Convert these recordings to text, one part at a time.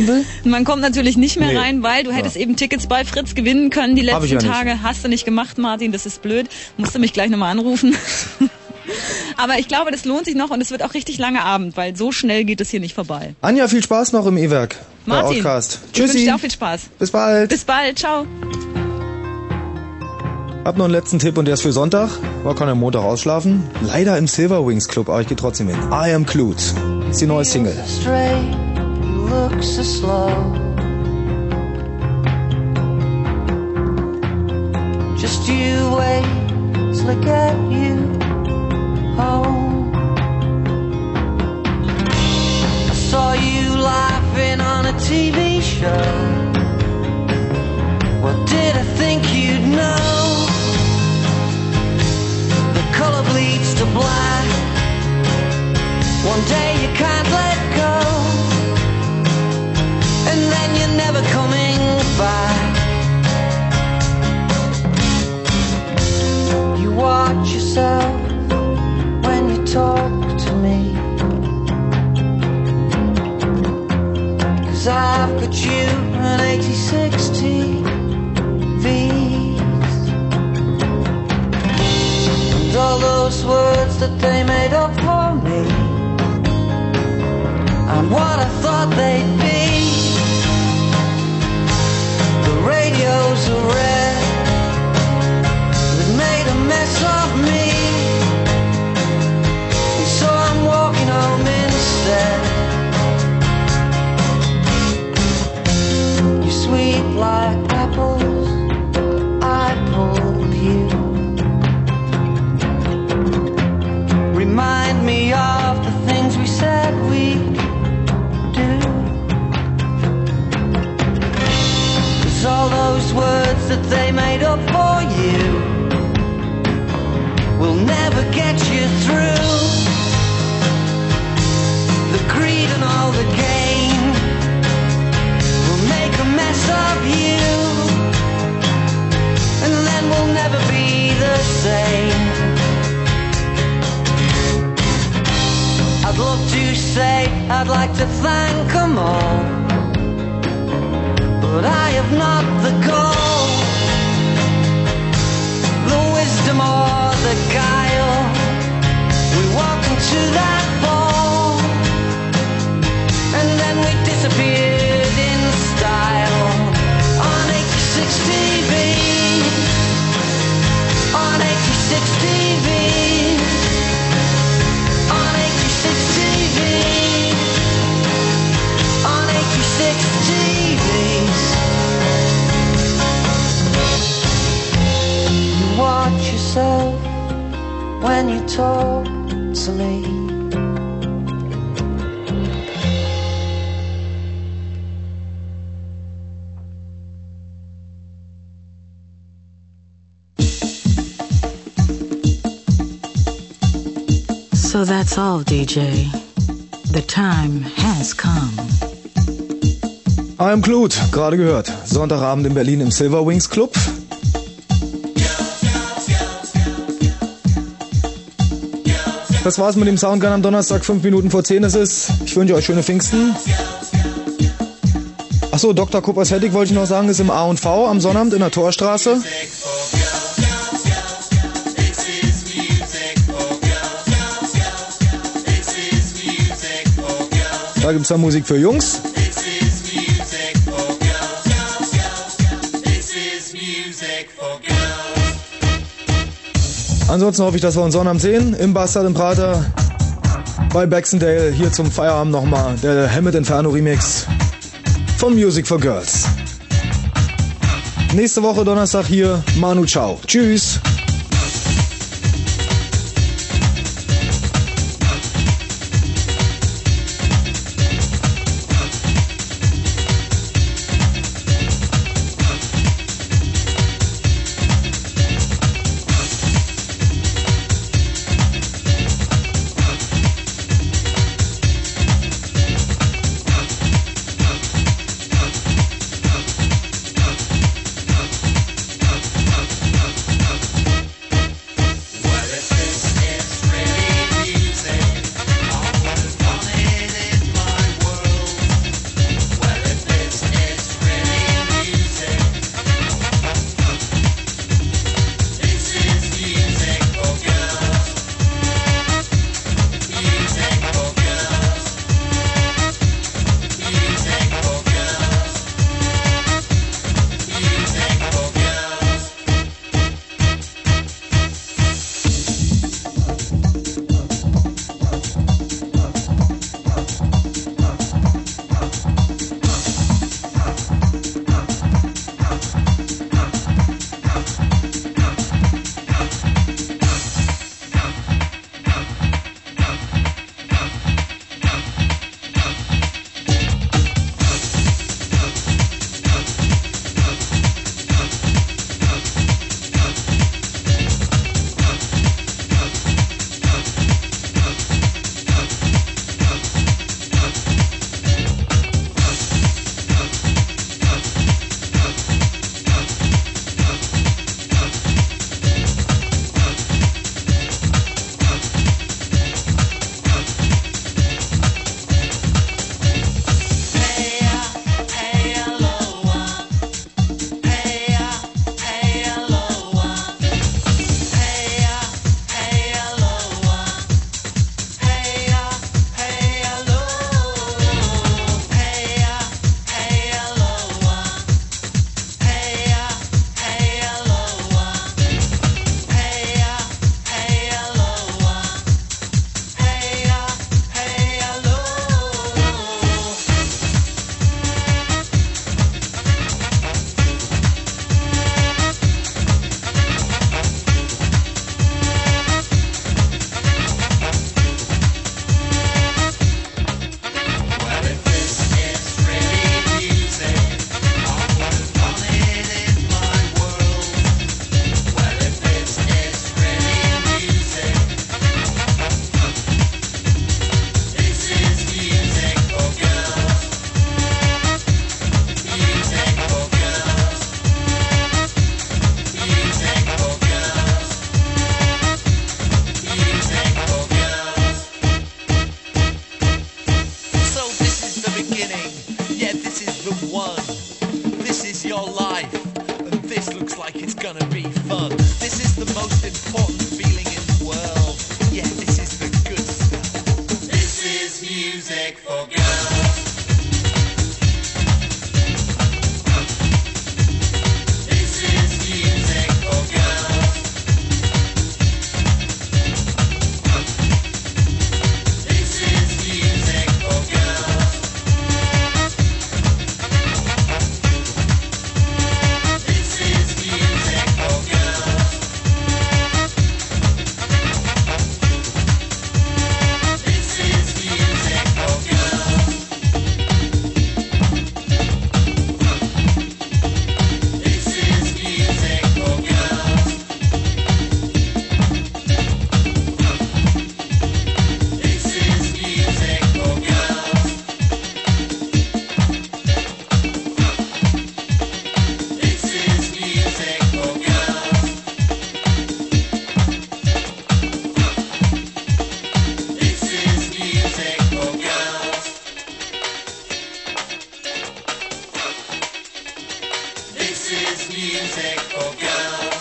reinkommen will? Man kommt natürlich nicht mehr rein, weil du hättest eben Tickets bei Fritz gewinnen können die letzten Tage. Hast du nicht gemacht, Martin, das ist blöd. Musst du mich gleich nochmal anrufen. Aber ich glaube, das lohnt sich noch und es wird auch richtig lange Abend, weil so schnell geht es hier nicht vorbei. Anja, viel Spaß noch im E-Werk. Martin, Outcast. Ich wünsche dir auch viel Spaß. Bis bald. Bis bald, ciao. Hab noch einen letzten Tipp und der ist für Sonntag. Man kann am Montag ausschlafen. Leider im Silver Wings Club, aber ich gehe trotzdem hin. I Am Clued. Ist die neue Single. Just you wait till I get you home. I saw you laughing on a TV show. What did I think you'd know? The color bleeds to black. One day you can't let go, and then you're never coming back. You watch yourself when you talk to me, 'cause I've got you an 8060 V's, and all those words that they made up for me, and what I thought they'd be. The radios are red, they made a mess of me, and so I'm walking home instead. You're sweet like apples, I pulled you. Remind me of the things we said we'd do. 'Cause all those words that they made up for you will never get you through. The greed and all the gain will make a mess of you, and then we'll never be the same. I'd love to say I'd like to thank them all, but I have not the gall, the wisdom or the guile. We walk into that ball, and then we disappeared in style on 86 TV, on 86 TV, on 86 TV, on 86 TVs. You watch yourself when you talk to me. So that's all, DJ. The time has come. I Am Clued, gerade gehört. Sonntagabend in Berlin im Silver Wings Club. Das war's mit dem Soundgun am Donnerstag, 5 Minuten vor 10 ist es. Ich wünsche euch schöne Pfingsten. Achso, Dr. Kuppershättig wollte ich noch sagen, ist im A&V am Sonnabend in der Torstraße. Da gibt's dann Musik für Jungs. Ansonsten hoffe ich, dass wir uns Sonnabend sehen. Im Bastard im Prater. Bei Baxendale. Hier zum Feierabend nochmal der Helmet Inferno Remix von Music for Girls. Nächste Woche Donnerstag hier. Manu, ciao. Tschüss. the one. This is your life, and this looks like it's gonna be fun. This is the most important feeling in the world. Yeah, this is the good stuff. This is music for girls. This is music for girls. This is music for girls. This is music for girls. This is music for girls. This is music for girls. This is music for girls. This is music for girls. This is music for girls. This is music for girls.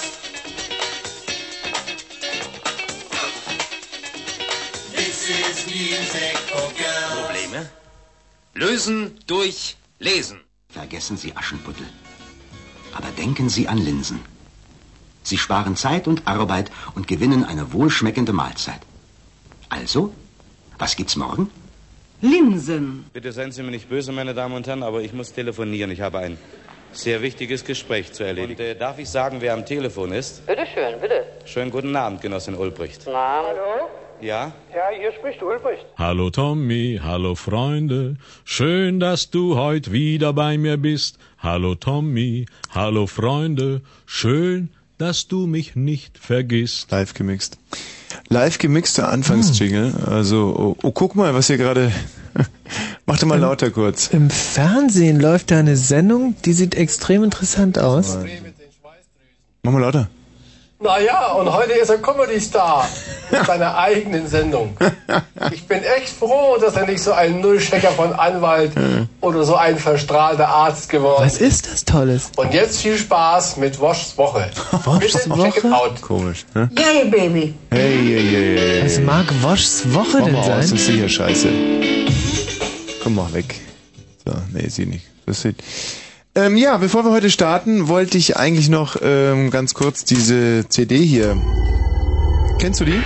This is music for girls. Probleme? Lösen durch Lesen. Vergessen Sie Aschenputtel. Aber denken Sie an Linsen. Sie sparen Zeit und Arbeit und gewinnen eine wohlschmeckende Mahlzeit. Also, was gibt's morgen? Linsen. Bitte seien Sie mir nicht böse, meine Damen und Herren, aber ich muss telefonieren. Ich habe ein sehr wichtiges Gespräch zu erledigen. Und, darf ich sagen, wer am Telefon ist? Bitte schön, bitte. Schönen guten Abend, Genossin Ulbricht. Na, Hallo? Ja? Ja, hier spricht Ulbricht. Hallo Tommy, hallo Freunde, schön, dass du heute wieder bei mir bist. Hallo Tommy, hallo Freunde, schön, dass du mich nicht vergisst. Live gemixt. Live gemixter Anfangsjingle. Also, oh, guck mal, was hier gerade... Mach doch mal lauter kurz. Im Fernsehen läuft da eine Sendung, die sieht extrem interessant aus. Mach mal lauter. Naja, und heute ist er Comedy-Star mit seiner eigenen Sendung. Ich bin echt froh, dass er nicht so ein Nullchecker von Anwalt oder so ein verstrahlter Arzt geworden ist. Was ist das Tolles? Und jetzt viel Spaß mit Woschs Woche. Bitte check it out. Komisch, ne? Yay, Baby. Hey. Was mag Woschs Woche denn sein? Das ist sicher scheiße. Komm mal weg. So, nee, sie nicht. Das sieht... ja, bevor wir heute starten, wollte ich eigentlich noch ganz kurz diese CD hier. Kennst du die?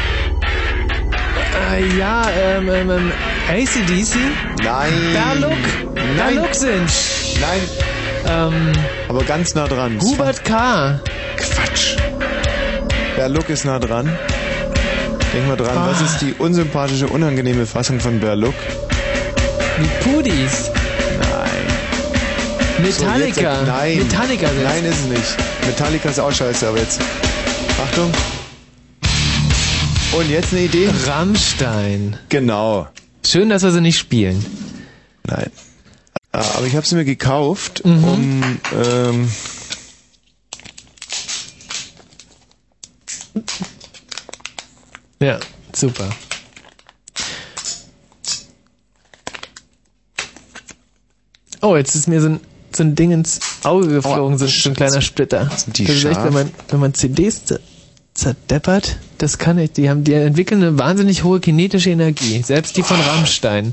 Ja, AC/DC? Nein. Berluk sind. Nein. Aber ganz nah dran. Hubert K. Quatsch. Berluk ist nah dran. Denk mal dran, was ist die unsympathische, unangenehme Fassung von Berluk? Die Pudis. Metallica. So, nein. Metallica sind. Nein, ist es nicht. Metallica ist auch scheiße, aber jetzt. Achtung. Und jetzt eine Idee? Rammstein. Genau. Schön, dass wir sie nicht spielen. Nein. Aber ich habe sie mir gekauft, um... Ja, super. Oh, jetzt ist mir so ein Ding ins Auge geflogen, so ein kleiner Splitter. Sind die das ist echt, wenn man CDs zerdeppert, das kann nicht. Die entwickeln eine wahnsinnig hohe kinetische Energie. Selbst die von Rammstein.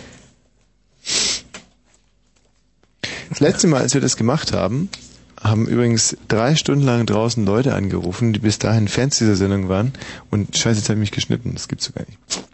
Das letzte Mal, als wir das gemacht haben, haben übrigens 3 Stunden lang draußen Leute angerufen, die bis dahin Fans dieser Sendung waren. Und scheiße, jetzt habe ich mich geschnitten. Das gibt's so gar nicht.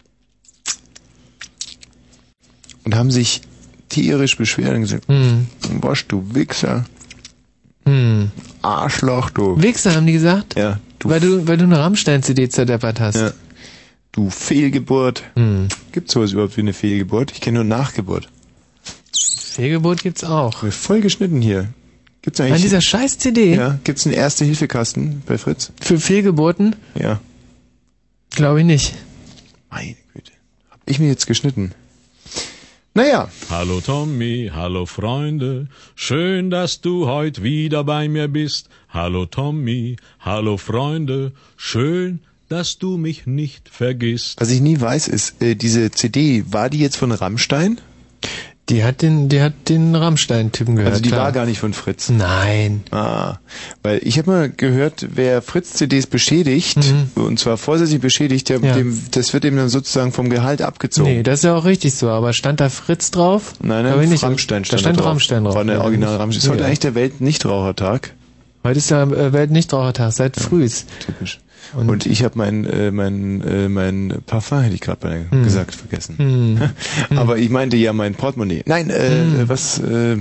Und haben sich tierisch beschwert und gesagt, Wosch, du Wichser. Arschloch, du. Wichser, haben die gesagt? Ja. Weil du eine Rammstein-CD zerdeppert hast. Ja. Du Fehlgeburt. Gibt's sowas überhaupt wie eine Fehlgeburt? Ich kenne nur Nachgeburt. Fehlgeburt gibt's auch. Voll geschnitten hier. Gibt's eigentlich... An dieser scheiß CD? Ja. Gibt's einen Erste-Hilfe-Kasten bei Fritz? Für Fehlgeburten? Ja. Glaube ich nicht. Meine Güte. Hab ich mir jetzt geschnitten. Naja. Hallo Tommy, hallo Freunde, schön, dass du heute wieder bei mir bist. Hallo Tommy, hallo Freunde, schön, dass du mich nicht vergisst. Was ich nie weiß ist, diese CD, war die jetzt von Rammstein? Die hat den Rammstein-Typen gehört. Also die klar. war gar nicht von Fritz. Nein. Weil ich habe mal gehört, wer Fritz-CDs beschädigt, und zwar vorsätzlich beschädigt, das wird ihm dann sozusagen vom Gehalt abgezogen. Nee, das ist ja auch richtig so, aber stand da Fritz drauf? Nein, Rammstein stand da drauf. Rammstein drauf. War eine originale Rammstein. Ist heute eigentlich der Weltnichtrauchertag? Heute ist der Weltnichtrauchertag, seit frühs. Typisch. Und ich habe mein Parfum, hätte ich gerade gesagt, vergessen. Aber ich meinte ja mein Portemonnaie. Nein, was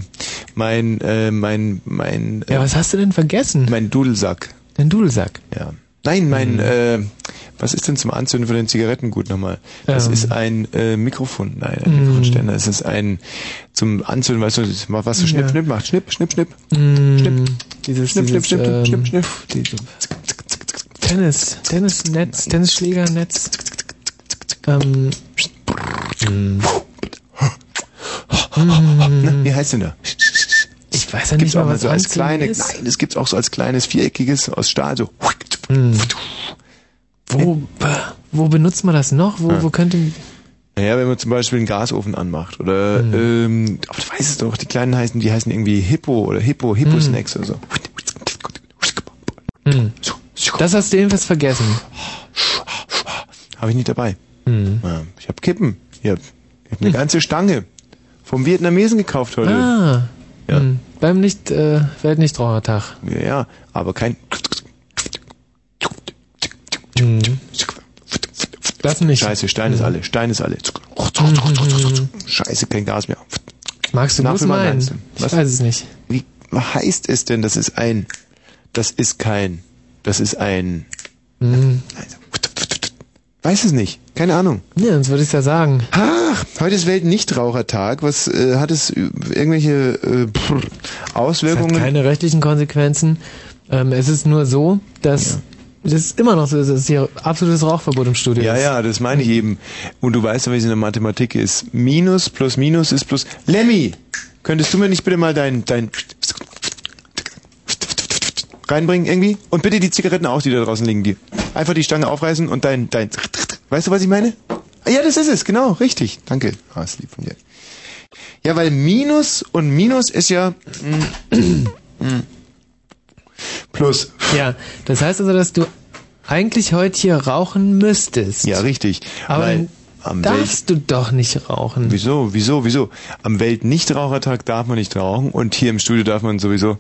ja, was hast du denn vergessen? Mein Dudelsack. Dein Dudelsack? Ja. Nein, was ist denn zum Anzünden von den Zigaretten gut nochmal? Das ist ein Mikrofon. Nein, ein Mikrofonständer. Es ist ein zum Anzünden, weißt du, was so Schnipp, Schnipp macht. Schnipp, Schnipp, Schnipp. Schnipp. Schnipp. Tennisnetz, Tennisschlägernetz. Wie heißt denn da? Ich weiß ja nicht mal, was so als kleine, ist. Nein, es gibt's auch so als kleines viereckiges aus Stahl, so. Wo benutzt man das noch? Wo könnte... Naja, wenn man zum Beispiel einen Gasofen anmacht oder, aber du weißt es doch, die kleinen die heißen irgendwie Hippo-Snacks oder so. Das hast du jedenfalls vergessen. Habe ich nicht dabei. Ich habe Kippen. Ich hab eine ganze Stange vom Vietnamesen gekauft heute. Ja. Beim Weltnichtrauchertag. Ja, aber kein... Das nicht. Scheiße, Stein ist alle. Scheiße, kein Gas mehr. Magst du das meinen? Ich weiß es nicht. Wie heißt es denn, das ist ein... Weiß es nicht. Keine Ahnung. Ja, sonst würde ich es ja sagen. Ach, heute ist Weltnichtrauchertag. Was hat es irgendwelche Auswirkungen? Es hat keine rechtlichen Konsequenzen. Es ist nur so, dass das ist immer noch so, es ist hier absolutes Rauchverbot im Studio. Ja, das meine ich eben. Und du weißt ja, wie es in der Mathematik ist. Minus plus Minus ist plus... Lemmy, könntest du mir nicht bitte mal dein reinbringen irgendwie? Und bitte die Zigaretten auch, die da draußen liegen. Einfach die Stange aufreißen und dein... Weißt du, was ich meine? Ja, das ist es, genau, richtig. Danke. Ist lieb von dir. Ja, weil Minus und Minus ist ja... Plus. Ja, das heißt also, dass du eigentlich heute hier rauchen müsstest. Ja, richtig. Aber darfst du doch nicht rauchen. Wieso? Am Weltnichtrauchertag darf man nicht rauchen und hier im Studio darf man sowieso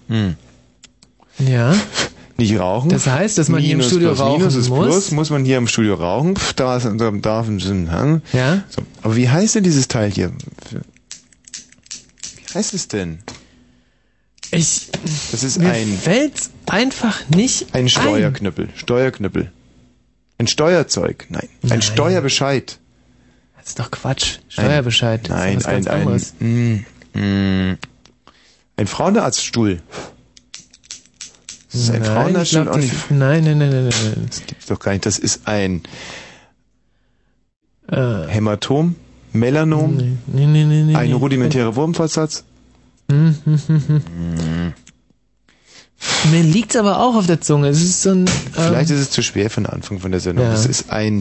ja nicht rauchen. Das heißt, dass man hier im Studio rauchen Minus ist muss. Plus, muss man hier im Studio rauchen. Da darf ein ja. So. Aber wie heißt denn dieses Teil hier? Wie heißt es denn? Das ist mir fällt's einfach nicht ein Steuerknüppel. Ein Steuerzeug. Nein. Ein Steuerbescheid. Das ist doch Quatsch. Steuerbescheid. Ein Frauenarztstuhl. Das ist ein Frauenarztstuhl auch nicht. Nein. Das gibt's doch gar nicht. Das ist ein Hämatom, Melanom, ein rudimentärer Wurmfortsatz. Mir liegt's aber auch auf der Zunge. Es ist so ein. Vielleicht ist es zu schwer für den Anfang von der Sendung. Das ist ein.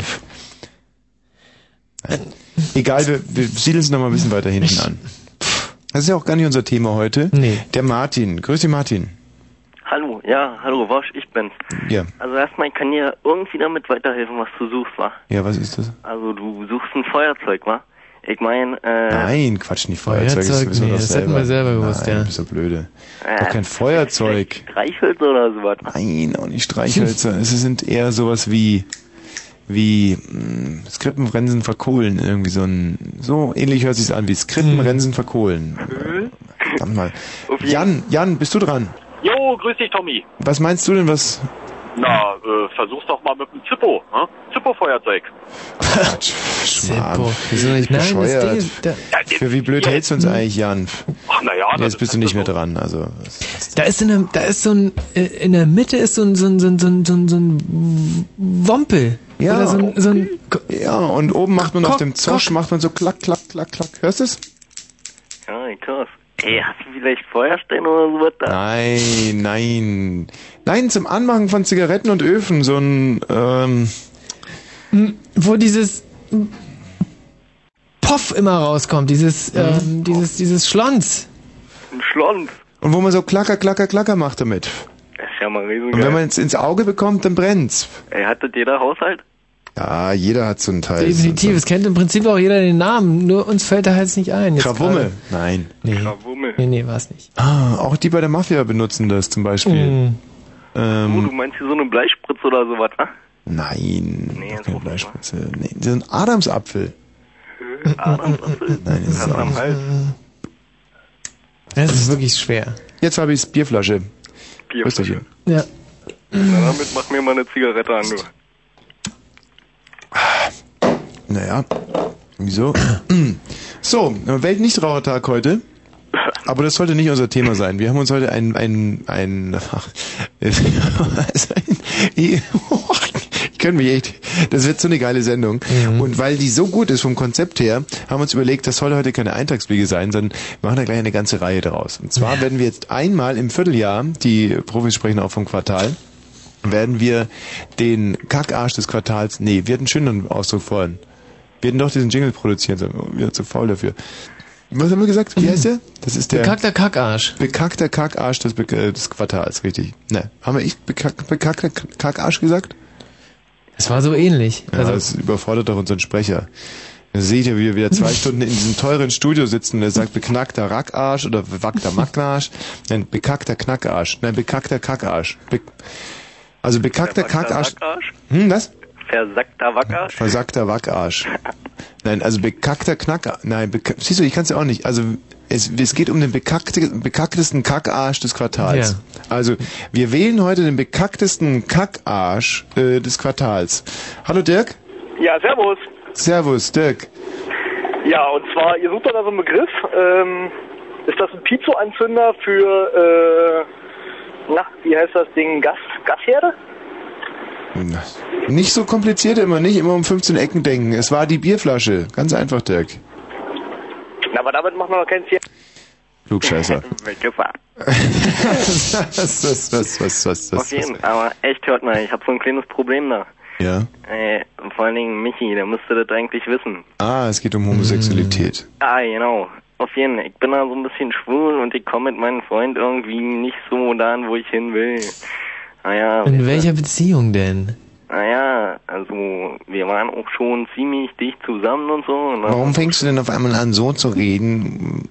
Egal, wir siedeln es nochmal ein bisschen weiter hinten an. Das ist ja auch gar nicht unser Thema heute. Nee. Der Martin. Grüß dich, Martin. Hallo, Wosch, ich bin's. Ja. Also erstmal, ich kann dir irgendwie damit weiterhelfen, was du suchst, wa? Ja, was ist das? Also du suchst ein Feuerzeug, wa? Ich meine, Nein, Quatsch, nicht Feuerzeug. Das hätten wir selber gewusst, ja. Du bist so blöde. Doch kein Feuerzeug. Streichhölzer oder sowas? Nein, auch nicht Streichhölzer. Es sind eher sowas wie Skrippenbremsen verkohlen. Irgendwie so ähnlich hört sich's an wie Skrippenbremsen verkohlen. Verdammt mal. Jan, bist du dran? Jo, grüß dich, Tommy. Was meinst du denn, was... Na, versuch's doch mal mit dem Zippo, ne? Zippo-Feuerzeug. Zippo. Wieso nicht bescheuert? Für wie blöd hältst du uns eigentlich, Jan? Ach, naja. Jetzt bist du nicht mehr dran, also... in der Mitte ist so ein Wompel. Ja. Oder so ein ja, und oben macht man auf dem Zosch, macht man so klack, klack, klack, klack. Hörst du es? Ja, krass. Ey, hast du vielleicht Feuerstein oder sowas da? Nein, zum Anmachen von Zigaretten und Öfen, so ein, wo dieses Poff immer rauskommt, dieses Schlons. Ein Schlons. Und wo man so klacker, klacker, klacker macht damit. Das ist ja mal riesengeil. Und wenn man es ins Auge bekommt, dann brennt's. Ey, hat das jeder Haushalt? Ja, jeder hat so einen Teil. Definitiv, es kennt im Prinzip auch jeder den Namen, nur uns fällt er halt nicht ein. Krawumme? Nein. Nee. Krawumme. Nee, war's nicht. Ah, auch die bei der Mafia benutzen das zum Beispiel. Du meinst hier so eine Bleispritze oder sowas, ne? Nein, keine Bleispritze. Nee, so ein Adamsapfel. Adamsapfel? Nein, das ist am Hals. Das ist wirklich schwer. Jetzt habe ich's Bierflasche. Bierflasche. Ja. Na, damit mach mir mal eine Zigarette an, du. Naja, wieso? So, Weltnichtrauchertag heute. Aber das sollte nicht unser Thema sein. Wir haben uns heute ich könnte mich echt, das wird so eine geile Sendung. Und weil die so gut ist vom Konzept her, haben wir uns überlegt, das soll heute keine Eintagsfliege sein, sondern wir machen da gleich eine ganze Reihe daraus. Und zwar werden wir jetzt einmal im Vierteljahr, die Profis sprechen auch vom Quartal, werden wir den Kackarsch des Quartals, wir hatten einen schöneren Ausdruck vorhin. Wir hätten doch diesen Jingle produzieren sollen, wir sind zu faul dafür. Was haben wir gesagt? Wie heißt der? Das ist der bekackter Kackarsch. Bekackter Kackarsch des Quartals, richtig. Ne, haben wir bekackter Kackarsch gesagt? Es war so ähnlich. Ja, das überfordert doch unseren Sprecher. Da sehe ich ja, wie wir wieder 2 Stunden in diesem teuren Studio sitzen und er sagt beknackter Rackarsch oder bewackter Mackarsch. Nein, bekackter Knackarsch. Nein, bekackter Kackarsch. Also bekackter Kackarsch. Was? Versackter Wackarsch? Versackter Wackarsch. Nein, also bekackter Knackarsch. Nein, siehst du, ich kann es ja auch nicht. Also es geht um den bekacktesten Kackarsch des Quartals. Ja. Also wir wählen heute den bekacktesten Kackarsch des Quartals. Hallo Dirk? Ja, servus. Servus, Dirk. Ja, und zwar, ihr sucht doch da so einen Begriff. Ist das ein Piezo-Anzünder für, wie heißt das Ding? Gasherde? Nicht so kompliziert immer um 15 Ecken denken. Es war die Bierflasche. Ganz einfach, Dirk. Na, aber damit macht man noch keinen Ziel. Klugscheißer. Was? Auf jeden Fall, aber echt, hört mal, ich habe so ein kleines Problem da. Ja? Vor allen Dingen Michi, der müsste das eigentlich wissen. Ah, es geht um Homosexualität. Ah, genau. Auf jeden Fall. Ich bin da so ein bisschen schwul und ich komme mit meinem Freund irgendwie nicht so dahin, wo ich hin will. Naja. In welcher Beziehung denn? Naja, also wir waren auch schon ziemlich dicht zusammen und so. Und warum fängst du denn auf einmal an, so zu reden?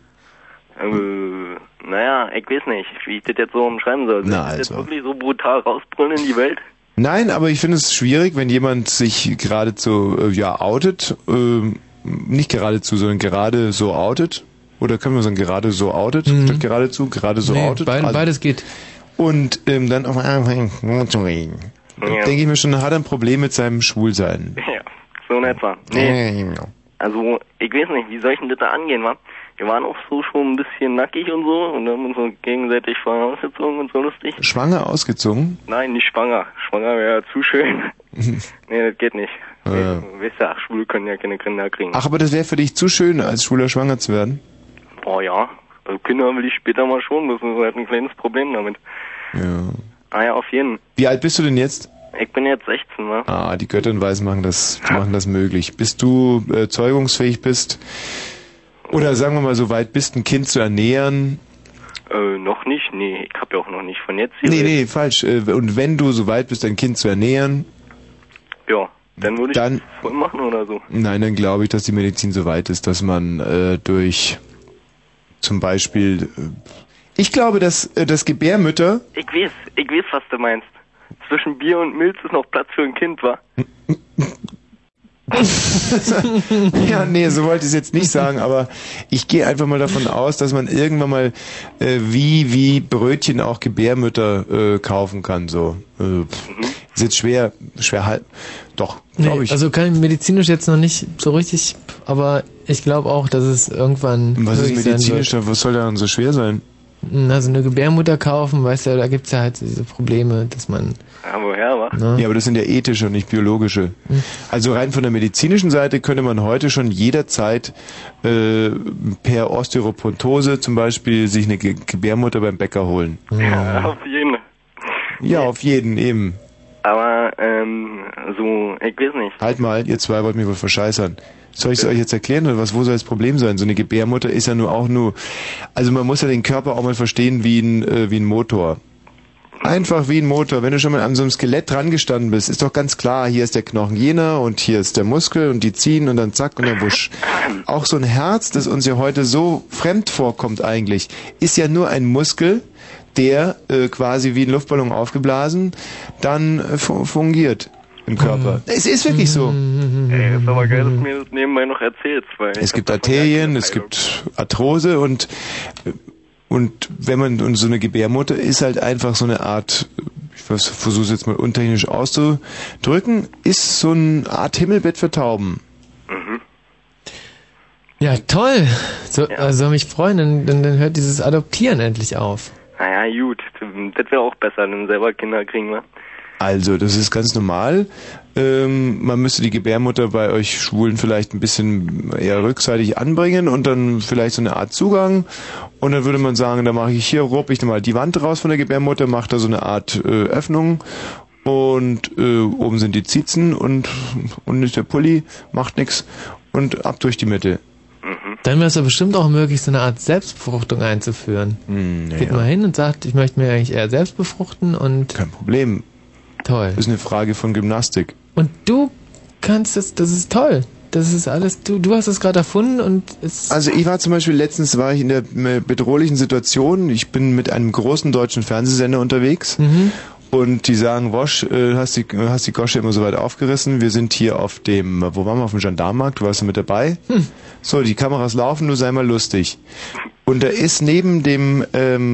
Naja, ich weiß nicht, wie ich das jetzt so umschreiben soll. Na, also. Ist das also. wirklich so brutal rausbrüllen in die Welt? Nein, aber ich finde es schwierig, wenn jemand sich geradezu outet. Nicht geradezu, sondern gerade so outet. Oder können wir sagen, gerade so outet? Statt geradezu, gerade so outet. Beides geht. Und dann auf einmal zu reden. Ja. Denke ich mir schon, hat er ein Problem mit seinem Schwulsein. Ja, so in etwa. Nee. Also, ich weiß nicht, wie soll ich denn das da angehen, wa? Wir waren auch so schon ein bisschen nackig und so und haben uns so gegenseitig schwanger ausgezogen und so lustig. Schwanger ausgezogen? Nein, nicht schwanger. Schwanger wäre ja zu schön. Nee, das geht nicht. Ja. Weißt du, Schwule können ja keine Kinder kriegen. Ach, aber das wäre für dich zu schön, als Schwuler schwanger zu werden? Oh ja, also Kinder will ich später mal schon, das ist halt ein kleines Problem damit. Ja. Ah ja, auf jeden. Wie alt bist du denn jetzt? Ich bin jetzt 16, ne? Ah, die Götter und Weisen machen das möglich. Bis du zeugungsfähig bist, oder sagen wir mal so weit bist, ein Kind zu ernähren? Noch nicht, nee, ich hab ja auch noch nicht von jetzt hier. Nee, falsch. Und wenn du so weit bist, ein Kind zu ernähren? Ja, dann würde ich das voll machen oder so. Nein, dann glaube ich, dass die Medizin so weit ist, dass man durch zum Beispiel... Ich glaube, dass Gebärmütter... Ich weiß, was du meinst. Zwischen Bier und Milz ist noch Platz für ein Kind, wa? Ja, nee, so wollte ich es jetzt nicht sagen, aber ich gehe einfach mal davon aus, dass man irgendwann mal wie Brötchen auch Gebärmütter kaufen kann, so. Ist jetzt schwer halt. Doch, glaube ich. Also kann ich medizinisch jetzt noch nicht so richtig, aber ich glaube auch, dass es irgendwann... Was ist medizinisch? Was soll daran so schwer sein? Also eine Gebärmutter kaufen, weißt du, da gibt's ja halt diese Probleme, dass man... Ja, woher, wa? Ne? Ja, aber das sind ja ethische und nicht biologische. Also rein von der medizinischen Seite könnte man heute schon jederzeit per Osteoporose zum Beispiel sich eine Gebärmutter beim Bäcker holen. Ja, auf jeden. Ja, auf jeden, eben. Aber, so, ich weiß nicht. Halt mal, ihr zwei wollt mich wohl verscheißern. Soll ich es euch jetzt erklären oder was? Wo soll das Problem sein? So eine Gebärmutter ist ja also man muss ja den Körper auch mal verstehen wie ein Motor. Einfach wie ein Motor. Wenn du schon mal an so einem Skelett dran gestanden bist, ist doch ganz klar, hier ist der Knochen jener und hier ist der Muskel und die ziehen und dann zack und dann wusch. Auch so ein Herz, das uns ja heute so fremd vorkommt eigentlich, ist ja nur ein Muskel, der quasi wie ein Luftballon aufgeblasen dann fungiert im Körper. Es ist wirklich so. Ey, ist aber geil, dass du mir das nebenbei noch erzählst. Weil es gibt Arterien, es gibt Arthrose und wenn man, und so eine Gebärmutter ist halt einfach so eine Art, ich versuche es jetzt mal untechnisch auszudrücken, ist so eine Art Himmelbett für Tauben. Mhm. Ja, toll. Also mich freuen, dann hört dieses Adoptieren endlich auf. Naja, gut. Das wäre auch besser, wenn selber Kinder kriegen, wa? Also, das ist ganz normal. Man müsste die Gebärmutter bei euch Schwulen vielleicht ein bisschen eher rückseitig anbringen und dann vielleicht so eine Art Zugang. Und dann würde man sagen, da rupp ich mal die Wand raus von der Gebärmutter, mache da so eine Art Öffnung und oben sind die Zitzen und ist der Pulli, macht nix und ab durch die Mitte. Dann wäre es ja bestimmt auch möglich, so eine Art Selbstbefruchtung einzuführen. Geht mal hin und sagt, ich möchte mir eigentlich eher selbst befruchten und... Kein Problem. Toll. Das ist eine Frage von Gymnastik. Und du kannst das ist toll. Das ist alles, du hast es gerade erfunden und es... Also ich war zum Beispiel, letztens war ich in der bedrohlichen Situation, ich bin mit einem großen deutschen Fernsehsender unterwegs und die sagen, Wosch, hast die Gosche immer so weit aufgerissen, wir sind hier auf dem, wo waren wir, auf dem Gendarmenmarkt, du warst ja mit dabei. So, die Kameras laufen, du sei mal lustig. Und da ist neben dem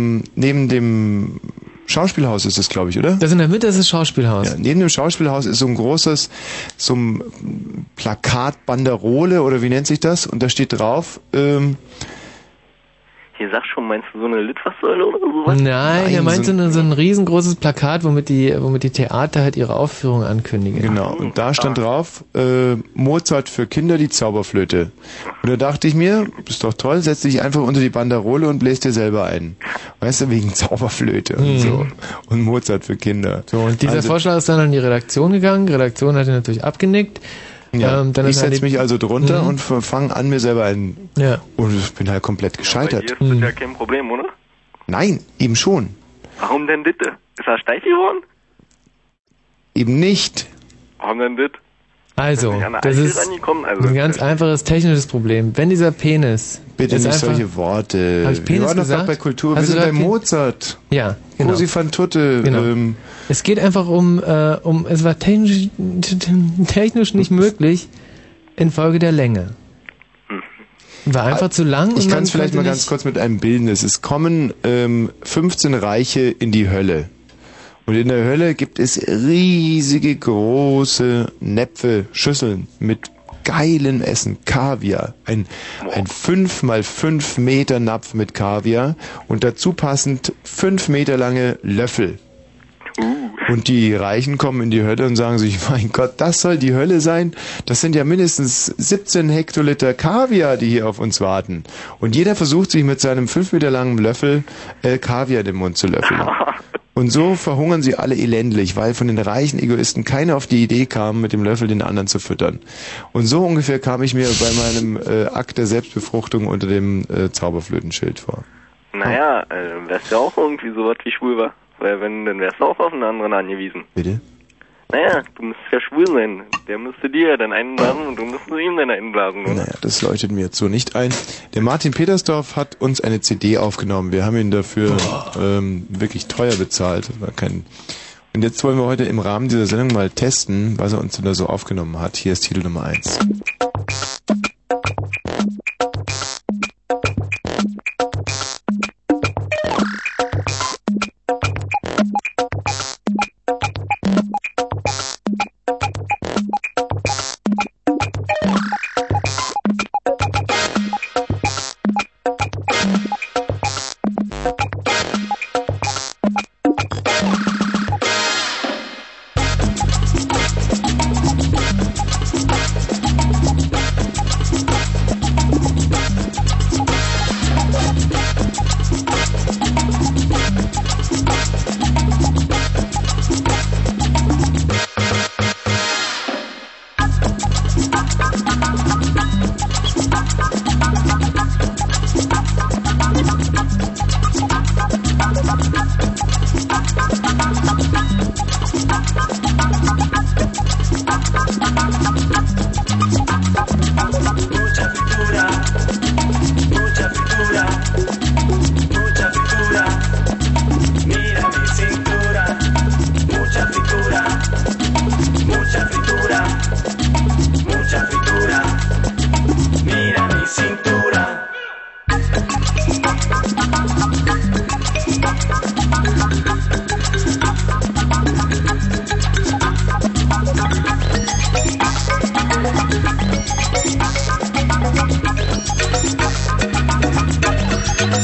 Schauspielhaus ist es, glaube ich, oder? Das in der Mitte ist das Schauspielhaus. Ja, neben dem Schauspielhaus ist so ein großes, so ein Plakat, Banderole oder wie nennt sich das? Und da steht drauf, Hier sag schon, meinst du so eine Litfaßsäule oder sowas? Nein, er meint so ein riesengroßes Plakat, womit die Theater halt ihre Aufführung ankündigen. Genau, und da stand drauf, Mozart für Kinder, die Zauberflöte. Und da dachte ich mir, ist doch toll, setz dich einfach unter die Banderole und bläst dir selber ein. Weißt du, wegen Zauberflöte und so. Und Mozart für Kinder. So, und dieser Vorschlag ist dann an die Redaktion gegangen. Die Redaktion hat ihn natürlich abgenickt. Ja, ich setze mich also drunter und fange an, mir selber ein... Ja. Und ich bin halt komplett gescheitert. Ja, bei dir ist das ja kein Problem, oder? Nein, eben schon. Warum denn bitte? Ist er steif geworden? Eben nicht. Warum denn das? Also, das ist ein ganz einfaches technisches Problem. Wenn dieser Penis... Bitte nicht solche Worte. Hab ich Penis wir waren gesagt? doch bei Kultur, Hast wir sind bei gesagt, Mozart. Ja, genau. Cosi fan tutte. Genau. Es geht einfach es war technisch nicht möglich infolge der Länge. War einfach zu lang. Ich kann es vielleicht mal ganz kurz mit einem Bildnis. Es kommen 15 Reiche in die Hölle. Und in der Hölle gibt es riesige, große Näpfe, Schüsseln mit geilem Essen, Kaviar. Ein 5x5 Meter Napf mit Kaviar und dazu passend 5 Meter lange Löffel. Und die Reichen kommen in die Hölle und sagen sich, mein Gott, das soll die Hölle sein? Das sind ja mindestens 17 Hektoliter Kaviar, die hier auf uns warten. Und jeder versucht sich mit seinem 5 Meter langen Löffel Kaviar in den Mund zu löffeln. Und so verhungern sie alle elendlich, weil von den reichen Egoisten keiner auf die Idee kam, mit dem Löffel den anderen zu füttern. Und so ungefähr kam ich mir bei meinem Akt der Selbstbefruchtung unter dem Zauberflötenschild vor. Naja, wärst du ja auch irgendwie so was wie schwul war. Weil wenn, dann wärst du auch auf einen anderen angewiesen. Bitte? Naja, du müsstest ja schwul sein. Der müsste dir dann einblasen und du müsstest ihm dann einblasen, oder? Naja, das leuchtet mir jetzt so nicht ein. Der Martin Petersdorf hat uns eine CD aufgenommen. Wir haben ihn dafür wirklich teuer bezahlt. Das war kein... Und jetzt wollen wir heute im Rahmen dieser Sendung mal testen, was er uns denn da so aufgenommen hat. Hier ist Titel Nummer 1.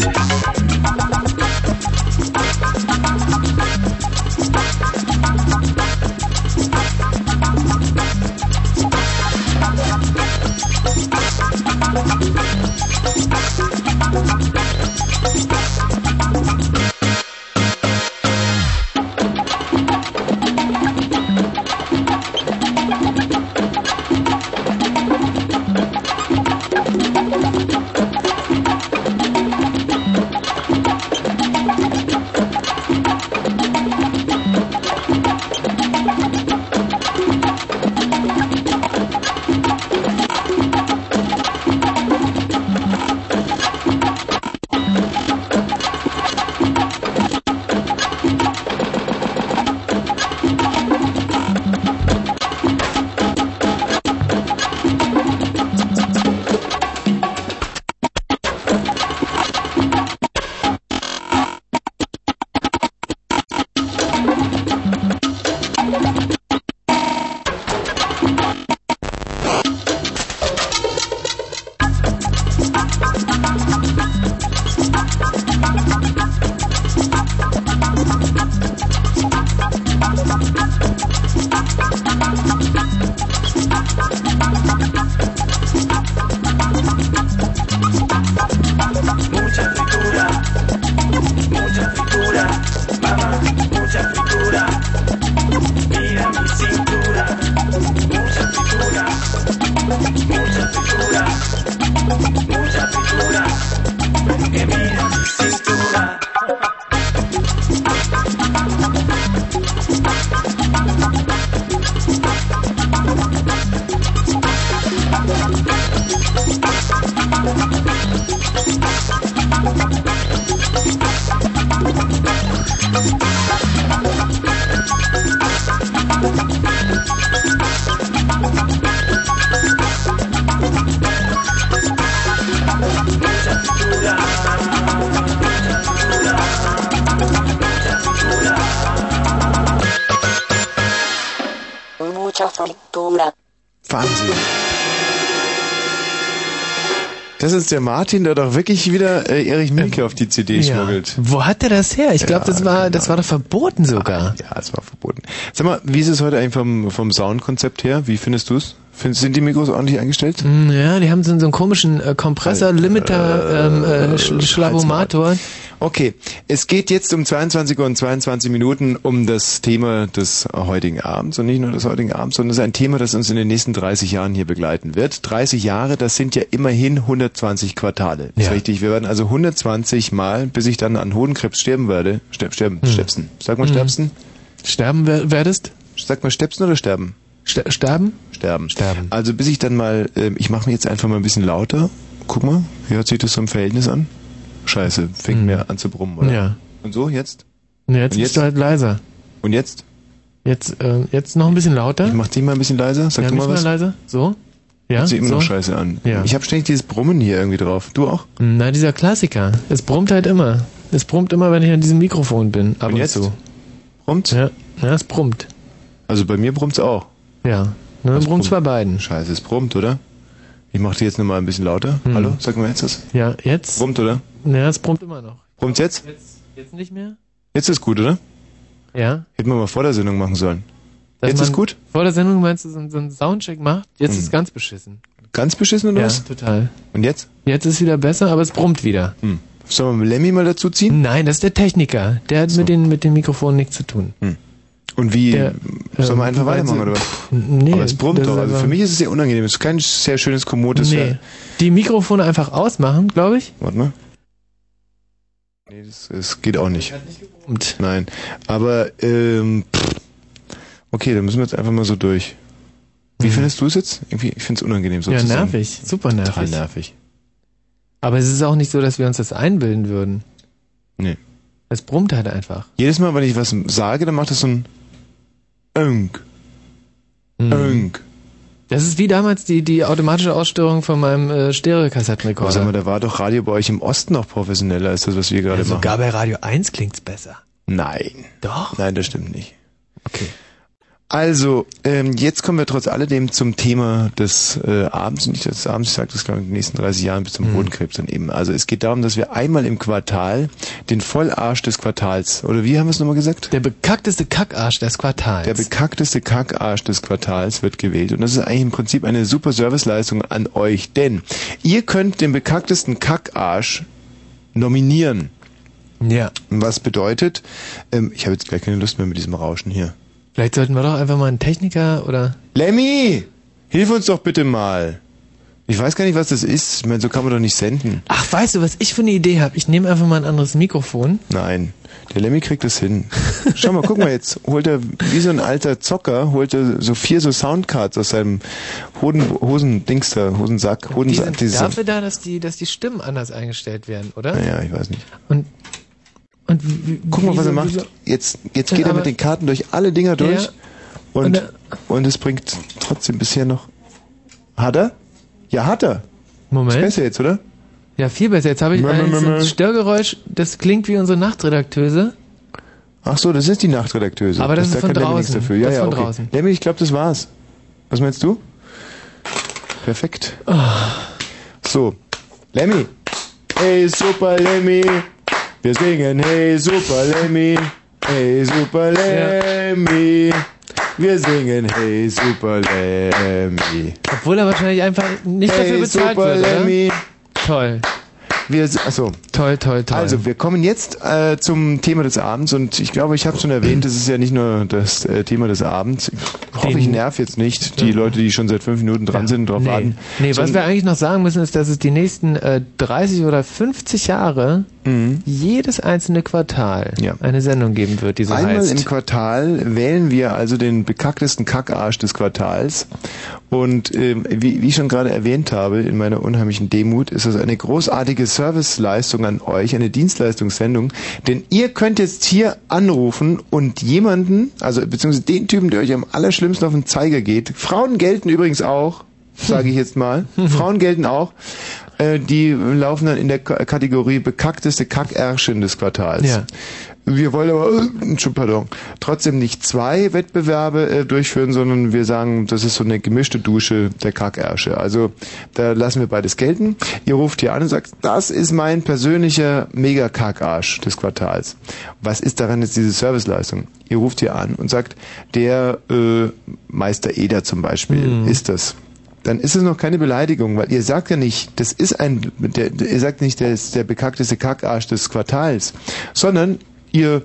Wahnsinn. Das ist der Martin, der doch wirklich wieder Erich Mielke auf die CD schmuggelt. Wo hat der das her? Ich glaube, das war doch verboten sogar. Ja, es war verboten. Sag mal, wie ist es heute eigentlich vom Soundkonzept her? Wie findest du es? Sind die Mikros ordentlich eingestellt? Ja, die haben so einen komischen Kompressor, Limiter, Schlavomator. Okay, es geht jetzt um 22 Uhr und 22 Minuten um das Thema des heutigen Abends. Und nicht nur des heutigen Abends, sondern es ist ein Thema, das uns in den nächsten 30 Jahren hier begleiten wird. 30 Jahre, das sind ja immerhin 120 Quartale. Das ist richtig. Wir werden also 120 Mal, bis ich dann an Hodenkrebs sterben werde, stepsen. Sag mal stepsen. Sterben werdest? Sag mal stepsen oder sterben? Sterben? Sterben. Also bis ich dann mal, ich mache mir jetzt einfach mal ein bisschen lauter. Guck mal, wie hört sich das so im Verhältnis an? Scheiße, fängt mir an zu brummen, oder? Ja. Und so, jetzt? Jetzt bist du halt leiser. Und jetzt? Jetzt noch ein bisschen lauter. Ich mach dich mal ein bisschen leiser. Sag du mal was. Mal leiser. So? Ja. Hört sich immer noch scheiße an. Ja. Ich habe ständig dieses Brummen hier irgendwie drauf. Du auch? Na, dieser Klassiker. Es brummt halt immer. Es brummt immer, wenn ich an diesem Mikrofon bin. Ab und jetzt? Zu. Brummt's? Ja, es brummt. Also bei mir brummt's auch. Ja. Dann brummt's bei beiden. Scheiße, es brummt, oder? Ich mach die jetzt nochmal ein bisschen lauter. Hallo? Sag mal jetzt das. Ja, jetzt. Brummt, oder? Ja, es brummt immer noch. Brummt's jetzt? Jetzt nicht mehr? Jetzt ist gut, oder? Ja. Hätten wir mal vor der Sendung machen sollen. Jetzt ist gut? Vor der Sendung meinst du, so einen Soundcheck macht? Jetzt ist ganz beschissen. Ganz beschissen, oder was? Ja, total. Und jetzt? Jetzt ist wieder besser, aber es brummt wieder. Sollen wir Lemmy mal dazu ziehen? Nein, das ist der Techniker. Der hat mit den Mikrofonen nichts zu tun. Und wie? Sollen wir einfach weitermachen, oder was? Nee. Aber es brummt doch. Also für mich ist es sehr unangenehm. Es ist kein sehr schönes, kommodes... Nee. Die Mikrofone einfach ausmachen, glaube ich. Warte mal. Nee, das geht auch nicht. Hat nicht gebrummt. Nein. Aber, okay, dann müssen wir jetzt einfach mal so durch. Wie findest du es jetzt? Irgendwie, ich finde es unangenehm so zu sagen. Ja, nervig. Super nervig. Total nervig. Aber es ist auch nicht so, dass wir uns das einbilden würden. Nee. Es brummt halt einfach. Jedes Mal, wenn ich was sage, dann macht das so ein Önk. Önk. Das ist wie damals die automatische Aussteuerung von meinem Stereo-Kassettenrekorder. Sag mal, da war doch Radio bei euch im Osten noch professioneller als das, was wir gerade machen. Sogar bei Radio 1 klingt's besser. Nein. Doch? Nein, das stimmt nicht. Okay. Also, jetzt kommen wir trotz alledem zum Thema des Abends, nicht des Abends, ich sage das glaube ich in den nächsten 30 Jahren bis zum Bodenkrebs dann eben. Also es geht darum, dass wir einmal im Quartal den Vollarsch des Quartals, oder wie haben wir es nochmal gesagt? Der bekackteste Kackarsch des Quartals. Der bekackteste Kackarsch des Quartals wird gewählt und das ist eigentlich im Prinzip eine super Serviceleistung an euch, denn ihr könnt den bekacktesten Kackarsch nominieren. Ja. Was bedeutet, ich habe jetzt gleich keine Lust mehr mit diesem Rauschen hier. Vielleicht sollten wir doch einfach mal einen Techniker oder... Lemmy! Hilf uns doch bitte mal. Ich weiß gar nicht, was das ist. Ich meine, so kann man doch nicht senden. Ach, weißt du, was ich für eine Idee habe? Ich nehme einfach mal ein anderes Mikrofon. Nein, der Lemmy kriegt das hin. Schau mal, guck mal jetzt. Holt er, wie so ein alter Zocker, holt er so 4 so Soundcards aus seinem Hosensack. Die sind dafür da, dass die Stimmen anders eingestellt werden, oder? Naja, ich weiß nicht. Und guck mal, was er macht. Jetzt geht er mit den Karten durch alle Dinger durch. Ja. Und es bringt trotzdem bisher noch... Hat er? Ja, hat er. Moment. Ist besser jetzt, oder? Ja, viel besser. Jetzt habe ich ein Störgeräusch, das klingt wie unsere Nachtredakteuse. Ach so, das ist die Nachtredakteuse. Aber das ist von draußen. Dafür. Ja, von draußen. Lemmy, ich glaube, das war's. Was meinst du? Perfekt. Oh. So, Lemmy. Hey, super Lemmy. Wir singen Hey, super Lemmy. Hey, super Lemmy. Ja. Wir singen Hey, super Lemmy. Obwohl er wahrscheinlich einfach nicht dafür bezahlt super wird, Lemmy. Oder? Toll. Achso. Toll. Also, wir kommen jetzt zum Thema des Abends und ich glaube, ich habe schon erwähnt, das ist ja nicht nur das Thema des Abends. Ich hoffe, ich nerv jetzt nicht die Leute, die schon seit 5 Minuten dran sind und drauf warten. Nee, was wir eigentlich noch sagen müssen, ist, dass es die nächsten 30 oder 50 Jahre jedes einzelne Quartal eine Sendung geben wird, die so heißt. Einmal im Quartal wählen wir also den bekacktesten Kackarsch des Quartals. Und wie ich schon gerade erwähnt habe, in meiner unheimlichen Demut, ist das eine großartige Serviceleistung an euch, eine Dienstleistungssendung. Denn ihr könnt jetzt hier anrufen und jemanden, also beziehungsweise den Typen, der euch am allerschlimmsten auf den Zeiger geht. Frauen gelten übrigens auch, sage ich jetzt mal. Frauen gelten auch. Die laufen dann in der Kategorie bekackteste Kackärschin des Quartals. Ja. Wir wollen aber, trotzdem nicht 2 Wettbewerbe durchführen, sondern wir sagen, das ist so eine gemischte Dusche der Kackärsche. Also da lassen wir beides gelten. Ihr ruft hier an und sagt, das ist mein persönlicher Mega-Kackarsch des Quartals. Was ist daran jetzt diese Serviceleistung? Ihr ruft hier an und sagt, der Meister Eder zum Beispiel ist das. Dann ist es noch keine Beleidigung, weil ihr sagt ja nicht, das ist ihr sagt nicht, der ist der bekackteste Kackarsch des Quartals, sondern ihr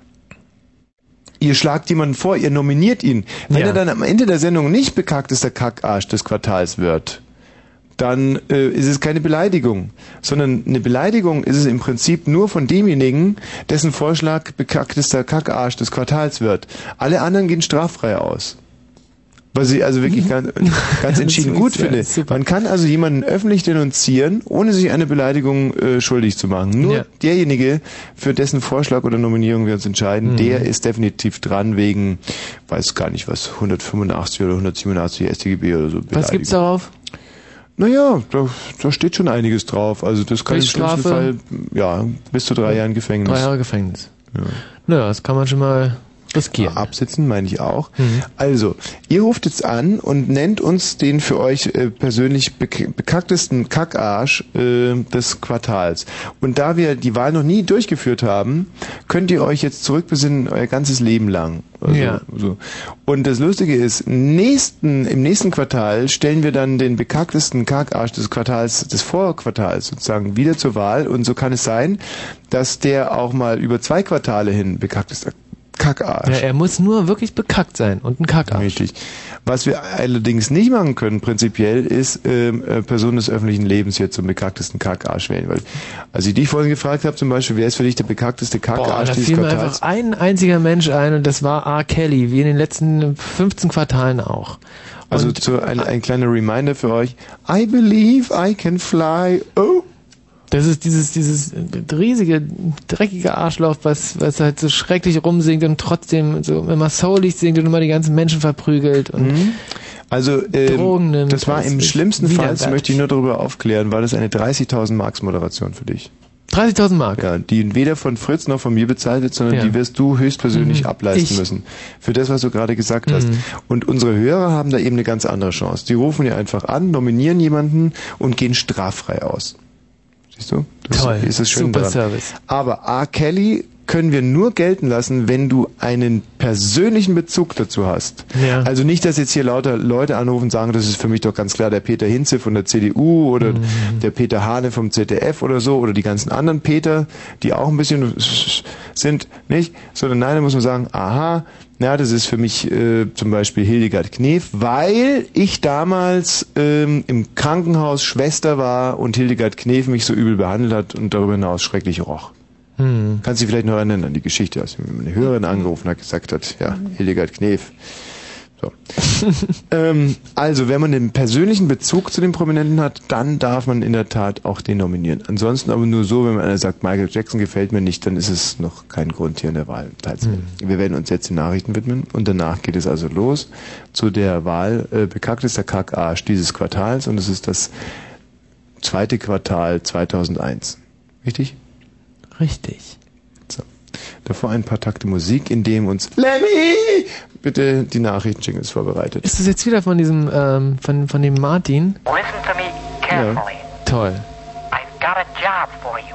schlagt jemanden vor, ihr nominiert ihn. Wenn er dann am Ende der Sendung nicht bekacktester Kackarsch des Quartals wird, dann ist es keine Beleidigung, sondern eine Beleidigung ist es im Prinzip nur von demjenigen, dessen Vorschlag bekacktester Kackarsch des Quartals wird. Alle anderen gehen straffrei aus. Was ich also wirklich ganz entschieden gut finde. Super. Man kann also jemanden öffentlich denunzieren, ohne sich eine Beleidigung schuldig zu machen. Nur derjenige, für dessen Vorschlag oder Nominierung wir uns entscheiden, der ist definitiv dran wegen, weiß gar nicht was, 185 oder 187 StGB oder so. Was gibt's darauf? Naja, da steht schon einiges drauf. Also das kann im schlimmsten Fall, bis zu 3 Jahren Gefängnis. 3 Jahre Gefängnis. Ja. Naja, das kann man schon mal riskieren. Absitzen meine ich auch. Also, ihr ruft jetzt an und nennt uns den für euch persönlich bekacktesten Kackarsch des Quartals. Und da wir die Wahl noch nie durchgeführt haben, könnt ihr euch jetzt zurückbesinnen euer ganzes Leben lang. Also, so. Und das Lustige ist, im nächsten Quartal stellen wir dann den bekacktesten Kackarsch des Quartals, des Vorquartals sozusagen wieder zur Wahl. Und so kann es sein, dass der auch mal über 2 Quartale hin bekacktester Kackarsch. Ja, er muss nur wirklich bekackt sein und ein Kackarsch. Richtig. Was wir allerdings nicht machen können, prinzipiell, ist Personen des öffentlichen Lebens hier zum bekacktesten Kackarsch wählen. Weil, als ich dich vorhin gefragt habe, zum Beispiel, wer ist für dich der bekackteste Kackarsch dieses Quartals? Da fiel mir einfach ein einziger Mensch ein und das war R. Kelly, wie in den letzten 15 Quartalen auch. Also ein kleiner Reminder für euch. I believe I can fly. Oh. Das ist dieses riesige, dreckige Arschloch, was halt so schrecklich rumsingt und trotzdem so immer soulig singt und immer die ganzen Menschen verprügelt und also Drogen nimmt. Das war im schlimmsten Fall, das möchte ich nur darüber aufklären, war das eine 30.000 Marks Moderation für dich. 30.000 Mark. Ja, die weder von Fritz noch von mir bezahlt wird, sondern die wirst du höchstpersönlich ableisten müssen. Für das, was du gerade gesagt hast. Und unsere Hörer haben da eben eine ganz andere Chance. Die rufen dir einfach an, nominieren jemanden und gehen straffrei aus. Siehst du? Toll. Ist es schön Super dran. Service. Aber R. Kelly können wir nur gelten lassen, wenn du einen persönlichen Bezug dazu hast. Ja. Also nicht, dass jetzt hier lauter Leute anrufen und sagen, das ist für mich doch ganz klar der Peter Hinze von der CDU oder der Peter Hane vom ZDF oder so oder die ganzen anderen Peter, die auch ein bisschen sind, nicht? Sondern nein, da muss man sagen, aha, ja, das ist für mich zum Beispiel Hildegard Knef, weil ich damals im Krankenhaus Schwester war und Hildegard Knef mich so übel behandelt hat und darüber hinaus schrecklich roch. Kannst du dich vielleicht noch erinnern an die Geschichte, als mir eine Hörerin angerufen hat, gesagt hat, ja, Hildegard Knef. So. Also, wenn man den persönlichen Bezug zu den Prominenten hat, dann darf man in der Tat auch den nominieren. Ansonsten aber nur so, wenn man einer sagt, Michael Jackson gefällt mir nicht, dann ist es noch kein Grund, hier in der Wahl teilzunehmen. Wir werden uns jetzt den Nachrichten widmen und danach geht es also los zu der Wahl bekacktester Kackarsch dieses Quartals und es ist das zweite Quartal 2001. Richtig? Richtig. So. Davor ein paar Takte Musik, in dem uns Lemmy bitte die Nachrichten-Jingles vorbereitet. Ist das jetzt wieder von diesem, von dem Martin? Listen to me carefully. Ja. Toll. I've got a job for you.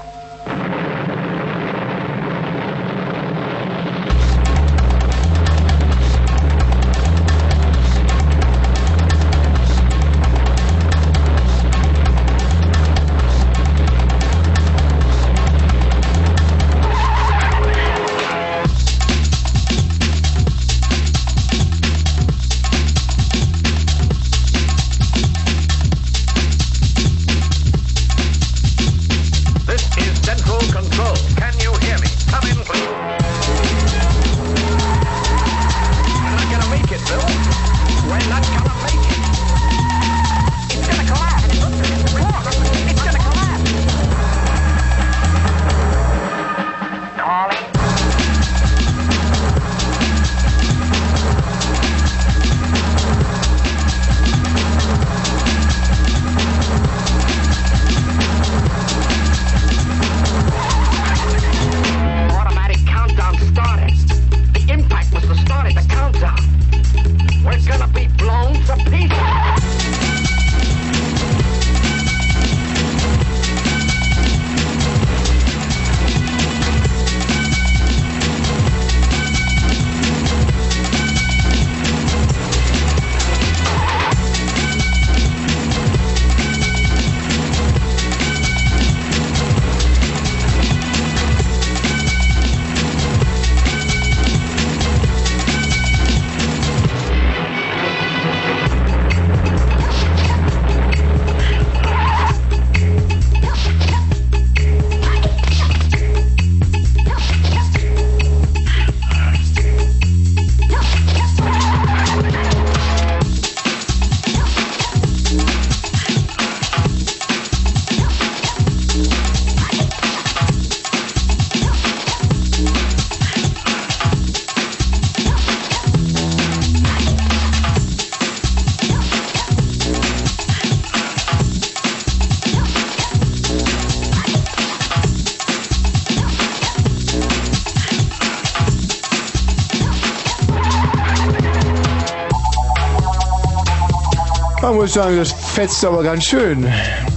Man muss sagen, das fetzt aber ganz schön.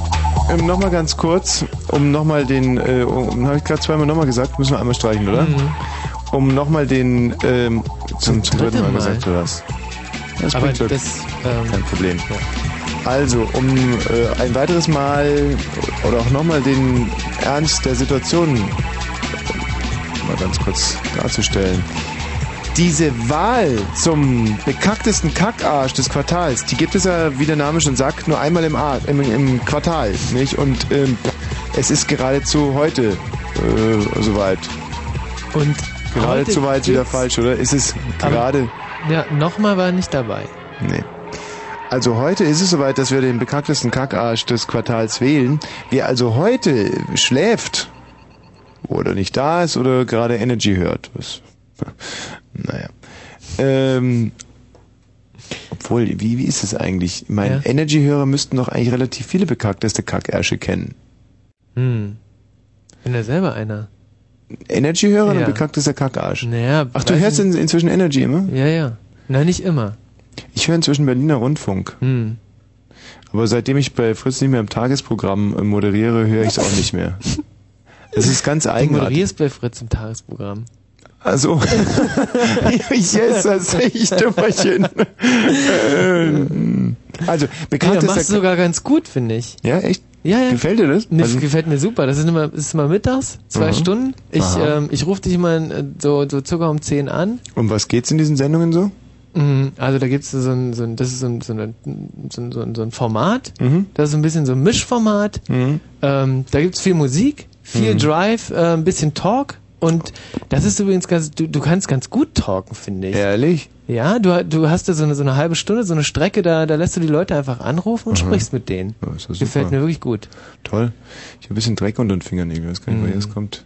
Nochmal ganz kurz, um nochmal den, habe ich gerade zweimal nochmal gesagt, müssen wir einmal streichen, oder? Um nochmal den, zum dritten Mal gesagt, oder was? Das aber bringt das, kein Problem. Ja. Also, um ein weiteres Mal oder auch nochmal den Ernst der Situation mal ganz kurz darzustellen. Diese Wahl zum bekacktesten Kackarsch des Quartals, die gibt es ja, wie der Name schon sagt, nur einmal im Quartal, nicht? Und es ist geradezu heute soweit. Und geradezu war jetzt wieder falsch, oder? Ist es gerade... Ja, nochmal war nicht dabei. Nee. Also heute ist es soweit, dass wir den bekacktesten Kackarsch des Quartals wählen. Wer also heute schläft oder nicht da ist oder gerade Energy hört, was... Naja. Obwohl, wie ist es eigentlich? Ich meine, Energy-Hörer müssten doch eigentlich relativ viele bekackteste Kackärsche kennen. bin ja selber einer. Energy-Hörer oder bekackter Kackarsch? Naja, ach, du hörst inzwischen Energy immer? Ja. Nein, nicht immer. Ich höre inzwischen Berliner Rundfunk. Aber seitdem ich bei Fritz nicht mehr im Tagesprogramm moderiere, höre ich es auch nicht mehr. Das ist ganz eigenartig. Du moderierst bei Fritz im Tagesprogramm. Also, yes, das ich Dummerchen. Also, bekannt ist machst du sogar ganz gut, finde ich. Ja, echt? Ja. Gefällt dir das? Gefällt mir super. Das ist immer mittags, 2 Stunden. Ich rufe dich immer so circa um 10 an. Um was geht's in diesen Sendungen so? Also da gibt's so ein Format. Das ist so ein bisschen so ein Mischformat. Da gibt's viel Musik, viel Drive, ein bisschen Talk. Und das ist übrigens du kannst ganz gut talken, finde ich. Ehrlich? Ja, du hast da so eine halbe Stunde, so eine Strecke, da lässt du die Leute einfach anrufen und sprichst mit denen. Ja, ist das gefällt super. mir wirklich gut. Toll. Ich habe ein bisschen Dreck unter den Fingern, ich weiß gar nicht, woher das kommt.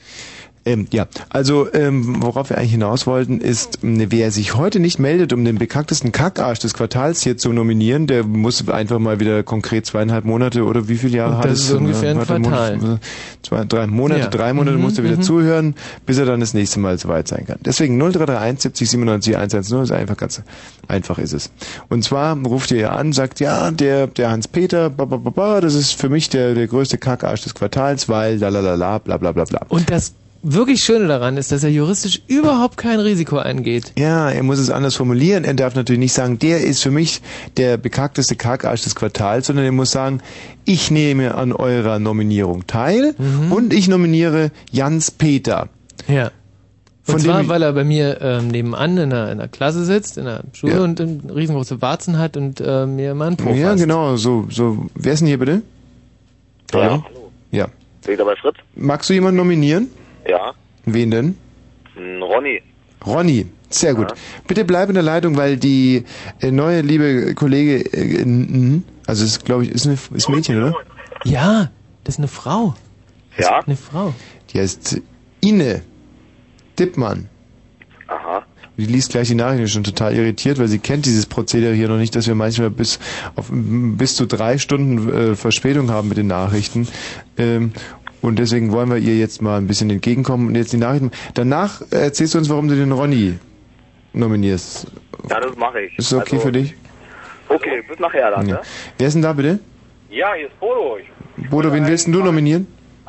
Worauf wir eigentlich hinaus wollten, ist, wer sich heute nicht meldet, um den bekanntesten Kackarsch des Quartals hier zu nominieren, der muss einfach mal wieder konkret 2,5 Monate oder wie viele Jahre hat es? Das ist ungefähr ein Quartal. 3 Monate, 3 Monate muss er wieder zuhören, bis er dann das nächste Mal soweit sein kann. Deswegen 0331 70 97 110 ist einfach ganz einfach ist es. Und zwar ruft ihr an, sagt, ja, der Hans-Peter, das ist für mich der größte Kackarsch des Quartals, weil bla bla bla bla. Und das wirklich Schöne daran ist, dass er juristisch überhaupt kein Risiko eingeht. Ja, er muss es anders formulieren. Er darf natürlich nicht sagen, der ist für mich der bekackteste Kackarsch des Quartals, sondern er muss sagen, ich nehme an eurer Nominierung teil und ich nominiere Jans Peter. Ja. Und zwar, weil er bei mir nebenan in einer Klasse sitzt, in der Schule und riesengroße Warzen hat und mir mal einen Po Ja, fasst. genau. So. Wer ist denn hier bitte? Hallo. Ja. Peter bei Fritz? Magst du jemanden nominieren? Ja. Wen denn? Ronny. Ronny, sehr gut. Bitte bleib in der Leitung, weil die neue liebe Kollege, also es glaube ich, ist Mädchen, oder? Ja, das ist eine Frau. Ja? Eine Frau. Die heißt Ine Dippmann. Aha. Die liest gleich die Nachrichten, ist schon total irritiert, weil sie kennt dieses Prozedere hier noch nicht, dass wir manchmal bis zu 3 Stunden Verspätung haben mit den Nachrichten. Und deswegen wollen wir ihr jetzt mal ein bisschen entgegenkommen und jetzt die Nachrichten. Danach erzählst du uns, warum du den Ronny nominierst. Ja, das mache ich. Ist das okay für dich? Okay, bis nachher dann, Ja. ne? Wer ist denn da bitte? Ja, hier ist Bodo. Bodo, wen willst denn du nominieren?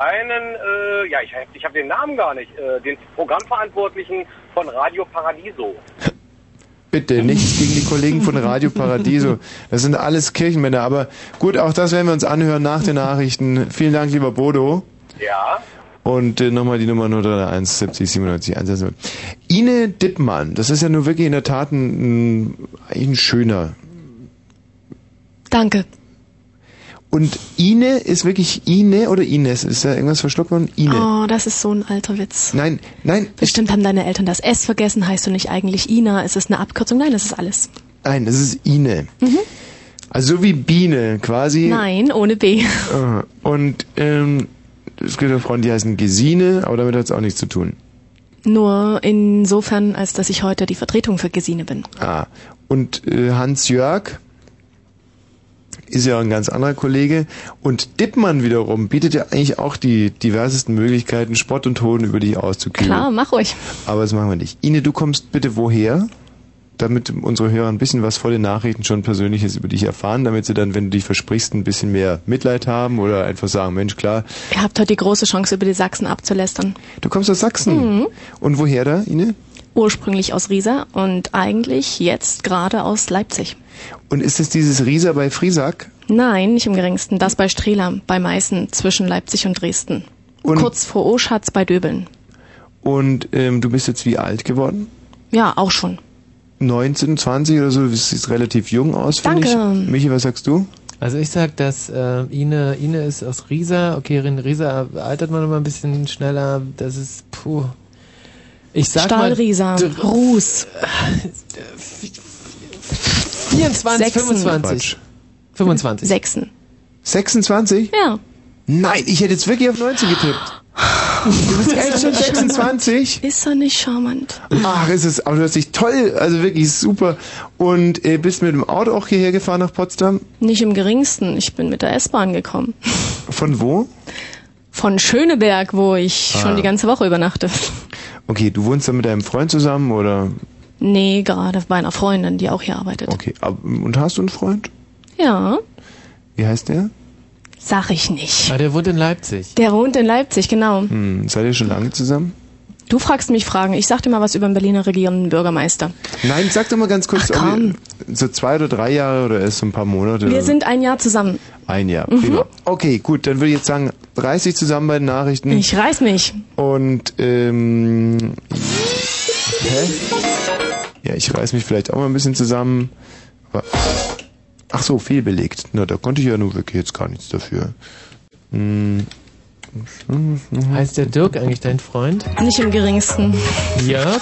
Ich habe den Namen gar nicht. Den Programmverantwortlichen von Radio Paradiso. Bitte, nichts gegen die Kollegen von Radio Paradiso. Das sind alles Kirchenmänner. Aber gut, auch das werden wir uns anhören nach den Nachrichten. Vielen Dank, lieber Bodo. Ja. Und nochmal die Nummer 0331 70 97 110. Ine Dippmann, das ist ja nur wirklich in der Tat ein schöner. Danke. Und Ine ist wirklich Ine oder Ines? Ist da irgendwas verschluckt worden? Ine. Oh, das ist so ein alter Witz. Nein. Bestimmt haben deine Eltern das S vergessen. Heißt du nicht eigentlich Ina? Ist es eine Abkürzung? Nein, das ist alles. Nein, das ist Ine. Also so wie Biene quasi. Nein, ohne B. Und es gibt auch Frauen, die heißen Gesine, aber damit hat es auch nichts zu tun. Nur insofern, als dass ich heute die Vertretung für Gesine bin. Ah, und Hans-Jörg ist ja ein ganz anderer Kollege. Und Dippmann wiederum bietet ja eigentlich auch die diversesten Möglichkeiten, Spott und Hohn über dich auszukühlen. Klar, mach ruhig. Aber das machen wir nicht. Ine, du kommst bitte woher? Damit unsere Hörer ein bisschen was vor den Nachrichten schon Persönliches über dich erfahren, damit sie dann, wenn du dich versprichst, ein bisschen mehr Mitleid haben oder einfach sagen, Mensch, klar. Ihr habt heute die große Chance, über die Sachsen abzulästern. Du kommst aus Sachsen? Und woher da, Ine? Ursprünglich aus Riesa und eigentlich jetzt gerade aus Leipzig. Und ist es dieses Riesa bei Friesack? Nein, nicht im geringsten. Das bei Strehla, bei Meißen, zwischen Leipzig und Dresden. Und kurz vor Oschatz bei Döbeln. Und du bist jetzt wie alt geworden? Ja, auch schon. 19, 20 oder so, du siehst relativ jung aus, finde ich. Danke. Michi, was sagst du? Also ich sag, dass Ine ist aus Riesa. Okay, in Riesa altert man immer ein bisschen schneller. Das ist, ich sag Stahlriesa, Ruß. 24, 25. 25. 26? Ja. Nein, ich hätte jetzt wirklich auf 19 getippt. Du bist echt schon 26? Ist er nicht charmant? Ach, ist es, aber du hast dich toll, also wirklich super. Und bist mit dem Auto auch hierher gefahren nach Potsdam? Nicht im geringsten. Ich bin mit der S-Bahn gekommen. Von wo? Von Schöneberg, wo ich schon die ganze Woche übernachte. Okay, du wohnst dann mit deinem Freund zusammen, oder? Nee, gerade bei einer Freundin, die auch hier arbeitet. Okay, und hast du einen Freund? Ja. Wie heißt der? Sag ich nicht. Ah, der wohnt in Leipzig. Der wohnt in Leipzig, genau. Seid ihr schon lange zusammen? Du fragst mich Fragen. Ich sag dir mal was über den Berliner regierenden Bürgermeister. Nein, sag doch mal ganz kurz, ob ihr so 2 oder 3 Jahre oder erst so ein paar Monate? Wir sind 1 Jahr zusammen. 1 Jahr, prima. Okay, gut, dann würde ich jetzt sagen, reiß dich zusammen bei den Nachrichten. Ich reiß mich. Und, Ja, ich reiß mich vielleicht auch mal ein bisschen zusammen. Aber, ach so, fehlbelegt. Na, da konnte ich ja nur wirklich jetzt gar nichts dafür. Heißt der Dirk eigentlich dein Freund? Nicht im geringsten. Jörg?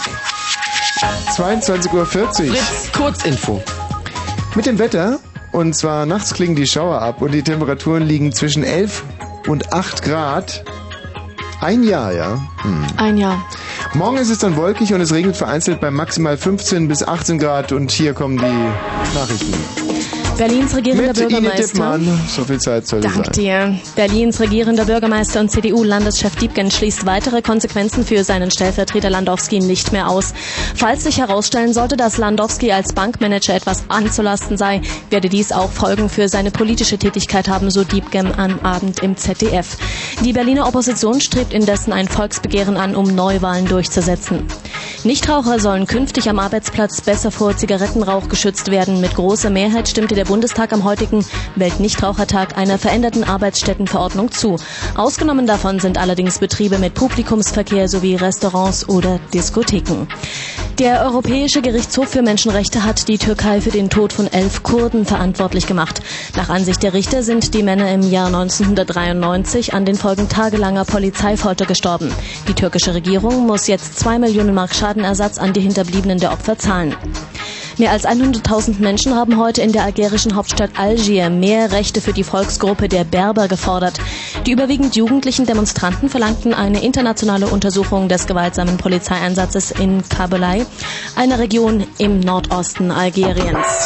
22:40 Uhr. Fritz, Kurzinfo. Mit dem Wetter, und zwar nachts klingen die Schauer ab und die Temperaturen liegen zwischen 11 und 8 Grad. 1 Jahr, ja? 1 Jahr. Morgen ist es dann wolkig und es regnet vereinzelt bei maximal 15 bis 18 Grad und hier kommen die Nachrichten. Berlins regierender Bürgermeister. So viel Zeit soll sein. Dank dir. Berlins regierender Bürgermeister und CDU-Landeschef Diebken schließt weitere Konsequenzen für seinen Stellvertreter Landowski nicht mehr aus. Falls sich herausstellen sollte, dass Landowski als Bankmanager etwas anzulasten sei, werde dies auch Folgen für seine politische Tätigkeit haben, so Diebken am Abend im ZDF. Die Berliner Opposition strebt indessen ein Volksbegehren an, um Neuwahlen durchzusetzen. Nichtraucher sollen künftig am Arbeitsplatz besser vor Zigarettenrauch geschützt werden. Mit großer Mehrheit stimmte der Bundestag am heutigen Weltnichtrauchertag einer veränderten Arbeitsstättenverordnung zu. Ausgenommen davon sind allerdings Betriebe mit Publikumsverkehr sowie Restaurants oder Diskotheken. Der Europäische Gerichtshof für Menschenrechte hat die Türkei für den Tod von 11 Kurden verantwortlich gemacht. Nach Ansicht der Richter sind die Männer im Jahr 1993 an den Folgen tagelanger Polizeifolter gestorben. Die türkische Regierung muss jetzt 2 Millionen Mark Schadenersatz an die Hinterbliebenen der Opfer zahlen. Mehr als 100.000 Menschen haben heute in der algerischen Hauptstadt Algier mehr Rechte für die Volksgruppe der Berber gefordert. Die überwiegend jugendlichen Demonstranten verlangten eine internationale Untersuchung des gewaltsamen Polizeieinsatzes in Kabelei, einer Region im Nordosten Algeriens.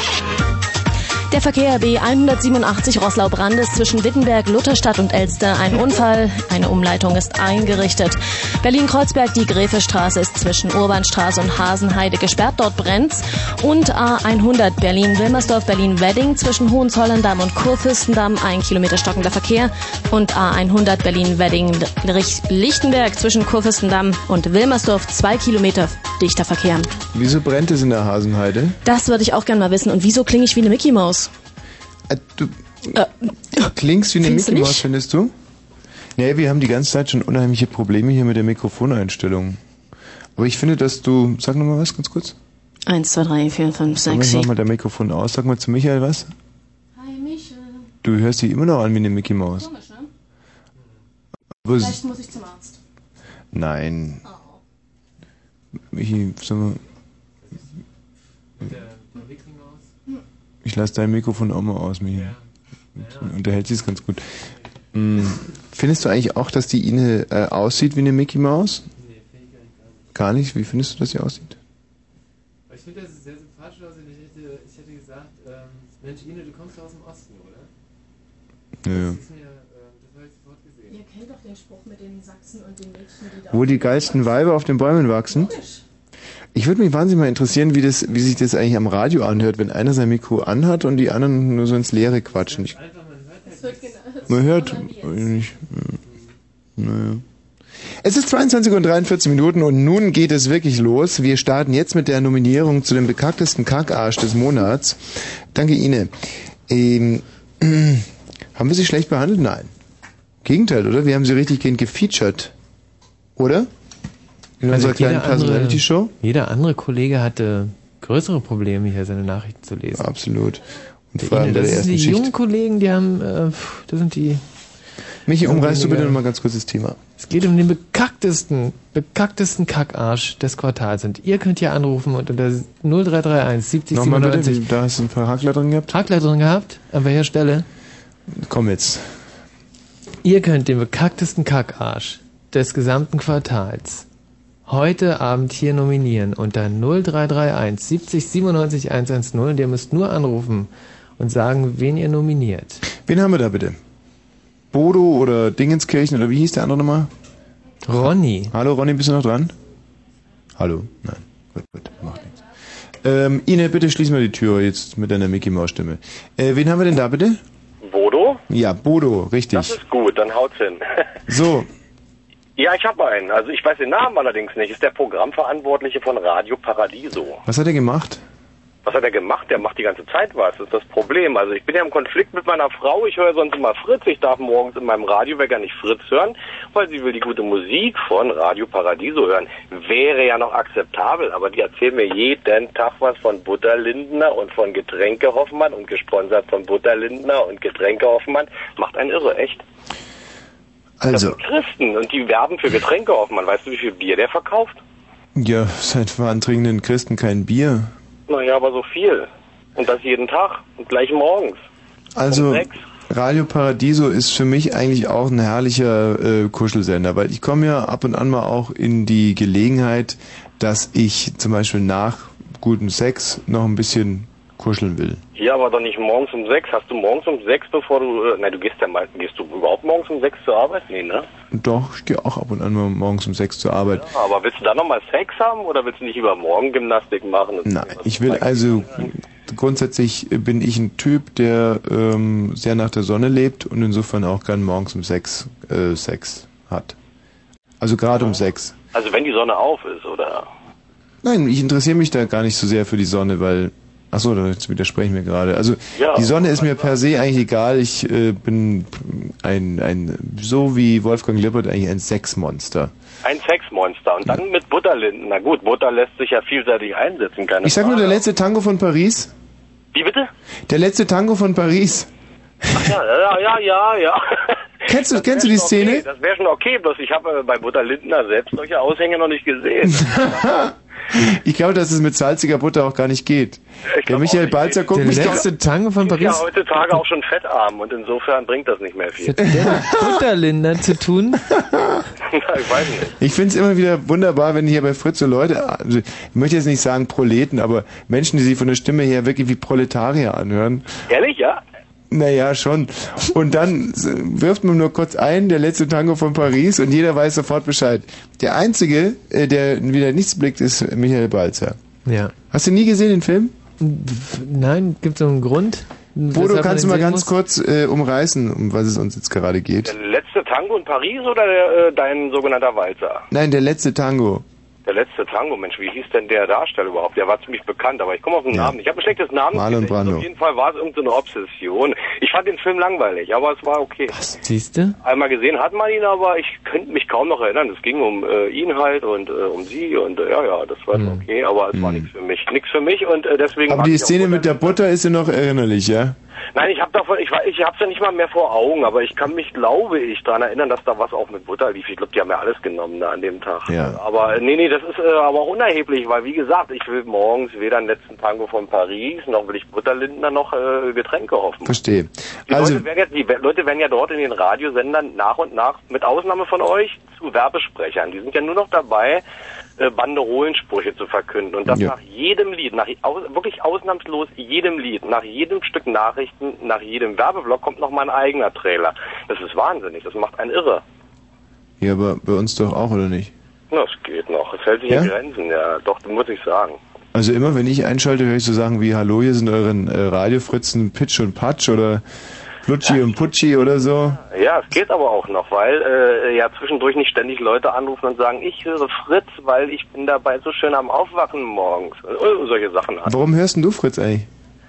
Der Verkehr B187 Roßlau-Brandes zwischen Wittenberg, Lutherstadt und Elster. Ein Unfall, eine Umleitung ist eingerichtet. Berlin-Kreuzberg, die Gräfestraße ist zwischen Urbanstraße und Hasenheide gesperrt, dort brennt's. Und A100 Berlin-Wilmersdorf, Berlin-Wedding zwischen Hohenzollern-Damm und Kurfürstendamm, 1 Kilometer stockender Verkehr. Und A100 Berlin-Wedding-Lichtenberg zwischen Kurfürstendamm und Wilmersdorf, 2 Kilometer dichter Verkehr. Wieso brennt es in der Hasenheide? Das würde ich auch gerne mal wissen. Und wieso klinge ich wie eine Mickey Maus? Du klingst wie eine Mickey Maus, findest du? Nee, wir haben die ganze Zeit schon unheimliche Probleme hier mit der Mikrofoneinstellung. Aber ich finde, dass du... Sag nochmal was, ganz kurz. 1, 2, 3, 4, 5, 6, 7. Mach mal dein Mikrofon aus. Sag mal zu Michael was. Hi, Michael. Du hörst dich immer noch an wie eine Mickey Maus. Komisch, ne? Aber Vielleicht muss ich zum Arzt. Nein. Michi, sag mal... Ich lasse dein Mikrofon auch mal aus, Michi. Unterhält sich ganz gut. Findest du eigentlich auch, dass die Ine aussieht wie eine Mickey Maus? Nee, finde ich gar nicht. Wie findest du, dass sie aussieht? Ich finde, dass sie sehr sympathisch aussieht. Ich hätte gesagt, Mensch Ine, du kommst aus dem Osten, oder? Ja. Das habe ich sofort gesehen. Ihr kennt doch den Spruch mit den Sachsen und den Mädchen, die da... Wo die geilsten Weiber auf den Bäumen wachsen? Logisch. Ich würde mich wahnsinnig mal interessieren, wie sich das eigentlich am Radio anhört, wenn einer sein Mikro anhat und die anderen nur so ins Leere quatschen. Man hört nicht. Naja. Es ist 22:43 Uhr und nun geht es wirklich los. Wir starten jetzt mit der Nominierung zu dem bekacktesten Kackarsch des Monats. Danke, Ine. Haben wir sie schlecht behandelt? Nein. Gegenteil, oder? Wir haben sie richtig gefeatured. Oder? In unserer kleinen Personality-Show? Jeder andere Kollege hatte größere Probleme, hier seine Nachrichten zu lesen. Absolut. Und vor allem bei der ersten die Schicht. jungen Kollegen, die haben, das sind die... Michi, umreißt du bitte nochmal ganz kurz das Thema. Es geht um den bekacktesten Kackarsch des Quartals. Und ihr könnt hier anrufen und unter 0331 70 nochmal 97... Bitte, da hast du ein paar Hakler drin gehabt? Hakler drin gehabt? An welcher Stelle? Komm jetzt. Ihr könnt den bekacktesten Kackarsch des gesamten Quartals heute Abend hier nominieren unter 0331 70 97 110 und ihr müsst nur anrufen und sagen, wen ihr nominiert. Wen haben wir da bitte? Bodo oder Dingenskirchen oder wie hieß der andere nochmal? Ronny. Hallo Ronny, bist du noch dran? Hallo? Nein. Gut, macht nichts. Ine, bitte schließ mal die Tür jetzt mit deiner Mickey-Maus-Stimme. Wen haben wir denn da bitte? Bodo? Ja, Bodo, richtig. Das ist gut, dann haut's hin. So. Ja, ich habe einen. Also ich weiß den Namen allerdings nicht. Ist der Programmverantwortliche von Radio Paradiso. Was hat er gemacht? Was hat er gemacht? Der macht die ganze Zeit was. Das ist das Problem. Also ich bin ja im Konflikt mit meiner Frau. Ich höre sonst immer Fritz. Ich darf morgens in meinem Radiowecker nicht Fritz hören, weil sie will die gute Musik von Radio Paradiso hören. Wäre ja noch akzeptabel, aber die erzählen mir jeden Tag was von Butter Lindner und von Getränke Hoffmann und gesponsert von Butter Lindner und Getränke Hoffmann. Macht einen irre, echt. Also. Das sind Christen und die werben für Getränke Hoffmann. Weißt du, wie viel Bier der verkauft? Ja, seit voranträgenden Christen kein Bier. Naja, aber so viel. Und das jeden Tag und gleich morgens. Also, Radio Paradiso ist für mich eigentlich auch ein herrlicher Kuschelsender, weil ich komme ja ab und an mal auch in die Gelegenheit, dass ich zum Beispiel nach gutem Sex noch ein bisschen kuscheln will. Ja, aber doch nicht morgens um 6. Hast du morgens um 6, bevor du... Nein, gehst du überhaupt morgens um 6 zur Arbeit? Nee, ne? Doch, ich gehe auch ab und an mal morgens um 6 zur Arbeit. Ja, aber willst du dann nochmal Sex haben oder willst du nicht über Morgengymnastik machen? Nein, ich will also... Grundsätzlich bin ich ein Typ, der sehr nach der Sonne lebt und insofern auch gern morgens um 6 Sex hat. Also gerade um 6. Also wenn die Sonne auf ist, oder? Nein, ich interessiere mich da gar nicht so sehr für die Sonne, weil... Achso, jetzt widersprechen wir gerade. Also ja, die Sonne ist mir per se eigentlich egal. Ich bin so wie Wolfgang Lippert eigentlich ein Sexmonster. Ein Sexmonster. Und dann mit Butterlinden. Na gut, Butter lässt sich ja vielseitig einsetzen. Ich sag nur, der letzte Tango von Paris. Wie bitte? Der letzte Tango von Paris. Ach ja. Kennst du die Szene? Okay. Das wäre schon okay, bloß ich habe bei Butter Lindner selbst solche Aushänge noch nicht gesehen. Ich glaube, dass es mit salziger Butter auch gar nicht geht. Der Michael Balzer guckt mich der letzte Tango von Paris. Ist ja heutzutage auch schon fettarm und insofern bringt das nicht mehr viel. Was hat denn mit Butterlindern zu tun? Ich weiß nicht. Ich finde es immer wieder wunderbar, wenn hier bei Fritz so Leute, also ich möchte jetzt nicht sagen Proleten, aber Menschen, die sich von der Stimme her wirklich wie Proletarier anhören. Ehrlich, ja? Naja, schon. Und dann wirft man nur kurz ein, der letzte Tango von Paris und jeder weiß sofort Bescheid. Der Einzige, der wieder nichts blickt, ist Michael Balzer. Ja. Hast du nie gesehen den Film? Nein, gibt es einen Grund? Bodo, kannst du mal ganz kurz umreißen, um was es uns jetzt gerade geht? Der letzte Tango in Paris oder dein sogenannter Walzer? Nein, der letzte Tango. Der letzte Tango, Mensch, wie hieß denn der Darsteller überhaupt? Der war ziemlich bekannt, aber ich komme auf den Namen. Ich habe ein schlechtes Namen. Marlon Brando. Auf jeden Fall war es irgendeine Obsession. Ich fand den Film langweilig, aber es war okay. Was, siehst du? Einmal gesehen hat man ihn, aber ich könnte mich kaum noch erinnern. Es ging um ihn halt und um sie und ja, das war okay, aber es war nichts für mich. Nichts für mich und deswegen... Aber die Szene mit der Butter ist ja noch erinnerlich, ja? Nein, ich habe es ja nicht mal mehr vor Augen, aber ich kann mich, glaube ich, daran erinnern, dass da was auch mit Butter lief. Ich glaube, die haben ja alles genommen da an dem Tag. Ja. Aber nee, das ist aber auch unerheblich, weil wie gesagt, ich will morgens weder den letzten Tango von Paris, noch will ich Butterlindner noch Getränke hoffen. Verstehe. Die Leute werden ja dort in den Radiosendern nach und nach, mit Ausnahme von euch, zu Werbesprechern. Die sind ja nur noch dabei, Banderolensprüche zu verkünden. Und das nach jedem Lied, wirklich ausnahmslos jedem Lied, nach jedem Stück Nachrichten, nach jedem Werbeblock kommt noch mal ein eigener Trailer. Das ist wahnsinnig, das macht einen irre. Ja, aber bei uns doch auch, oder nicht? Na, es geht noch, es hält sich in Grenzen, ja, doch, muss ich sagen. Also immer, wenn ich einschalte, höre ich so Sachen wie, hallo, hier sind euren Radiofritzen Pitch und Patsch oder Flutschi und Putschi oder so. Ja, es geht aber auch noch, weil ja zwischendurch nicht ständig Leute anrufen und sagen, ich höre Fritz, weil ich bin dabei so schön am Aufwachen morgens. Solche Sachen. Warum hörst denn du Fritz eigentlich?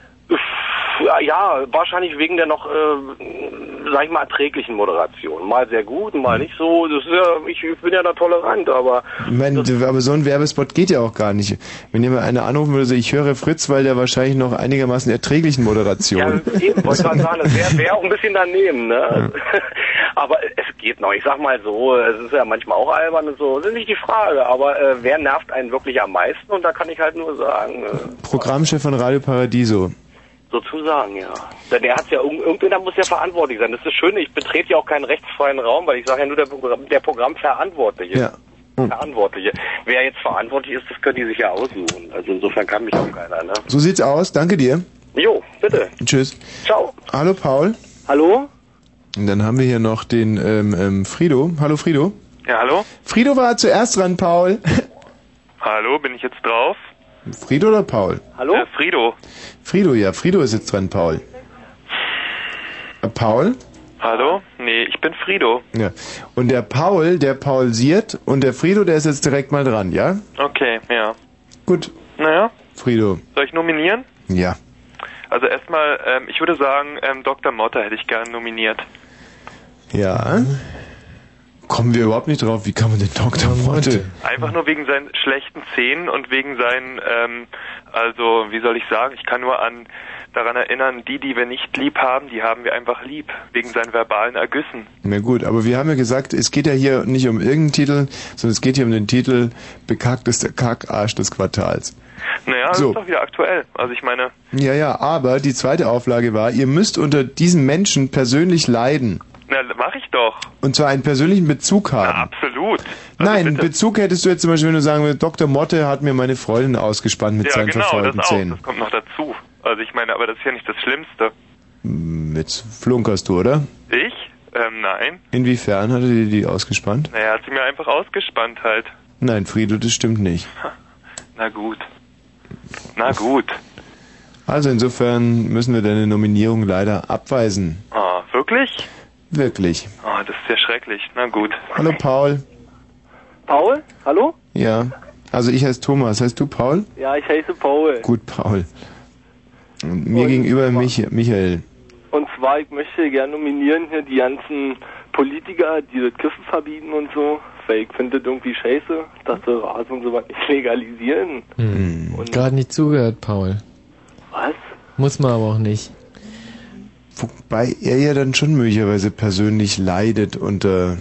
Ja, wahrscheinlich wegen der noch, sag ich mal, erträglichen Moderation. Mal sehr gut, mal nicht so. Das ist ja, ich bin ja da tolerant, aber... aber so ein Werbespot geht ja auch gar nicht. Wenn jemand einer anrufen würde, so, ich höre Fritz, weil der wahrscheinlich noch einigermaßen erträglichen Moderation... Ja, eben, wollte ich gerade sagen, das wäre auch ein bisschen daneben, ne? Ja. Aber es geht noch. Ich sag mal so, es ist ja manchmal auch albern und so. Das ist nicht die Frage, aber wer nervt einen wirklich am meisten? Und da kann ich halt nur sagen... Programmchef von Radio Paradiso. Sozusagen, ja. Der hat's ja, irgendwer muss ja verantwortlich sein. Das ist das Schöne, ich betrete ja auch keinen rechtsfreien Raum, weil ich sage ja nur der Programmverantwortliche. Ja. Verantwortliche. Wer jetzt verantwortlich ist, das können die sich ja aussuchen. Also insofern kann mich auch keiner, ne? So sieht's aus, danke dir. Jo, bitte. Tschüss. Ciao. Hallo Paul. Hallo? Und dann haben wir hier noch den Frido. Hallo Frido. Ja, hallo? Frido war zuerst dran, Paul. Hallo, bin ich jetzt drauf? Frido oder Paul? Hallo? Frido. Frido, ja, Frido ist jetzt dran, Paul. Paul? Hallo? Nee, ich bin Frido. Ja. Und der Paul, der pausiert und der Frido, der ist jetzt direkt mal dran, ja? Okay, ja. Gut. Naja. Frido. Soll ich nominieren? Ja. Also erstmal, ich würde sagen, Dr. Motte hätte ich gerne nominiert. Ja. Kommen wir überhaupt nicht drauf, wie kann man den Dr. Motte? Einfach nur wegen seinen schlechten Zähnen und wegen seinen, also, wie soll ich sagen, ich kann nur daran erinnern, die wir nicht lieb haben, die haben wir einfach lieb, wegen seinen verbalen Ergüssen. Na gut, aber wir haben ja gesagt, es geht ja hier nicht um irgendeinen Titel, sondern es geht hier um den Titel Bekacktester Kackarsch des Quartals. Naja, das So. ist doch wieder aktuell. Also ich meine, Ja, aber die zweite Auflage war, ihr müsst unter diesen Menschen persönlich leiden. na, mach ich doch. Und zwar einen persönlichen Bezug haben. Absolut. Nein, einen Bezug hättest du jetzt zum Beispiel, wenn du sagen würdest, Dr. Motte hat mir meine Freundin ausgespannt mit Ja, seinen genau, das verfaulten auch. Zähnen. Das kommt noch dazu. Also ich meine, aber das ist ja nicht das Schlimmste. Jetzt flunkerst du, oder? Ich? Nein. Inwiefern hat er dir die ausgespannt? Naja, hat sie mir einfach ausgespannt halt. Nein, Friedo, das stimmt nicht. Na gut. Na gut. Also insofern müssen wir deine Nominierung leider abweisen. Ah, wirklich? Wirklich. Ah, das ist ja schrecklich. Na gut. Hallo Paul. Paul? Hallo? Ja. Also ich heiße Thomas. Heißt du Paul? Ja, ich heiße Paul. Gut, Paul. Und mir gegenüber Michael. Und zwar, ich möchte gerne nominieren hier die ganzen Politiker, die das Kiffen verbieten und so. Weil ich finde das irgendwie scheiße, dass sie Rasen und sowas nicht legalisieren. Gerade nicht zugehört, Paul. Was? Muss man aber auch nicht. Wobei er ja dann schon möglicherweise persönlich leidet unter...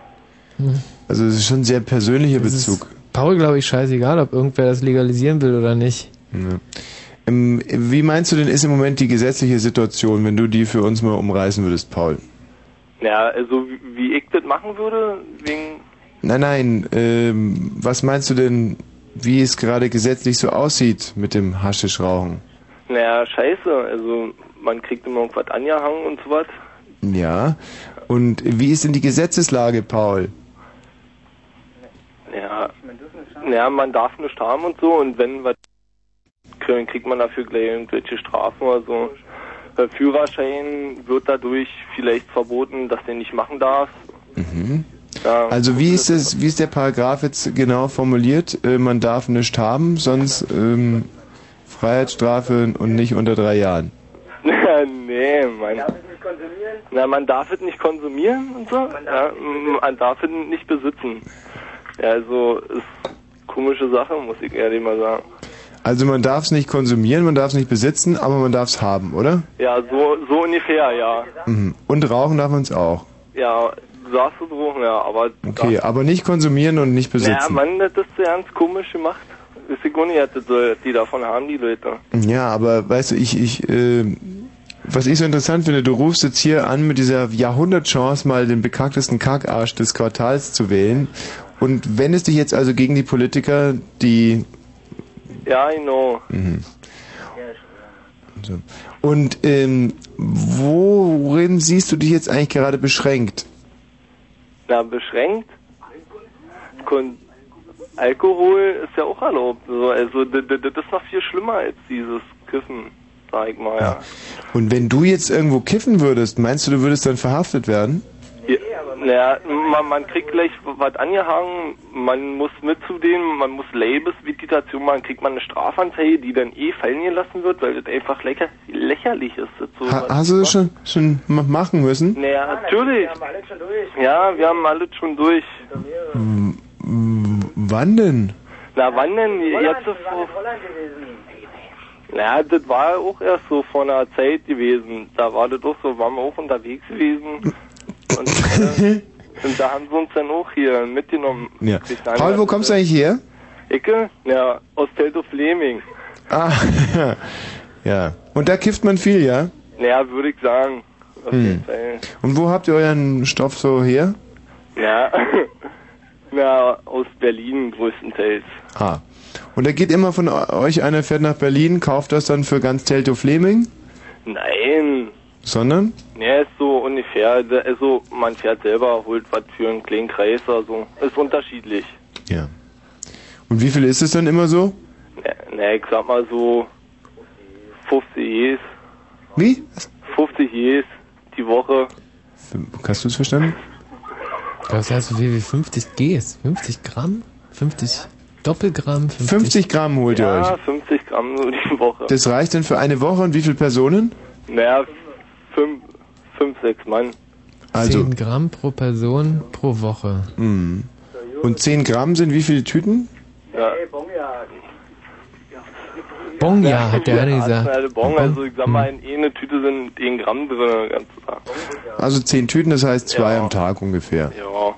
Also es ist schon ein sehr persönlicher Bezug. Paul, glaube ich, scheißegal, ob irgendwer das legalisieren will oder nicht. Ja. Wie meinst du denn, ist im Moment die gesetzliche Situation, wenn du die für uns mal umreißen würdest, Paul? Ja, also wie ich das machen würde, wegen... Nein, was meinst du denn, wie es gerade gesetzlich so aussieht mit dem Haschischrauchen? Naja, scheiße, also man kriegt immer irgendwas angehangen und sowas. Ja, und wie ist denn die Gesetzeslage, Paul? Ja, man darf nicht haben und so, und wenn was kriegt man dafür gleich irgendwelche Strafen oder so. Führerschein wird dadurch vielleicht verboten, dass der nicht machen darf. Mhm. Ja, Also wie ist der Paragraph jetzt genau formuliert? Man darf nichts haben, sonst Freiheitsstrafe und nicht unter 3 Jahren. Nee, man darf es nicht konsumieren und so. Man darf es nicht besitzen. Ja, also ist komische Sache, muss ich ehrlich mal sagen. Also man darf es nicht konsumieren, man darf es nicht besitzen, aber man darf es haben, oder? Ja, so ungefähr, ja. Mhm. Und rauchen darf man es auch. Ja, du darfst es rauchen, ja, aber... Okay, aber nicht konsumieren und nicht besitzen. Ja, Mann, das ist ganz komisch gemacht. Ist die nicht, die davon haben, die Leute. Ja, aber weißt du, was ich so interessant finde, du rufst jetzt hier an mit dieser Jahrhundertchance, mal den bekanntesten Kackarsch des Quartals zu wählen, und wendest dich jetzt also gegen die Politiker, die... Ja, genau. Mhm. So. Und worin siehst du dich jetzt eigentlich gerade beschränkt? Na, beschränkt? Alkohol ist ja auch erlaubt. Also das ist noch viel schlimmer als dieses Kiffen, sag ich mal, ja. Und wenn du jetzt irgendwo kiffen würdest, meinst du, du würdest dann verhaftet werden? Ja, man kriegt gleich was angehangen, man muss mit zu denen, man muss Leibesvisitation, man kriegt man eine Strafanzeige, die dann fallen gelassen wird, weil das einfach lächerlich ist. Das so Hast du das schon machen müssen? Naja, natürlich. Ja, wir haben alles schon durch. Wann denn? Na, wann denn? Jetzt naja, das war auch erst so vor einer Zeit gewesen. Da war das auch so, waren wir auch unterwegs gewesen. Und da haben sie uns dann auch hier mitgenommen. Ja. Paul, wo kommst du eigentlich her? Ecke? Ja, aus Teltow-Fleming. Ah, ja. Und da kifft man viel, ja? Naja, würde ich sagen. Auf jeden Fall. Und wo habt ihr euren Stoff so her? Ja, na, aus Berlin größtenteils. Ah. Und da geht immer von euch einer, fährt nach Berlin, kauft das dann für ganz Teltow-Fleming? Nein. Sondern? Ne, ist so ungefähr, also man fährt selber, holt was für einen kleinen Kreis oder so. Ist unterschiedlich. Ja. Und wie viel ist es dann immer so? Ne, ich sag mal so 50 Jes. Wie? 50 Jes die Woche. Hast du es verstanden? Was heißt so viel wie 50 Gs? 50 Gramm? 50 Doppelgramm? 50 Gramm holt ihr euch? Ja, 50 Gramm so die Woche. Das reicht dann für eine Woche und wie viele Personen? Naja, 5, 6 Mann. Also 10 Gramm pro Person pro Woche. Und 10 Gramm sind wie viele Tüten? Ja. Bonja, hat der eine gesagt. Bon, also ich sag mal, in eine Tüte sind 1 Gramm drin, den ganzen Tag. Also 10 Tüten, das heißt 2 am Tag ungefähr. Ja.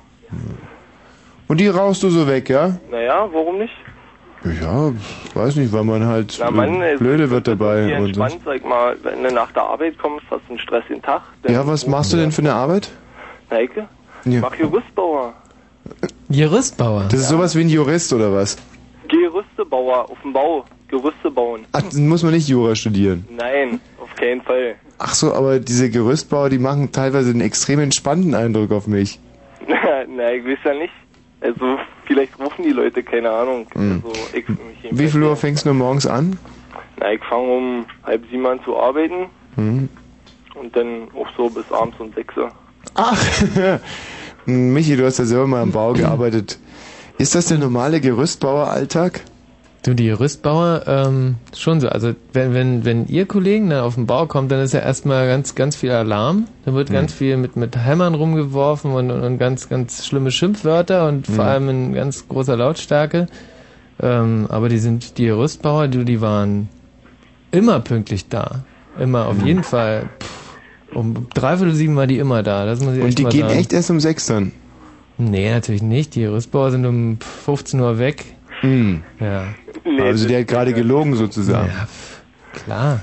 Und die rauchst du so weg, ja? Naja, warum nicht? Ja, weiß nicht, weil man halt blöde wird dabei. Hier Und so. entspannt, sag mal, wenn du nach der Arbeit kommst, hast du einen stressigen Tag. Ja, was machst du denn für eine Arbeit? Heike? Ich mach Gerüstbauer. Gerüstbauer? Das ist sowas wie ein Jurist oder was? Gerüstebauer auf dem Bau. Gerüste bauen. Ach, dann muss man nicht Jura studieren. Nein, auf keinen Fall. Ach so, aber diese Gerüstbauer, die machen teilweise einen extrem entspannten Eindruck auf mich. Na, ich weiß ja nicht. Also, vielleicht rufen die Leute, keine Ahnung. Mhm. Also, Wie viel Uhr fängst du morgens an? Na, ich fange um 6:30 an zu arbeiten. Mhm. Und dann auch so bis abends um 6 Uhr. Ach, Michi, du hast ja selber mal am Bau gearbeitet. Ist das der normale Gerüstbaueralltag? Du, die Gerüstbauer, schon so. Also wenn ihr Kollegen dann auf den Bau kommt, dann ist ja erstmal ganz viel Alarm. Da wird ganz viel mit Hämmern rumgeworfen und ganz schlimme Schimpfwörter und vor allem in ganz großer Lautstärke. Aber die Gerüstbauer, die waren immer pünktlich da. Immer, auf jeden Fall. Um 6:45 war die immer da. Das muss ich echt mal sagen. Und die gehen echt erst um 6 dann? Nee, natürlich nicht. Die Gerüstbauer sind um 15 Uhr weg. Ja. Also der hat gerade gelogen sozusagen. Ja, klar.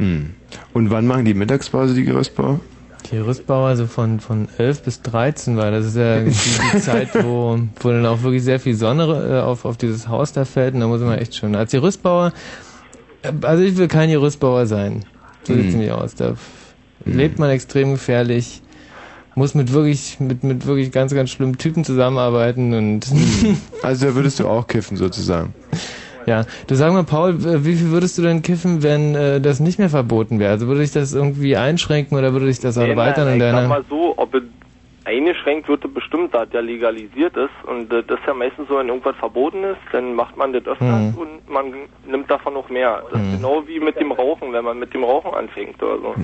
Und wann machen die Mittagspause, die Gerüstbauer? Die Gerüstbauer so von 11 bis 13, weil das ist ja die Zeit, wo dann auch wirklich sehr viel Sonne auf dieses Haus da fällt und da muss man echt schon. Als Gerüstbauer, also ich will kein Gerüstbauer sein. So sieht's nämlich aus. Da lebt man extrem gefährlich. Muss mit wirklich ganz schlimmen Typen zusammenarbeiten und also da würdest du auch kiffen sozusagen. Ja, du sag mal, Paul, wie viel würdest du denn kiffen, wenn das nicht mehr verboten wäre? Also würde dich das irgendwie einschränken oder würde dich das erweitern in deiner... Ich sag mal so, ob es eingeschränkt wird, bestimmt, da es ja legalisiert ist und das ist ja meistens so, wenn irgendwas verboten ist, dann macht man das öfters und man nimmt davon noch mehr. Das ist genau wie mit dem Rauchen, wenn man mit dem Rauchen anfängt oder so.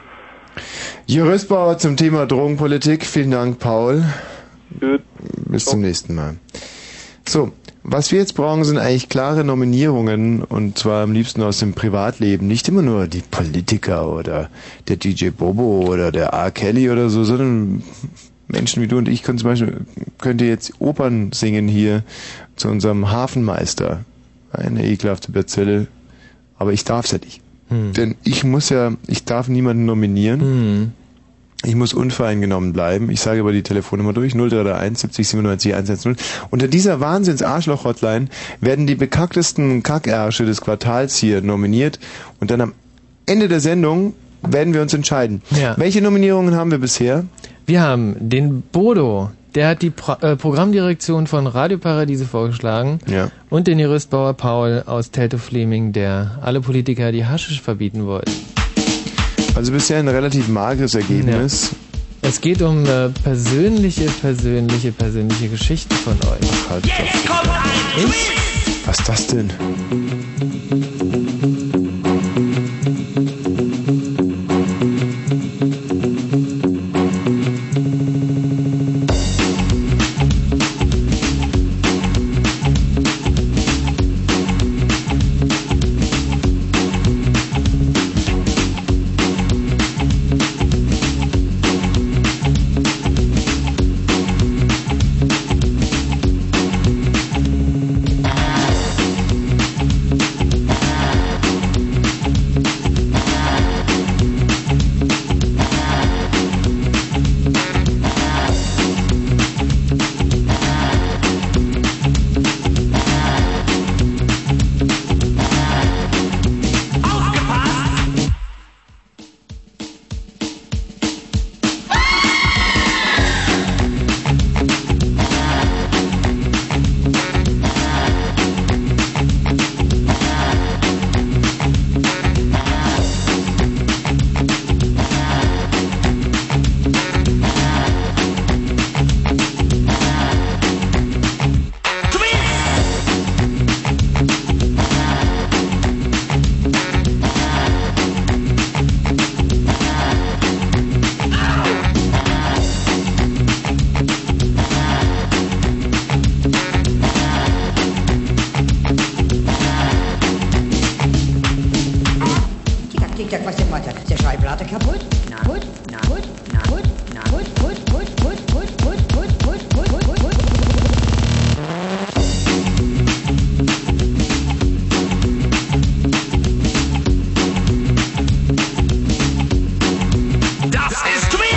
Gerüstbauer zum Thema Drogenpolitik. Vielen Dank, Paul. Gut. Bis zum nächsten Mal. So, was wir jetzt brauchen, sind eigentlich klare Nominierungen und zwar am liebsten aus dem Privatleben. Nicht immer nur die Politiker oder der DJ Bobo oder der R. Kelly oder so, sondern Menschen wie du und ich können zum Beispiel, könnte jetzt Opern singen hier zu unserem Hafenmeister. Eine ekelhafte Bazille. Aber ich darf's ja nicht. Denn ich darf niemanden nominieren. Ich muss unvoreingenommen bleiben. Ich sage aber die Telefonnummer durch, 0331 70 97 110. Unter dieser Wahnsinns-Arschloch-Hotline werden die bekacktesten Kackärsche des Quartals hier nominiert und dann am Ende der Sendung werden wir uns entscheiden. Ja. Welche Nominierungen haben wir bisher? Wir haben den Bodo. Der hat die Programmdirektion von Radio Paradiese vorgeschlagen. Ja. Und den Gerüstbauer Paul aus Teltow-Fleming, der alle Politiker die Haschisch verbieten wollte. Also bisher ein relativ mageres Ergebnis. Ja. Es geht um persönliche Geschichten von euch. Ach, halt doch. Was ist das denn? Ja, was denn, Mutter? Ist der Schallplatte kaputt? Na, gut, na, gut, na, gut, na, gut, gut, gut, gut, gut, gut, gut, gut, gut, gut, gut, gut. Das ist Twist!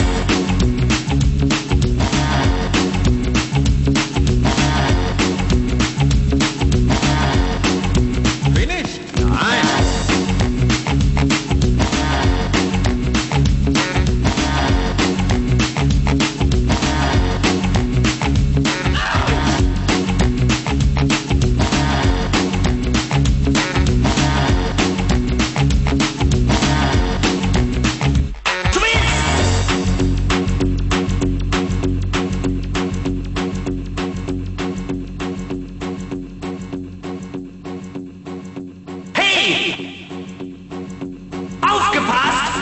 Finish? Nein. Hey! Aufgepasst!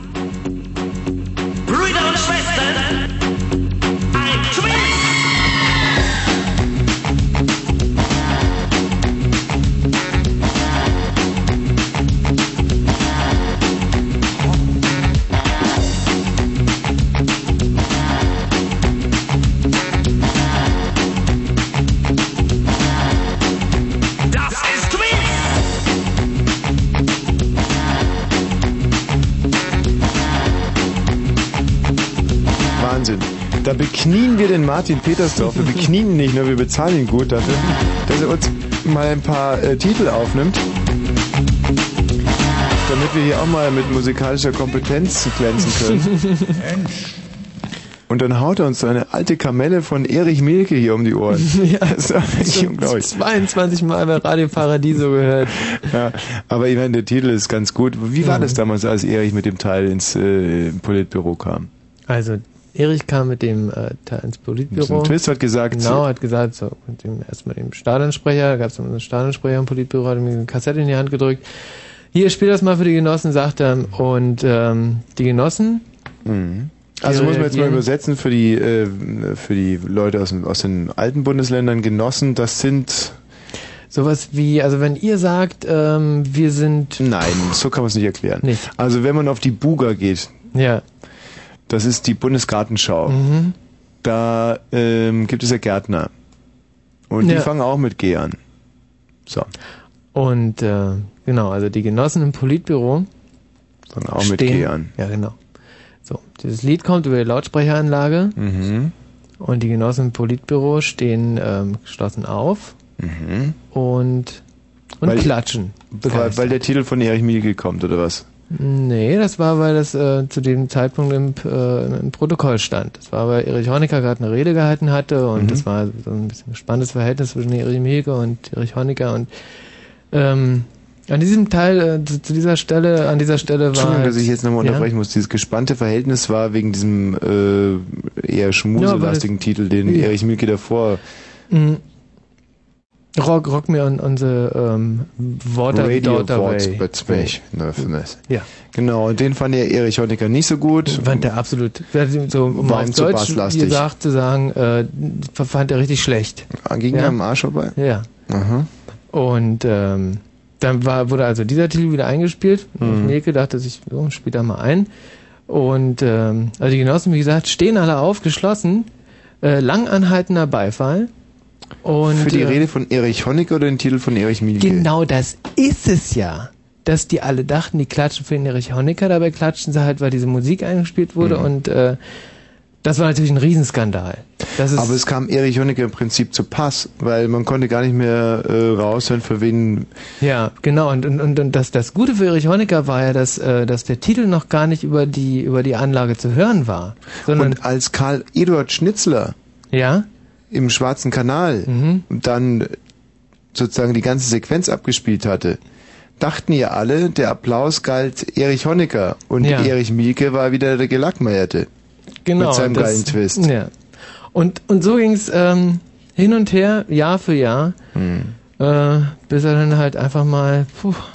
Brüder und Schwestern! Ein Twist! Das ist Twist! Wahnsinn. Da beknien wir den Martin Petersdorf. Wir beknien ihn nicht nur, wir bezahlen ihn gut dafür, dass er uns mal ein paar Titel aufnimmt. Damit wir hier auch mal mit musikalischer Kompetenz glänzen können. Und dann haut er uns so eine alte Kamelle von Erich Mielke hier um die Ohren. Ja, das ist wirklich unglaublich. 22 Mal bei Radio Paradiso gehört. Ja, aber ich meine, der Titel ist ganz gut. Wie war das damals, als Erich mit dem Teil ins Politbüro kam? Also, Erich kam mit dem Teil ins Politbüro. Und Twist hat gesagt... Genau, hat gesagt, so, erstmal dem Stadionsprecher, da gab es einen Stadionsprecher im Politbüro, hat mir eine Kassette in die Hand gedrückt. Hier, spiel das mal für die Genossen, sagt er. Und die Genossen... Mhm. Also muss man jetzt mal übersetzen für die Leute aus den alten Bundesländern. Genossen, das sind... Sowas wie, also wenn ihr sagt, wir sind... Nein, so kann man es nicht erklären. Nicht. Also wenn man auf die Buga geht, ja, das ist die Bundesgartenschau, da gibt es ja Gärtner. Und die fangen auch mit G an. So. Und genau, also die Genossen im Politbüro fangen auch mit G an. Ja, genau. So, dieses Lied kommt über die Lautsprecheranlage und die Genossen im Politbüro stehen geschlossen auf und klatschen. Weil der Titel von Erich Mielke kommt, oder was? Nee, das war, weil das zu dem Zeitpunkt im Protokoll stand. Das war, weil Erich Honecker gerade eine Rede gehalten hatte und das war so ein bisschen ein spannendes Verhältnis zwischen Erich Mielke und Erich Honecker und an diesem Teil, zu dieser Stelle, an dieser Stelle war... Entschuldigung, dass ich jetzt nochmal unterbrechen muss. Dieses gespannte Verhältnis war wegen diesem eher schmuselastigen Titel, den Erich Mielke davor... Rock me on the water way. Ja. Genau, und den fand Erich Honecker nicht so gut. Fand er absolut, so um auf Deutsch gesagt zu sagen, fand er richtig schlecht. Ging er am Arsch vorbei? Ja. Aha. Und dann wurde also dieser Titel wieder eingespielt. Und Mielke dachte sich, so, spiel da mal ein. Und also die Genossen, wie gesagt, stehen alle auf, geschlossen, langanhaltender Beifall. Und, für die Rede von Erich Honecker oder den Titel von Erich Mielke? Genau, das ist es ja. Dass die alle dachten, die klatschen für den Erich Honecker, dabei klatschen sie halt, weil diese Musik eingespielt wurde und das war natürlich ein Riesenskandal. Aber es kam Erich Honecker im Prinzip zu Pass, weil man konnte gar nicht mehr raushören, für wen... Ja, genau. Und das Gute für Erich Honecker war ja, dass der Titel noch gar nicht über die Anlage zu hören war. Sondern und als Karl Eduard Schnitzler im Schwarzen Kanal dann sozusagen die ganze Sequenz abgespielt hatte, dachten ja alle, der Applaus galt Erich Honecker und Erich Mielke war wieder der Gelackmeierte. Genau. Mit seinem geilen Twist. Ja. Und so ging's hin und her, Jahr für Jahr, bis er dann halt einfach mal,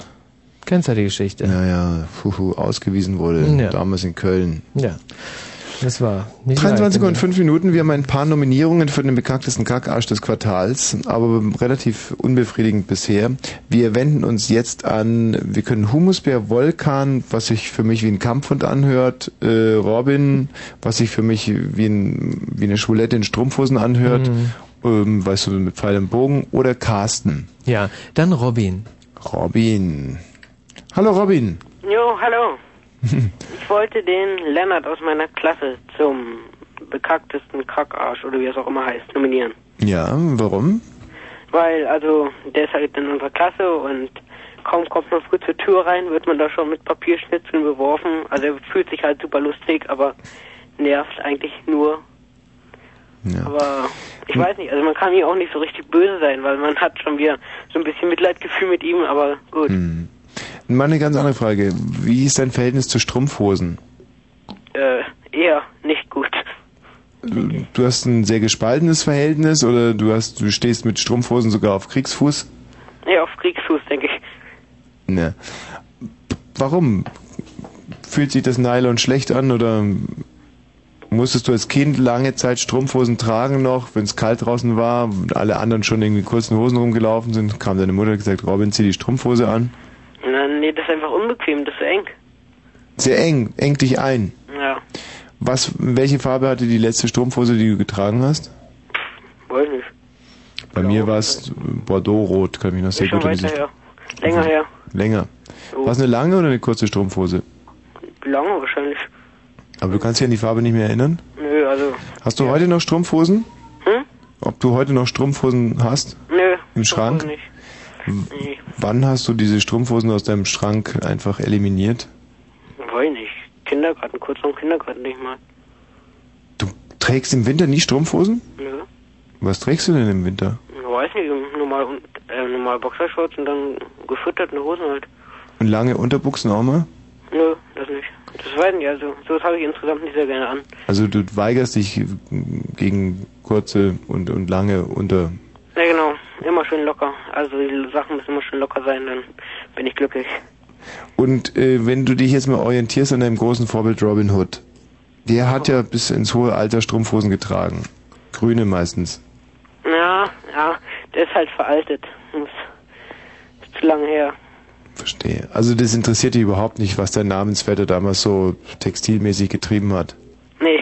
kennst ja die Geschichte. Ausgewiesen wurde, damals in Köln. Ja. Das war nicht 23 leicht, und 5 Minuten. Wir haben ein paar Nominierungen für den bekanntesten Kackarsch des Quartals, aber relativ unbefriedigend bisher. Wir wenden uns jetzt an, wir können Humusbär, Volkan, was sich für mich wie ein Kampfhund anhört, Robin, was sich für mich wie eine Schwulette in Strumpfhosen anhört, weißt du, mit Pfeil und Bogen, oder Carsten. Ja, dann Robin. Robin. Hallo Robin. Jo, hallo. Ich wollte den Lennart aus meiner Klasse zum bekacktesten Kackarsch oder wie es auch immer heißt, nominieren. Ja, warum? Weil, also, der ist halt in unserer Klasse und kaum kommt man früh zur Tür rein, wird man da schon mit Papierschnitzeln beworfen. Also er fühlt sich halt super lustig, aber nervt eigentlich nur. Ja. Aber ich weiß nicht, also man kann ihm auch nicht so richtig böse sein, weil man hat schon wieder so ein bisschen Mitleidgefühl mit ihm, aber gut. Mal eine ganz andere Frage. Wie ist dein Verhältnis zu Strumpfhosen? Eher nicht gut. Du hast ein sehr gespaltenes Verhältnis oder du stehst mit Strumpfhosen sogar auf Kriegsfuß? Ja, auf Kriegsfuß, denke ich. Ne. Warum? Fühlt sich das Nylon schlecht an oder musstest du als Kind lange Zeit Strumpfhosen tragen noch, wenn es kalt draußen war und alle anderen schon in kurzen Hosen rumgelaufen sind? Kam deine Mutter und gesagt, Robin, zieh die Strumpfhose an? Nee, das ist einfach unbequem, das ist eng. Sehr eng, engt dich ein. Ja. Welche Farbe hatte die letzte Strumpfhose, die du getragen hast? Weiß nicht. Bei mir war es Bordeaux-Rot, kann ich mich noch sehr Ist schon gut weiter her. Länger her. Länger. War es eine lange oder eine kurze Strumpfhose? Lange wahrscheinlich. Aber du kannst dich an die Farbe nicht mehr erinnern? Nö, also... Hast du heute noch Strumpfhosen? Ob du heute noch Strumpfhosen hast? Nö. Im Schrank? Nicht. Nee. Wann hast du diese Strumpfhosen aus deinem Schrank einfach eliminiert? Weiß nicht. Kindergarten, kurz vorm Kindergarten nicht mal. Du trägst im Winter nie Strumpfhosen? Nö. Was trägst du denn im Winter? Weiß nicht, normal Boxershorts und dann gefütterte Hosen halt. Und lange Unterbuchsen auch mal? Nö, das nicht. Das weiß ich nicht, also sowas habe ich insgesamt nicht sehr gerne an. Also du weigerst dich gegen kurze und lange Unter... Ja genau, immer schön locker. Also die Sachen müssen immer schön locker sein, dann bin ich glücklich. Und wenn du dich jetzt mal orientierst an deinem großen Vorbild Robin Hood, der hat ja bis ins hohe Alter Strumpfhosen getragen. Grüne meistens. Ja, der ist halt veraltet. Ist zu lange her. Verstehe. Also das interessiert dich überhaupt nicht, was dein Namensvetter damals so textilmäßig getrieben hat? Nee.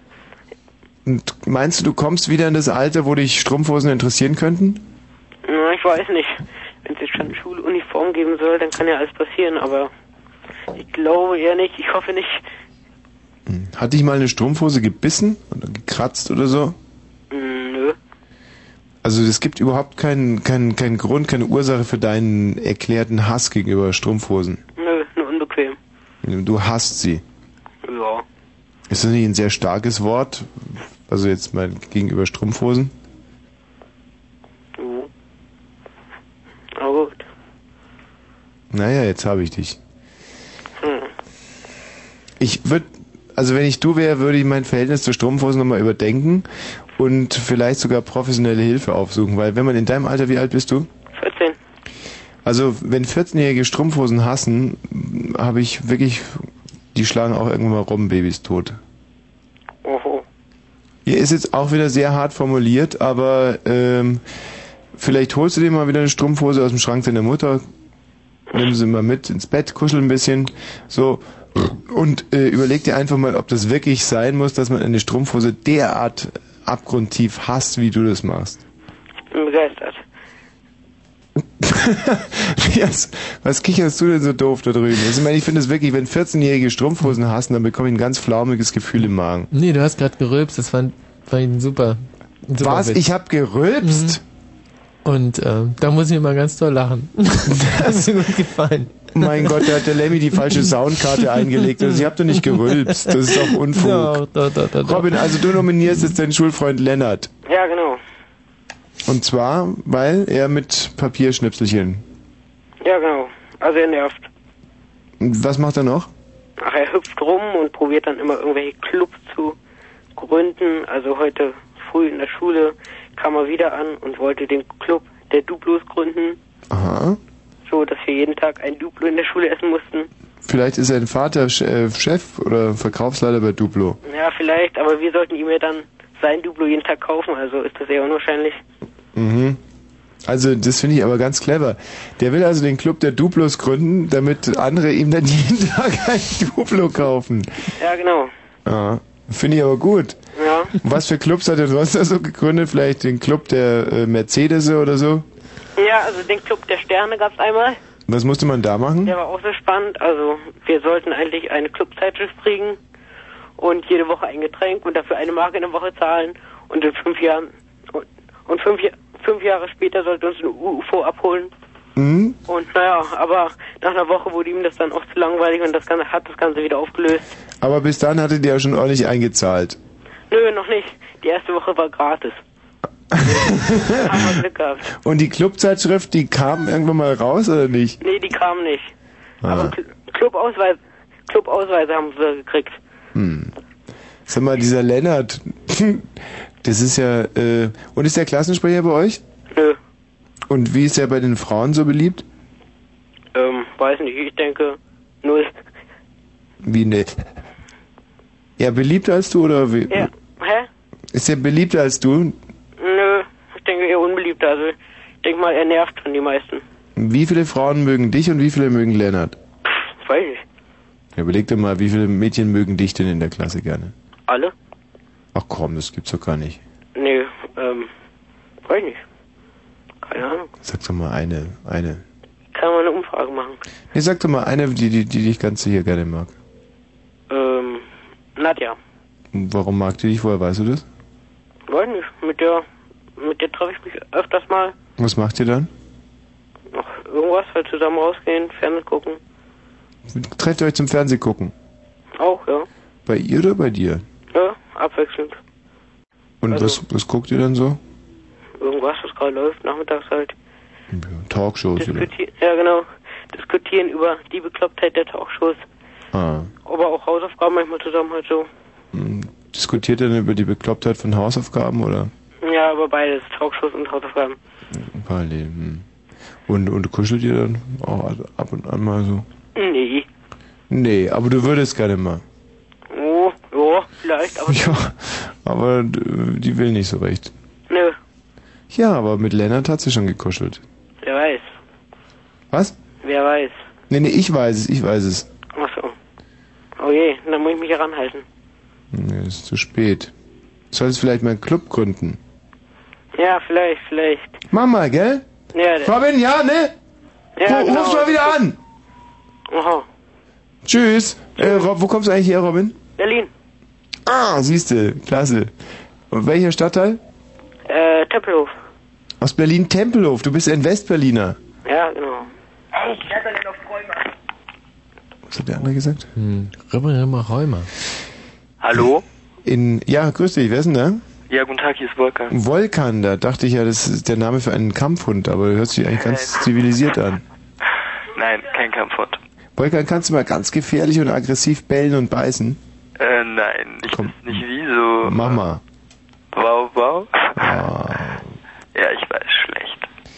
Und meinst du kommst wieder in das Alter, wo dich Strumpfhosen interessieren könnten? Na, ich weiß nicht. Wenn es jetzt schon Schuluniform geben soll, dann kann ja alles passieren, aber ich glaube eher nicht, ich hoffe nicht. Hat dich mal eine Strumpfhose gebissen oder gekratzt oder so? Nö. Also es gibt überhaupt keinen Grund, keine Ursache für deinen erklärten Hass gegenüber Strumpfhosen? Nö, nur unbequem. Du hasst sie? Ja. Ist das nicht ein sehr starkes Wort? Also jetzt mal gegenüber Strumpfhosen? Jo. Aber gut. Naja, jetzt habe ich dich. Also wenn ich du wäre, würde ich mein Verhältnis zu Strumpfhosen nochmal überdenken und vielleicht sogar professionelle Hilfe aufsuchen, weil wenn man in deinem Alter, wie alt bist du? 14. Also wenn 14-jährige Strumpfhosen hassen, habe ich wirklich, die schlagen auch irgendwann mal Robbenbabys tot. Oho. Hier ist jetzt auch wieder sehr hart formuliert, aber vielleicht holst du dir mal wieder eine Strumpfhose aus dem Schrank deiner Mutter, nimm sie mal mit ins Bett, kuschel ein bisschen, so, und überleg dir einfach mal, ob das wirklich sein muss, dass man eine Strumpfhose derart abgrundtief hasst, wie du das machst. Ich bin begeistert. Was kicherst du denn so doof da drüben? Also, ich meine, ich finde es wirklich, wenn 14-jährige Strumpfhosen hassen, dann bekomme ich ein ganz flaumiges Gefühl im Magen. Nee, du hast gerade gerülpst, das war ein super Was? Witz. Ich hab gerülpst? Und da muss ich immer ganz doll lachen. Das ist mir gut gefallen. Mein Gott, da hat der Lemmy die falsche Soundkarte eingelegt. Also ich hab doch nicht gerülpst. Das ist doch Unfug. Doch. Robin, also du nominierst jetzt deinen Schulfreund Lennart. Ja, genau. Und zwar, weil er mit Papierschnipselchen. Ja, genau. Also er nervt. Was macht er noch? Ach, er hüpft rum und probiert dann immer irgendwelche Clubs zu gründen. Also heute früh in der Schule kam er wieder an und wollte den Club der Duplos gründen. Aha. So, dass wir jeden Tag ein Duplo in der Schule essen mussten. Vielleicht ist sein Vater Chef oder Verkaufsleiter bei Duplo. Ja, vielleicht, aber wir sollten ihm ja dann sein Duplo jeden Tag kaufen, also ist das eher unwahrscheinlich. Mhm. Also das finde ich aber ganz clever. Der will also den Club der Duplos gründen, damit andere ihm dann jeden Tag ein Duplo kaufen. Ja, genau. Ja, finde ich aber gut. Ja. Und was für Clubs hat er sonst da so gegründet? Vielleicht den Club der Mercedes oder so? Ja, also den Club der Sterne gab's einmal. Was musste man da machen? Der war auch sehr spannend. Also wir sollten eigentlich eine Clubzeitschrift kriegen und jede Woche ein Getränk und dafür 1 Mark in der Woche zahlen und in 5 Jahren und 5 Jahre später sollte uns ein UFO abholen. Mhm. Und naja, aber nach einer Woche wurde ihm das dann auch zu langweilig und das Ganze hat das Ganze wieder aufgelöst. Aber bis dann hattet ihr ja schon ordentlich eingezahlt. Nö, noch nicht. Die erste Woche war gratis. Haben wir Glück gehabt. Und die Clubzeitschrift, die kam irgendwann mal raus oder nicht? Nee, die kam nicht. Ah. Aber Clubausweise haben wir gekriegt. Sag mal, dieser Lennart, das ist ja, und ist der Klassensprecher bei euch? Nö. Und wie ist er bei den Frauen so beliebt? Weiß nicht, ich denke 0. Wie ne? Ja, beliebter als du oder wie? Ja. Hä? Ist er beliebter als du? Nö, ich denke eher unbeliebter. Also ich denke mal, er nervt schon die meisten. Wie viele Frauen mögen dich und wie viele mögen Lennart? Weiß ich. Ja, überleg dir mal, wie viele Mädchen mögen dich denn in der Klasse gerne? Alle? Ach komm, das gibt's doch gar nicht. Nee, weiß ich nicht. Keine Ahnung. Sag doch mal eine. Kann man eine Umfrage machen. Nee, sag doch mal eine, die dich ganz sicher gerne mag. Nadja. Warum mag die dich? Woher weißt du das? Weiß nicht. Mit der treffe ich mich öfters mal. Was macht ihr dann? Noch irgendwas, halt zusammen rausgehen, Fernsehen gucken. Trefft ihr euch zum Fernsehen gucken? Auch, ja. Bei ihr oder bei dir? Ja, abwechselnd. Und Also- was guckt ihr dann so? Irgendwas, was gerade läuft, nachmittags halt. Talkshows oder? Ja, genau. Diskutieren über die Beklopptheit der Talkshows. Ah. Aber auch Hausaufgaben manchmal zusammen halt so. Diskutiert ihr dann über die Beklopptheit von Hausaufgaben oder? Ja, aber beides, Talkshows und Hausaufgaben. Parallel. Und kuschelt ihr dann auch ab und an mal so? Nee. Nee, aber du würdest gerne mal. Oh, ja, vielleicht, aber... Ja, aber die will nicht so recht. Nö, Ja, aber mit Lennart hat sie schon gekuschelt. wer weiß. Was? Wer weiß. Nee, ich weiß es. Ach so. Oh je, dann muss ich mich heranhalten. Nee, ist zu spät. Solltest vielleicht mal einen Club gründen. Ja, vielleicht. Mach mal, gell? Ja, Robin, ja, ne? Ja, genau. Rufst mal wieder an. Aha. Tschüss. Rob, wo kommst du eigentlich her, Robin? Berlin. Ah, siehste, klasse. Und welcher Stadtteil? Tempelhof. Aus Berlin-Tempelhof. Du bist ein Westberliner. Ja, genau. Hey, ich werde denn auf Träumer. Was hat der andere gesagt? Räumer. Hallo? Ja, grüß dich. Wer ist denn da? Ja, guten Tag, hier ist Volkan. Volkan, da dachte ich ja, das ist der Name für einen Kampfhund, aber du hört sich eigentlich ganz zivilisiert an. Nein, kein Kampfhund. Volkan, kannst du mal ganz gefährlich und aggressiv bellen und beißen? Nein, ich weiß nicht wieso. Mach mal. Wow. Ah. Ja, ich weiß, schlecht.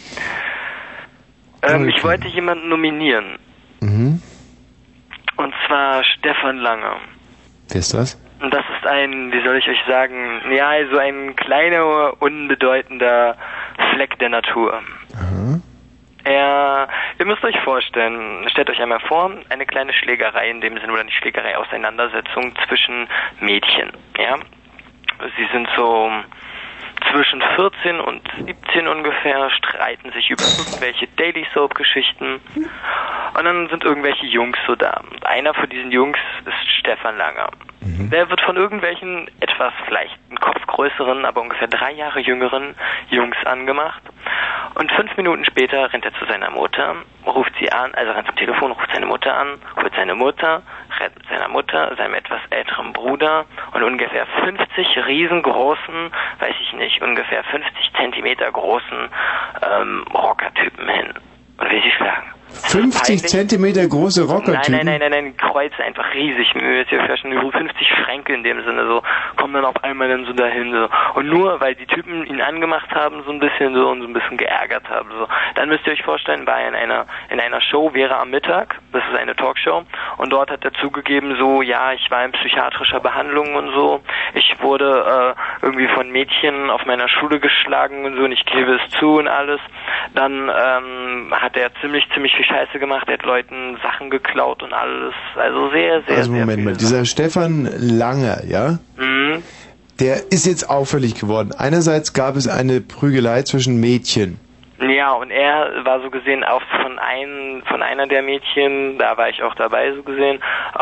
Ich wollte jemanden nominieren. Mhm. Und zwar Stefan Lange. Wer ist das? Und das ist ein, wie soll ich euch sagen, ja, so ein kleiner, unbedeutender Fleck der Natur. Aha. Ihr müsst euch vorstellen, stellt euch einmal vor, eine kleine Schlägerei in dem Sinne, oder nicht Schlägerei, Auseinandersetzung zwischen Mädchen, ja. Sie sind so zwischen 14 und 17 ungefähr, streiten sich über irgendwelche Daily Soap Geschichten und dann sind irgendwelche Jungs so da. Und einer von diesen Jungs ist Stefan Lange. Der wird von irgendwelchen etwas vielleicht einen Kopf größeren, aber ungefähr 3 Jahre jüngeren Jungs angemacht. Und 5 Minuten später rennt er zu seiner Mutter, ruft sie an, also rennt zum Telefon, ruft seine Mutter an, holt seine Mutter, rennt mit seiner Mutter, seinem etwas älteren Bruder und ungefähr 50 riesengroßen, weiß ich nicht, ungefähr 50 Zentimeter großen Rockertypen hin und will sie schlagen. 50 Zentimeter große Rockertypen? Nein, Kreuz einfach riesig. Mir ist ja schon über 50 Schränke in dem Sinne, so kommen dann auf einmal dann so dahin so. Und nur weil die Typen ihn angemacht haben so ein bisschen so und so ein bisschen geärgert haben so. Dann müsst ihr euch vorstellen, war er in einer Show, wäre am Mittag, das ist eine Talkshow, und dort hat er zugegeben so, ja, ich war in psychiatrischer Behandlung und so, ich wurde irgendwie von Mädchen auf meiner Schule geschlagen und so und ich gebe es zu und alles. Dann hat er ziemlich viel Scheiße gemacht, er hat Leuten Sachen geklaut und alles, also sehr Moment mal, dieser Stefan Langer, ja? Mhm. Der ist jetzt auffällig geworden. Einerseits gab es eine Prügelei zwischen Mädchen. Ja, und er war so gesehen auch von einer der Mädchen, da war ich auch dabei so gesehen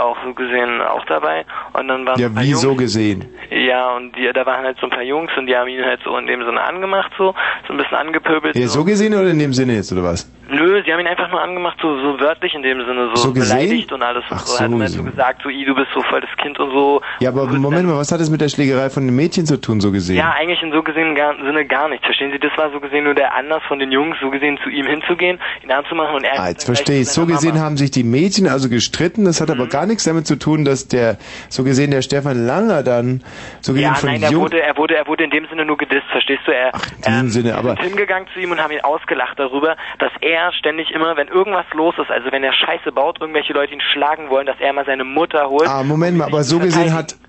auch dabei. Und dann waren ja, ein paar wie Jungs, so gesehen? Ja, und da waren halt so ein paar Jungs und die haben ihn halt so in dem Sinne angemacht, so ein bisschen angepöbelt. Ja, so gesehen oder in dem Sinne jetzt, oder was? Nö, sie haben ihn einfach nur angemacht, so wörtlich in dem Sinne, so beleidigt und alles und so. Hat halt so gesagt, so, du bist so voll das Kind und so. Ja, aber Moment mal, was hat das mit der Schlägerei von den Mädchen zu tun, so gesehen? Ja, eigentlich in so gesehen Sinne gar nichts. Verstehen Sie, das war so gesehen nur der Anlass von den Jungs, so gesehen zu ihm hinzugehen, ihn anzumachen und er... Jetzt verstehe ich. So gesehen haben sich die Mädchen also gestritten, das hat aber gar nichts damit zu tun, dass der Stefan Langer dann so gesehen von er wurde in dem Sinne nur gedisst, verstehst du? In diesem Sinne, aber... sind hingegangen zu ihm und haben ihn ausgelacht darüber, dass er ständig immer, wenn irgendwas los ist, also wenn er Scheiße baut, irgendwelche Leute ihn schlagen wollen, dass er immer seine Mutter holt. Moment mal, aber so gesehen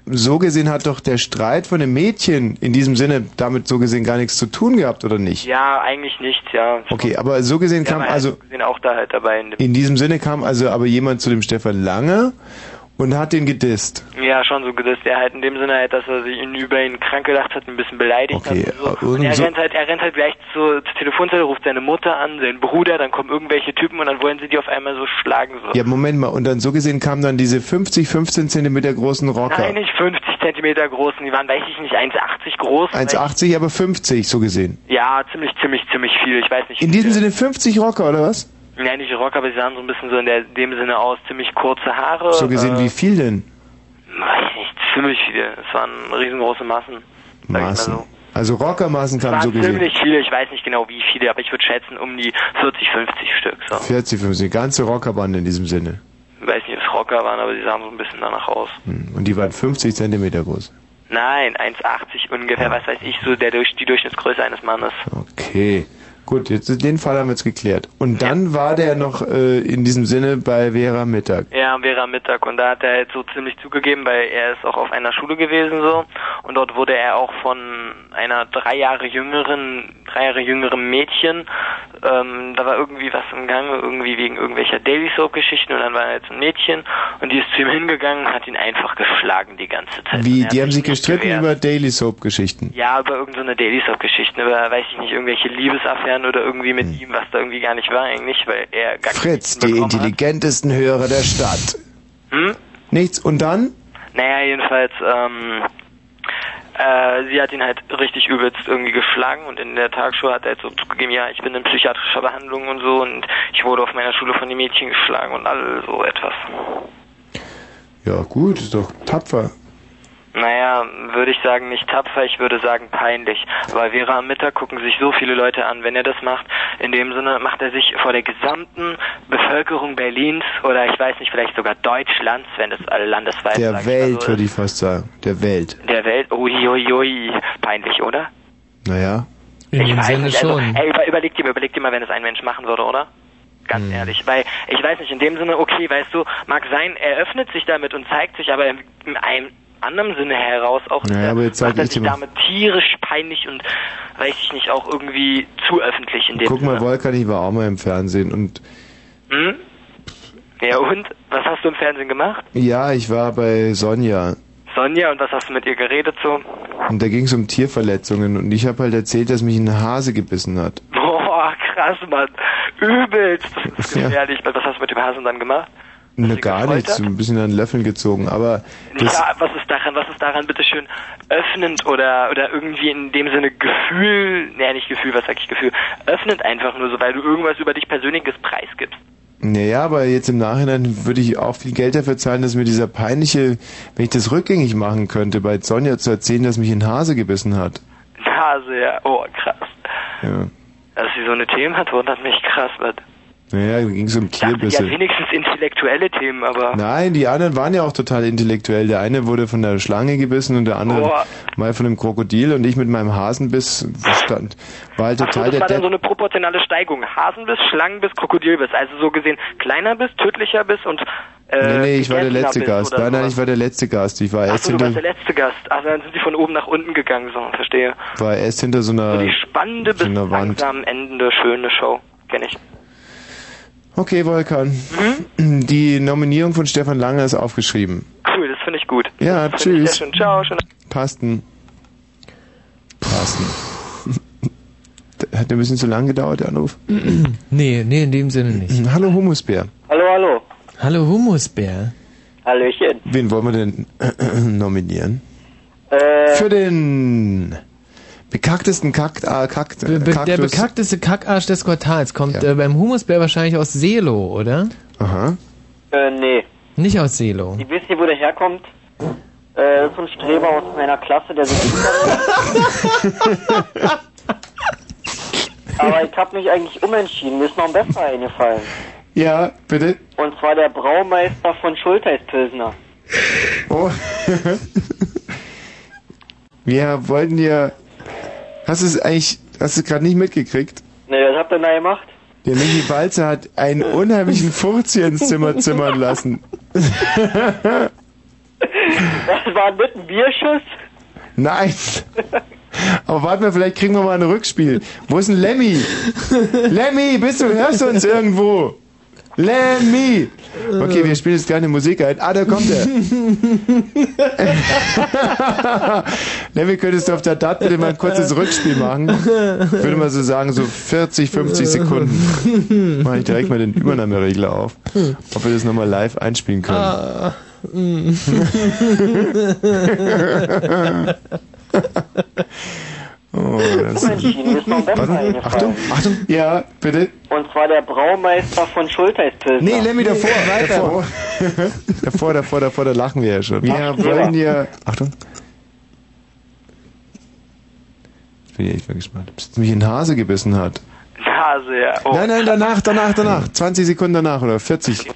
hat doch der Streit von den Mädchen in diesem Sinne damit so gesehen gar nichts zu tun gehabt, oder nicht? Ja, eigentlich nichts, ja. Okay, aber so gesehen kam also... So gesehen auch da halt dabei. In diesem Sinne kam also aber jemand zu dem Stefan Langer und hat den gedisst. Ja, schon so gedisst. Er halt in dem Sinne halt, dass er sich über ihn krank gedacht hat, ein bisschen beleidigt hat und so. Und er rennt halt gleich zur Telefonzelle, ruft seine Mutter an, seinen Bruder, dann kommen irgendwelche Typen und dann wollen sie die auf einmal so schlagen. So. Ja, Moment mal, und dann so gesehen kamen dann diese 15 Zentimeter großen Rocker. Nein, nicht 50 Zentimeter großen, die waren, weiß ich nicht, 1,80 groß. 1,80, aber 50 so gesehen. Ja, ziemlich viel, ich weiß nicht. In diesem Sinne 50 Rocker, oder was? Ja, nicht Rocker, aber sie sahen so ein bisschen so in dem Sinne aus, ziemlich kurze Haare. So gesehen, wie viel denn? Weiß ich nicht, ziemlich viele. Es waren riesengroße Massen. Massen. So. Also Rockermassen kamen so gesehen. Es waren ziemlich viele, ich weiß nicht genau wie viele, aber ich würde schätzen um die 40, 50 Stück. So. 40, 50, ganze Rockerbande in diesem Sinne. Ich weiß nicht, ob es Rocker waren, aber sie sahen so ein bisschen danach aus. Und die waren 50 Zentimeter groß? Nein, 1,80 ungefähr, was weiß ich, so die Durchschnittsgröße eines Mannes. Okay. Gut, jetzt den Fall haben wir jetzt geklärt. Und dann war der noch in diesem Sinne bei Vera Mittag. Ja, Vera Mittag. Und da hat er halt so ziemlich zugegeben, weil er ist auch auf einer Schule gewesen so. Und dort wurde er auch von einer 3 Jahre jüngeren Mädchen, da war irgendwie was im Gange, irgendwie wegen irgendwelcher Daily Soap Geschichten. Und dann war jetzt ein Mädchen und die ist zu ihm hingegangen und hat ihn einfach geschlagen die ganze Zeit. Wie, die haben sich gestritten über Daily Soap Geschichten? Ja, über irgendeine Daily Soap Geschichten, über, weiß ich nicht, irgendwelche Liebesaffären oder irgendwie mit ihm, was da irgendwie gar nicht war eigentlich, weil er gar Fritz, die intelligentesten Hörer der Stadt. Nichts, und dann? Naja, jedenfalls, sie hat ihn halt richtig übelst irgendwie geschlagen und in der Tagesschau hat er jetzt so zugegeben, ja, ich bin in psychiatrischer Behandlung und so und ich wurde auf meiner Schule von den Mädchen geschlagen und all so etwas. Ja gut, ist doch tapfer. Naja, würde ich sagen, nicht tapfer, ich würde sagen peinlich. Weil Vera am Mittag gucken sich so viele Leute an, wenn er das macht. In dem Sinne macht er sich vor der gesamten Bevölkerung Berlins oder ich weiß nicht, vielleicht sogar Deutschlands, wenn das alle landesweit der Welt, so würde ich fast sagen. Der Welt. Der Welt, uiuiui. Peinlich, oder? Naja. Ich weiß nicht, also, überleg dir mal, wenn es ein Mensch machen würde, oder? Ganz ehrlich, weil ich weiß nicht, in dem Sinne, okay, weißt du, mag sein, er öffnet sich damit und zeigt sich, aber in einem anderen Sinne heraus auch aber jetzt macht er sich damit tierisch peinlich und weiß ich nicht, auch irgendwie zu öffentlich in dem Guck mal, Sinne. Volkan, ich war auch mal im Fernsehen und... Ja und? Was hast du im Fernsehen gemacht? Ja, ich war bei Sonja. Sonja, und was hast du mit ihr geredet so? Und da ging es um Tierverletzungen und ich habe halt erzählt, dass mich ein Hase gebissen hat. Boah, krass, Mann. Übelst. Das ist gefährlich. Was hast du mit dem Hasen dann gemacht? Gar nichts, ein bisschen an Löffeln gezogen, aber... Ja, was ist daran bitteschön öffnend oder irgendwie in dem Sinne Gefühl, nicht Gefühl, was sag ich Gefühl, öffnend einfach nur so, weil du irgendwas über dich Persönliches preisgibst. Naja, aber jetzt im Nachhinein würde ich auch viel Geld dafür zahlen, dass mir dieser peinliche, wenn ich das rückgängig machen könnte, bei Sonja zu erzählen, dass mich ein Hase gebissen hat. Ein Hase, ja, oh krass. Ja. Dass sie so eine Themen hat, wundert mich krass, was. Naja, da ging es um Ja, Tierbisse. wenigstens intellektuelle Themen, aber... Nein, die anderen waren ja auch total intellektuell. Der eine wurde von der Schlange gebissen und der andere mal von einem Krokodil und ich mit meinem Hasenbiss war halt Ach so, total das war dann der so eine proportionale Steigung. Hasenbiss, Schlangenbiss, Krokodilbiss. Also so gesehen kleiner Biss, tödlicher Biss und... Nee, ich war der letzte Biss Gast. oder Nein, sowas. ich war der letzte Gast. Ich war Ach erst so, du hinter, warst der letzte Gast. Also dann sind sie von oben nach unten gegangen, so, verstehe. war erst hinter so einer, Die spannende so bis einer Wand. langsam endende schöne Show. Kenn ich. Okay, Volkan. Die Nominierung von Stefan Lange ist aufgeschrieben. Cool, das finde ich gut. Ja, Das finde ich tschüss. sehr schön. Ciao, schön. Carsten. Hat ein bisschen zu lang gedauert, der Anruf? Nee, in dem Sinne nicht. Hallo Humusbär. Hallo. Hallo Humusbär. Hallöchen. Wen wollen wir denn nominieren? Für den bekacktesten Der Kaktus. bekackteste Kackarsch des Quartals kommt beim Humusbär wahrscheinlich aus Seelow, oder? Aha. Nee. Nicht aus Seelow. Ich weiß nicht, wo der herkommt. So ein Streber aus meiner Klasse, der sich Aber ich habe mich eigentlich umentschieden. Mir ist noch ein besserer eingefallen. Ja, bitte. Und zwar der Braumeister von Schultheiß-Pilsner. Oh. Wir wollten ja... Hast du es gerade nicht mitgekriegt? Ne, das habt ihr da gemacht? Der Michi Balzer hat einen unheimlichen Furz hier ins Zimmer zimmern lassen. Das war mit ein Bierschuss? Nein. Aber warte mal, vielleicht kriegen wir mal ein Rückspiel. Wo ist denn Lemmy? Lemmy, hörst du uns irgendwo? Lemmy! Okay, wir spielen jetzt gerne Musik ein. Ah, da kommt er. Lemmy, könntest du auf der DAT bitte mal ein kurzes Rückspiel machen? Ich würde mal so sagen, so 40, 50 Sekunden. Mache ich direkt mal den Übernahmeregler auf. Ob wir das nochmal live einspielen können. Oh, das Umentschieden, ist noch ein besserer eingefallen. Achtung, ja, bitte. Und zwar der Braumeister von Schultheiß-Pilsner. Nee, Lemmy, davor. Davor, da lachen wir ja schon. Wir wollen dir... Achtung. Ich bin echt mal gespannt, ob es mich in den Hase gebissen hat. Nase, ja. Oh. Nein, danach. 20 Sekunden danach oder 40.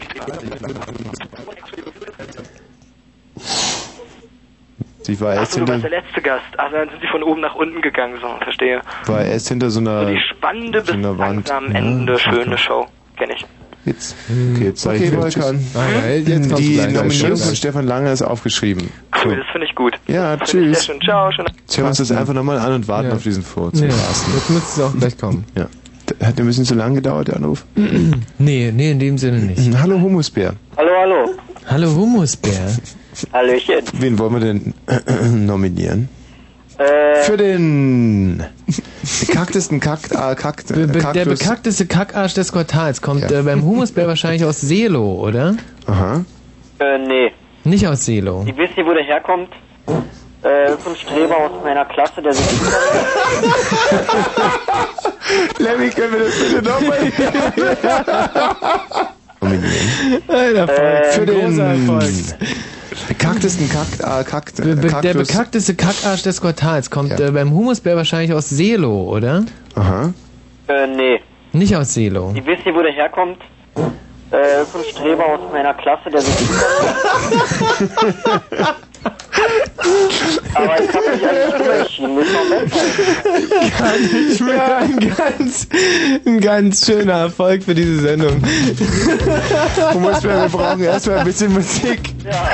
Ich war Ach erst so, du warst hinter, der letzte Gast. Also dann sind sie von oben nach unten gegangen, so, verstehe. war erst hinter so einer, Die spannende so bis einer Wand. langsam endende schöne Show. Kenn ich. Jetzt. Okay, jetzt sag ich Volkan. Jetzt kommst die du gleich. Nominierung von Stefan Lange ist aufgeschrieben. Cool, das finde ich gut. Ja, Das finde ich tschüss. sehr schön. Ciao, schön. Jetzt hören wir uns das einfach nochmal an und warten Ja. auf diesen Furz. Ja, Carsten. jetzt müsste es auch gleich kommen. Ja. Hat ein bisschen zu lang gedauert, der Anruf? Nee, in dem Sinne nicht. Hallo Humusbär. Hallo. Hallo Humusbär. Hallöchen. Wen wollen wir denn nominieren? Für den bekacktesten Kaktus. Der bekackteste Kackarsch des Quartals kommt beim Humusbär wahrscheinlich aus Seelow, oder? Aha. Nee. Nicht aus Seelow. Ich weiß nicht, wo der herkommt. So ein Streber aus meiner Klasse, der sich Lemmy, können wir das bitte nochmal nominieren? Für den bekacktesten Kaktus. Der bekackteste Kackarsch des Quartals kommt beim Humusbär wahrscheinlich aus Seelow, oder? Aha. nee. Nicht aus Seelow. Ich weiß nicht, wo der herkommt. So ein Streber aus meiner Klasse, der sich Aber ich habe mich eigentlich umentschieden. Mir ist noch besser. Gar nicht mehr. Ein ganz schöner Erfolg für diese Sendung. Humusbär, wir brauchen erstmal ein bisschen Musik. Ja.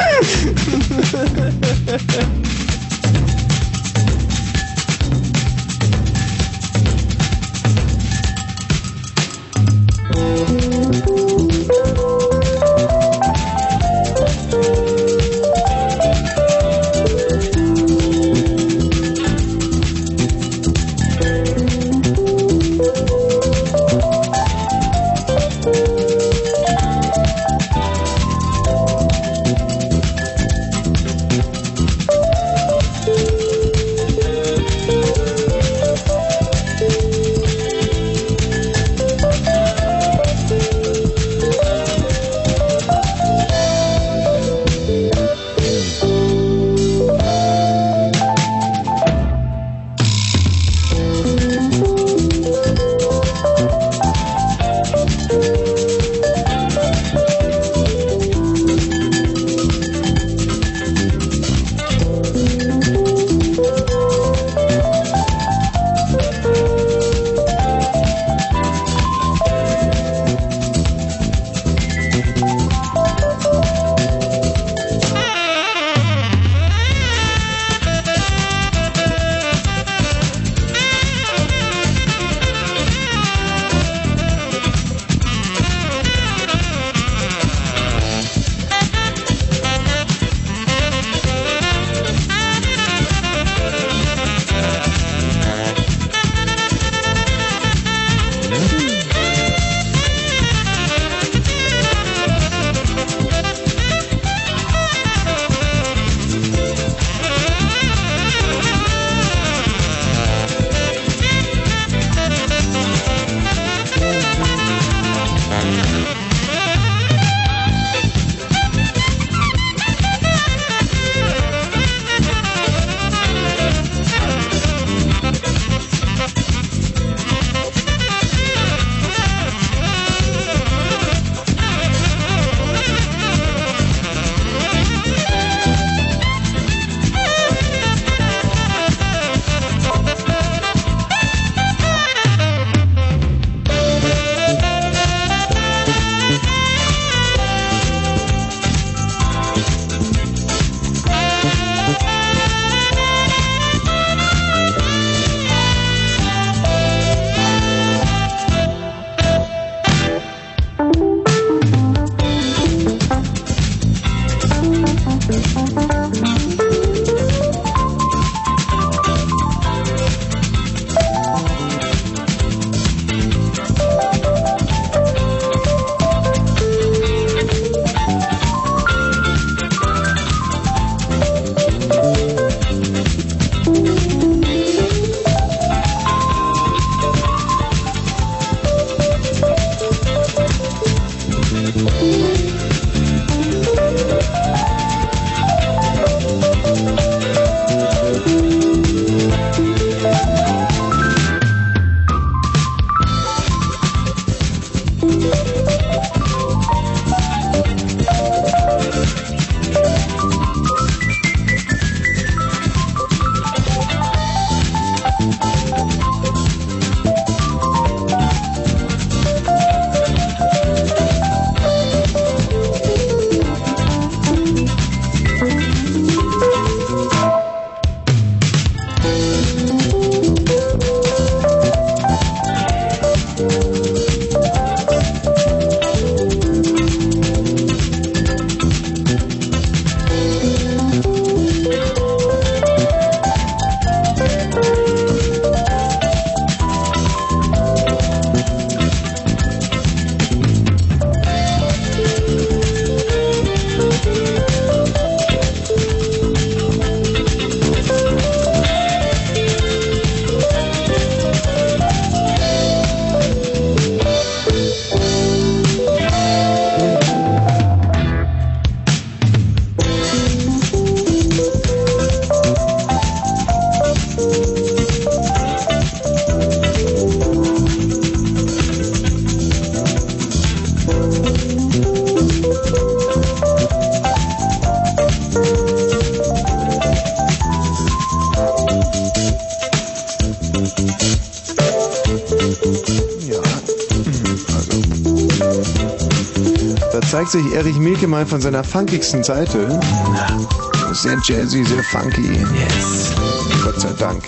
Zeigt sich Erich Mielke mal von seiner funkigsten Seite. Sehr jazzy, sehr funky. Yes. Gott sei Dank.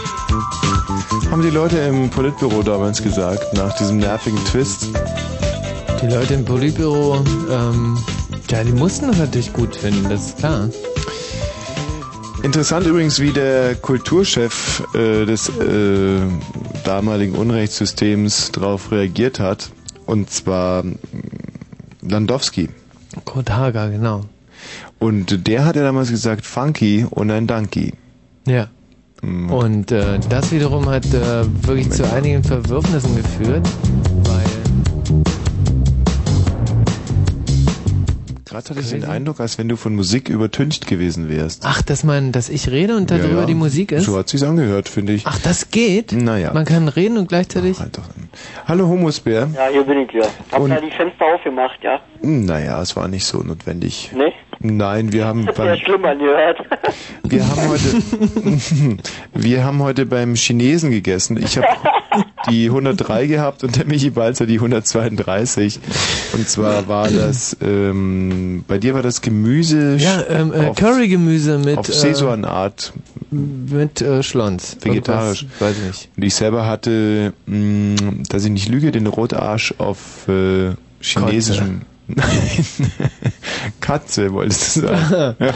Haben die Leute im Politbüro damals gesagt, nach diesem nervigen Twist? Die Leute im Politbüro, ja, die mussten das natürlich gut finden, das ist klar. Interessant übrigens, wie der Kulturchef des damaligen Unrechtssystems darauf reagiert hat. Und zwar Landowski. Kurt Hager, genau. Und der hat ja damals gesagt, funky und ein Danky. Ja. Und das wiederum hat wirklich zu einigen Verwürfnissen geführt, weil... Gerade hatte ich den Eindruck, als wenn du von Musik übertüncht gewesen wärst. Ach, dass ich rede und darüber die Musik ist? So hat sich's angehört, finde ich. Ach, das geht? Naja. Man kann reden und gleichzeitig... Ach, halt doch. Hallo Humusbär. Ja, hier bin ich ja. Hab da die Fenster aufgemacht, ja? Naja, es war nicht so notwendig. Nee? Nein, wir haben Das wäre schlimm angehört. Wir haben heute beim Chinesen gegessen. Ich habe die 103 gehabt und der Michi Balzer die 132. Und zwar war das, bei dir war das Gemüse... Ja, Currygemüse mit... Auf Szechuan-Art. Mit Schlons. Vegetarisch. Weiß ich nicht. Und ich selber hatte, dass ich nicht lüge, den Rotarsch auf chinesischen... Nein, Katze wolltest du sagen. Ja.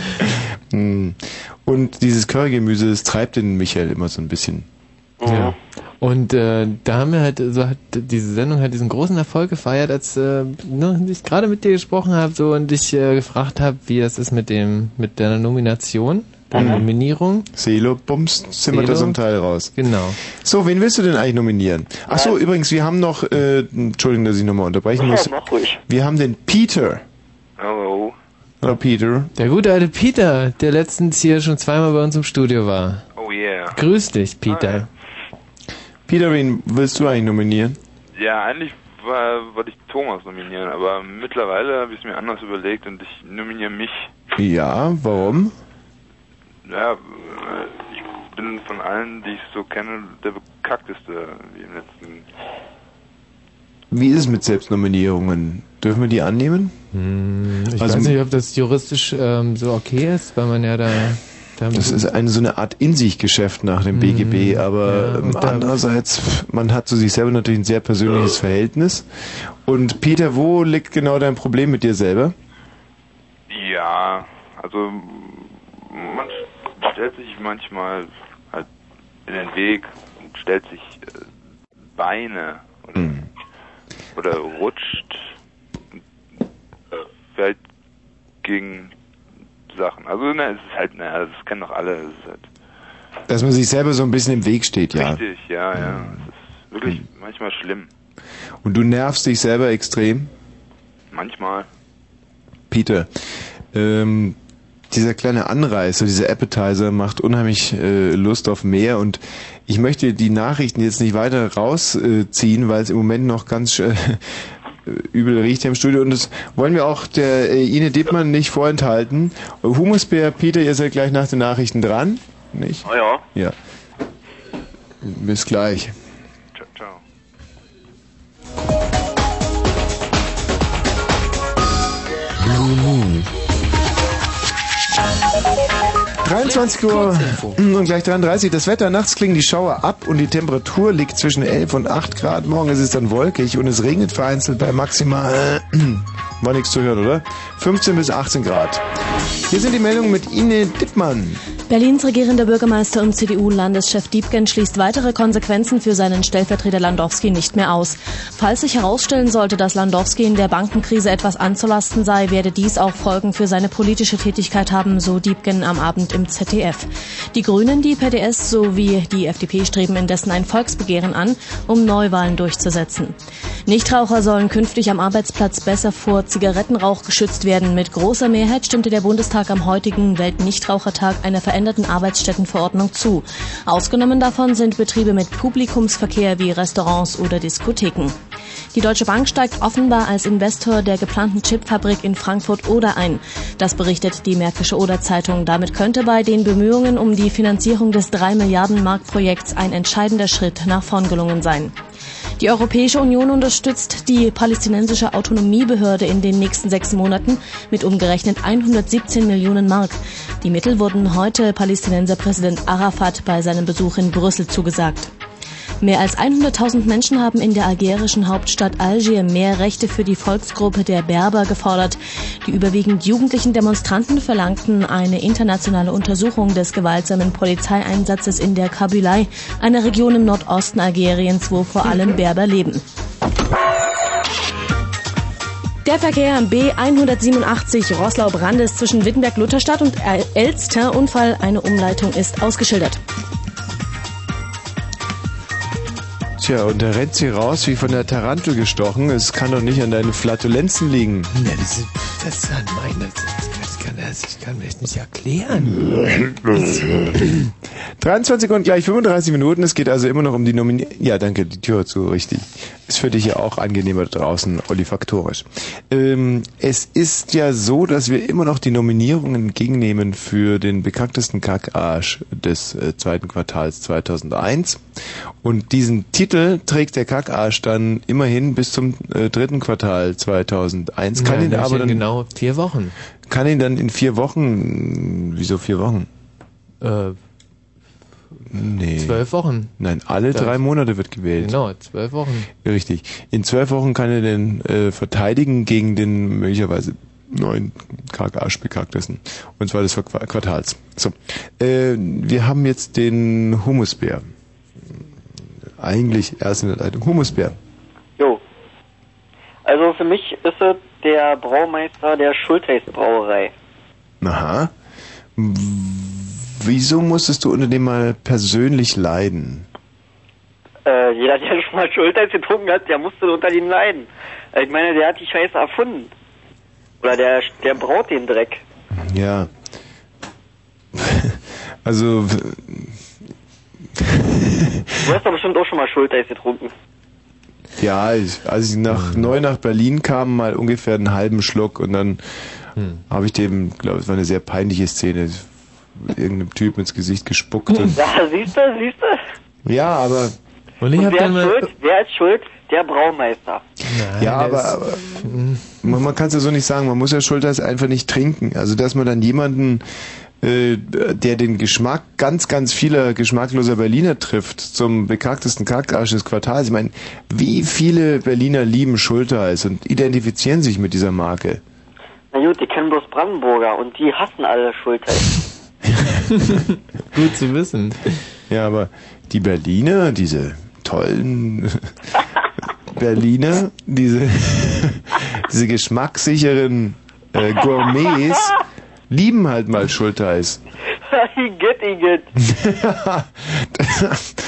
Und dieses Currygemüse, das treibt den Michael immer so ein bisschen. Ja. Und da haben wir halt, so hat diese Sendung halt diesen großen Erfolg gefeiert, als ich gerade mit dir gesprochen habe so und dich gefragt habe, wie das ist mit deiner Nomination, deiner Nominierung. Selo, bums, zimmert da so ein Teil raus. Genau. So, wen willst du denn eigentlich nominieren? Achso, übrigens, wir haben noch, Entschuldigung, dass ich nochmal unterbrechen muss. Ja, mach ruhig. Wir haben den Peter. Hallo. Hallo Peter. Der gute alte Peter, der letztens hier schon zweimal bei uns im Studio war. Oh yeah. Grüß dich, Peter. Peter, wen willst du eigentlich nominieren? Ja, eigentlich wollte ich Thomas nominieren, aber mittlerweile habe ich es mir anders überlegt und ich nominiere mich. Ja, warum? Ja, ich bin von allen, die ich so kenne, der bekackteste wie im letzten. Wie ist es mit Selbstnominierungen? Dürfen wir die annehmen? Ich weiß nicht, ob das juristisch so okay ist, weil man ja da... Das ist so eine Art In-sich-Geschäft nach dem BGB, aber andererseits, man hat zu sich selber natürlich ein sehr persönliches Verhältnis. Und Peter, wo liegt genau dein Problem mit dir selber? Ja, also man stellt sich manchmal halt in den Weg und stellt sich Beine oder rutscht, fällt gegen Sachen. Also es ist halt, das kennen doch alle. Es ist halt dass man sich selber so ein bisschen im Weg steht, ja. Richtig, ja. Es ist wirklich manchmal schlimm. Und du nervst dich selber extrem? Manchmal. Peter, dieser kleine Anreißer, dieser Appetizer macht unheimlich Lust auf mehr und ich möchte die Nachrichten jetzt nicht weiter rausziehen, weil es im Moment noch ganz übel riecht hier im Studio und das wollen wir auch der Ine Dittmann nicht vorenthalten. Humusbär, Peter, ihr seid gleich nach den Nachrichten dran, nicht? Oh ja. Ja. Bis gleich. Ciao, ciao. 23 Uhr und gleich 33. Das Wetter, nachts klingen die Schauer ab und die Temperatur liegt zwischen 11 und 8 Grad. Morgen ist es dann wolkig und es regnet vereinzelt bei maximal, war nichts zu hören, oder? 15 bis 18 Grad. Hier sind die Meldungen mit Ine Dittmann. Berlins regierender Bürgermeister und CDU-Landeschef Diebken schließt weitere Konsequenzen für seinen Stellvertreter Landowski nicht mehr aus. Falls sich herausstellen sollte, dass Landowski in der Bankenkrise etwas anzulasten sei, werde dies auch Folgen für seine politische Tätigkeit haben, so Diebken am Abend im ZDF. Die Grünen, die PDS sowie die FDP streben indessen ein Volksbegehren an, um Neuwahlen durchzusetzen. Nichtraucher sollen künftig am Arbeitsplatz besser vor Zigarettenrauch geschützt werden. Mit großer Mehrheit stimmte der Bundestag am heutigen Weltnichtrauchertag einer veränderten Arbeitsstättenverordnung zu. Ausgenommen davon sind Betriebe mit Publikumsverkehr wie Restaurants oder Diskotheken. Die Deutsche Bank steigt offenbar als Investor der geplanten Chipfabrik in Frankfurt-Oder ein. Das berichtet die Märkische Oder-Zeitung. Damit könnte bei den Bemühungen um die Finanzierung des 3-Milliarden-Mark-Projekts ein entscheidender Schritt nach vorn gelungen sein. Die Europäische Union unterstützt die palästinensische Autonomiebehörde in den nächsten 6 Monaten mit umgerechnet 117 Millionen Mark. Die Mittel wurden heute Palästinenserpräsident Arafat bei seinem Besuch in Brüssel zugesagt. Mehr als 100.000 Menschen haben in der algerischen Hauptstadt Algier mehr Rechte für die Volksgruppe der Berber gefordert. Die überwiegend jugendlichen Demonstranten verlangten eine internationale Untersuchung des gewaltsamen Polizeieinsatzes in der Kabylei, einer Region im Nordosten Algeriens, wo vor allem Berber leben. Der Verkehr B187 Roßlau-Brandes zwischen Wittenberg-Lutherstadt und Elster. Unfall, eine Umleitung ist ausgeschildert. Tja, und da rennt sie raus wie von der Tarantel gestochen. Es kann doch nicht an deinen Flatulenzen liegen. Ja, das ist an meine... Ich kann mir das nicht erklären. 23 und gleich 35 Minuten. Es geht also immer noch um die Nominierung. Ja, danke, die Tür zu, richtig. Ist für dich ja auch angenehmer draußen, olfaktorisch. Es ist ja so, dass wir immer noch die Nominierungen entgegennehmen für den bekanntesten Kackarsch des zweiten Quartals 2001. Und diesen Titel trägt der Kackarsch dann immerhin bis zum dritten Quartal 2001. Kann ihn aber dann genau 4 Wochen. Kann ihn dann in 4 Wochen... Wieso 4 Wochen? Nee. 12 Wochen. Nein, alle 3 Monate wird gewählt. Genau, 12 Wochen. Richtig. In 12 Wochen kann er den verteidigen gegen den möglicherweise neuen Kackarsch-Bekacktesten. Und zwar des Quartals. So. Wir haben jetzt den Humusbär. Eigentlich erst in der Leitung. Humusbär. Jo. Also für mich ist es der Braumeister der Schultheiß-Brauerei. Aha. Wieso musstest du unter dem mal persönlich leiden? Jeder, der schon mal Schultheiß getrunken hat, der musste unter dem leiden. Ich meine, der hat die Scheiße erfunden. Oder der braut den Dreck. Ja. Also... Du hast doch bestimmt auch schon mal Schultheiß getrunken. Ja, als ich neu nach Berlin kam, mal ungefähr einen halben Schluck und dann habe ich dem, glaube ich, es war eine sehr peinliche Szene, irgendeinem Typ ins Gesicht gespuckt. Und Ja, siehst du? ja, aber... Und wer ist schuld? Wer ist schuld? Der Braumeister. Nein, ja, aber man kann es ja so nicht sagen, man muss ja Schultheiß einfach nicht trinken. Also, dass man dann jemanden... der den Geschmack ganz, ganz vieler geschmackloser Berliner trifft, zum bekacktesten Kackarsch des Quartals. Ich meine, wie viele Berliner lieben Schultheiß und identifizieren sich mit dieser Marke? Na gut, die kennen bloß Brandenburger und die hassen alle Schultheiß. Gut zu wissen. Ja, aber die Berliner, diese tollen Berliner, diese geschmackssicheren Gourmets, lieben halt mal Schultheiß. Igitt.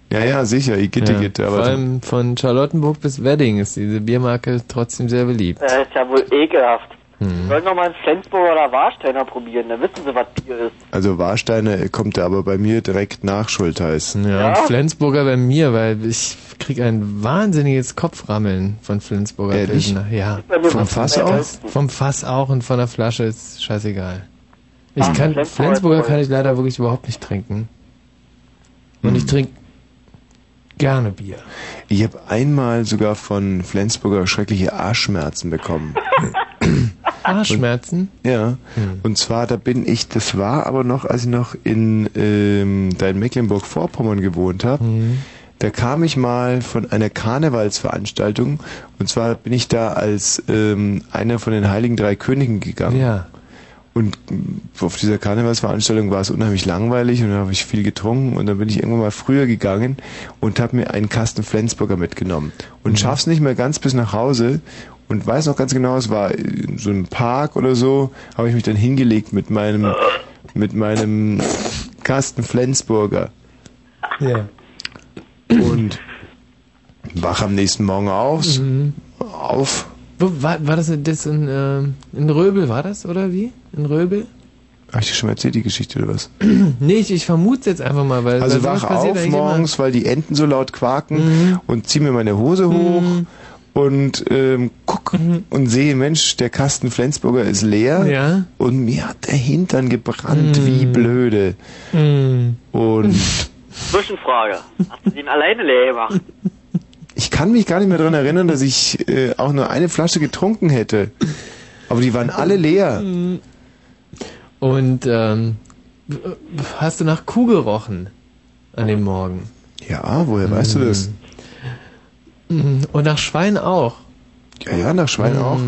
Ja, sicher, Igitt. Vor allem von Charlottenburg bis Wedding ist diese Biermarke trotzdem sehr beliebt. Das ist ja wohl ekelhaft. Wir sollten noch mal einen Flensburger oder Warsteiner probieren, dann wissen sie, was Bier ist. Also Warsteiner kommt ja aber bei mir direkt nach Schultheiß. Ja, Flensburger bei mir, weil ich krieg ein wahnsinniges Kopframmeln von Flensburger Pilsner. Ja. Vom Fass aus? Vom Fass auch und von der Flasche ist scheißegal. Flensburger kann ich leider wirklich überhaupt nicht trinken. Und ich trinke gerne Bier. Ich habe einmal sogar von Flensburger schreckliche Arschschmerzen bekommen. Arschschmerzen? Ja. Und zwar, das war aber noch, als ich noch in Mecklenburg-Vorpommern gewohnt habe. Da kam ich mal von einer Karnevalsveranstaltung. Und zwar bin ich da als einer von den Heiligen Drei Königen gegangen. Ja. Und auf dieser Karnevalsveranstaltung war es unheimlich langweilig und dann habe ich viel getrunken und dann bin ich irgendwann mal früher gegangen und habe mir einen Kasten Flensburger mitgenommen und schaff's nicht mehr ganz bis nach Hause und weiß noch ganz genau, es war in so einem Park oder so, habe ich mich dann hingelegt mit meinem Kasten Flensburger. Ja. Und wach am nächsten Morgen auf. Wo, war das in Röbel, war das, oder wie? In Röbel? Habe ich dir schon mal erzählt, die Geschichte, oder was? Nee, ich vermute es jetzt einfach mal, weil... Also wach auf morgens, weil die Enten so laut quaken und zieh mir meine Hose hoch und guck und sehe, Mensch, der Kasten Flensburger ist leer und mir hat der Hintern gebrannt wie blöde. Und... Zwischenfrage. Hast du den alleine leer gemacht? Ich kann mich gar nicht mehr daran erinnern, dass ich auch nur eine Flasche getrunken hätte. Aber die waren alle leer. Und hast du nach Kuh gerochen an dem Morgen? Ja, woher weißt du das? Und nach Schwein auch? Ja, nach Schwein auch.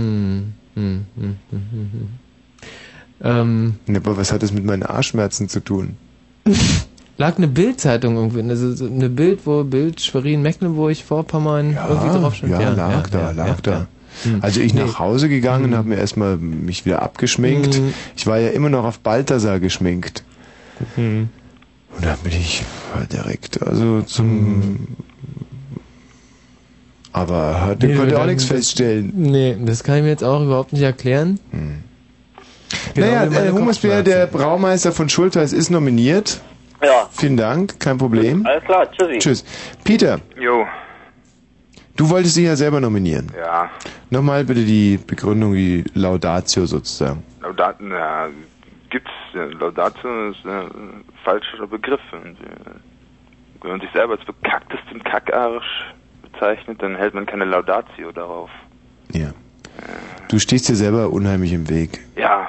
Aber was hat das mit meinen Arschschmerzen zu tun? Lag eine Bildzeitung irgendwie, also so eine Bild Schwerin, Mecklenburg, Vorpommern, irgendwie drauf stand. Ja, lag da. Also ich nach Hause gegangen, habe mir erstmal mich wieder abgeschminkt. Ich war ja immer noch auf Balthasar geschminkt. Und dann bin ich direkt, also zum... Aber konnte auch nichts feststellen. Nee, das kann ich mir jetzt auch überhaupt nicht erklären. Genau, naja, Humusbär, der Braumeister von Schultheiß, ist nominiert. Ja. Vielen Dank, kein Problem. Alles klar, tschüssi. Tschüss. Peter. Jo. Du wolltest dich ja selber nominieren. Ja. Nochmal bitte die Begründung, die Laudatio sozusagen. Laudatio ist ein falscher Begriff. Und, wenn man sich selber als bekacktesten Kackarsch bezeichnet, dann hält man keine Laudatio darauf. Ja. Du stehst dir selber unheimlich im Weg. Ja.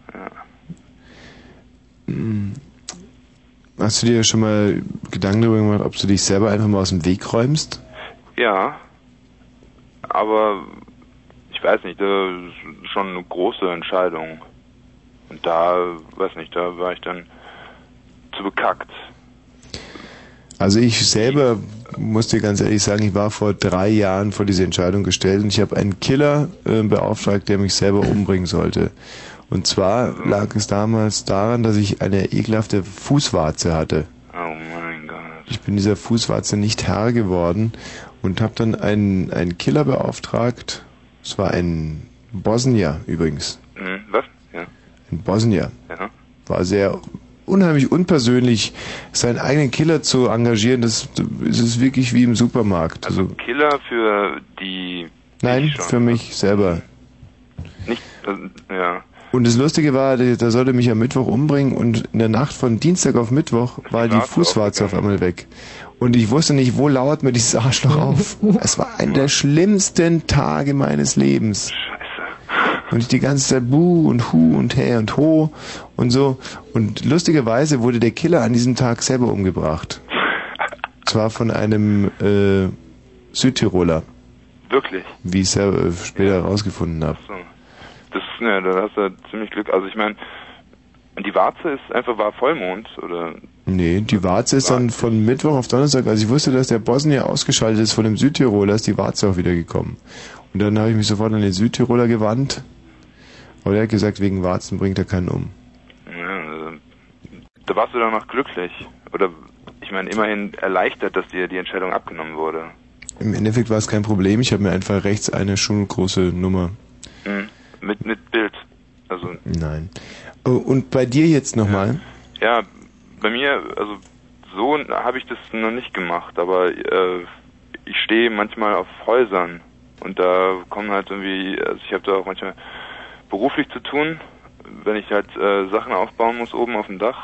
Hast du dir schon mal Gedanken darüber gemacht, ob du dich selber einfach mal aus dem Weg räumst? Ja, aber ich weiß nicht, das ist schon eine große Entscheidung. Und da war ich dann zu bekackt. Also ich selber muss dir ganz ehrlich sagen, ich war vor 3 Jahren vor diese Entscheidung gestellt und ich habe einen Killer beauftragt, der mich selber umbringen sollte. Und zwar lag es damals daran, dass ich eine ekelhafte Fußwarze hatte. Oh mein Gott. Ich bin dieser Fußwarze nicht Herr geworden und habe dann einen Killer beauftragt. Es war ein Bosnier übrigens. Was? Ja. Ein Bosnier. Ja. War sehr unheimlich unpersönlich, seinen eigenen Killer zu engagieren. Das ist wirklich wie im Supermarkt. Also Killer für die... Nein, für mich selber. Nicht, ja. Und das Lustige war, da sollte mich am Mittwoch umbringen und in der Nacht von Dienstag auf Mittwoch war die Fußwarze auf einmal weg. Und ich wusste nicht, wo lauert mir dieses Arschloch auf. Es war einer der schlimmsten Tage meines Lebens. Scheiße. Und ich die ganze Zeit buh und hu und hä und ho und so. Und lustigerweise wurde der Killer an diesem Tag selber umgebracht. Zwar von einem Südtiroler. Wirklich? Wie ich es später herausgefunden habe. So. Da hast du ziemlich Glück. Also ich meine, die Warze war Vollmond, oder? Nee, die Warze ist dann von Mittwoch auf Donnerstag, als ich wusste, dass der Bosnier ausgeschaltet ist von dem Südtiroler, ist die Warze auch wieder gekommen. Und dann habe ich mich sofort an den Südtiroler gewandt, aber der hat gesagt, wegen Warzen bringt er keinen um. Ja, da warst du danach glücklich. Oder ich ich meine, immerhin erleichtert, dass dir die Entscheidung abgenommen wurde. Im Endeffekt war es kein Problem. Ich habe mir einfach rechts eine schon große Nummer. Mit Bild. Also. Nein. Oh, und bei dir jetzt nochmal? Ja, bei mir, also so habe ich das noch nicht gemacht, aber ich stehe manchmal auf Häusern und da kommen halt irgendwie, also ich habe da auch manchmal beruflich zu tun, wenn ich halt Sachen aufbauen muss oben auf dem Dach.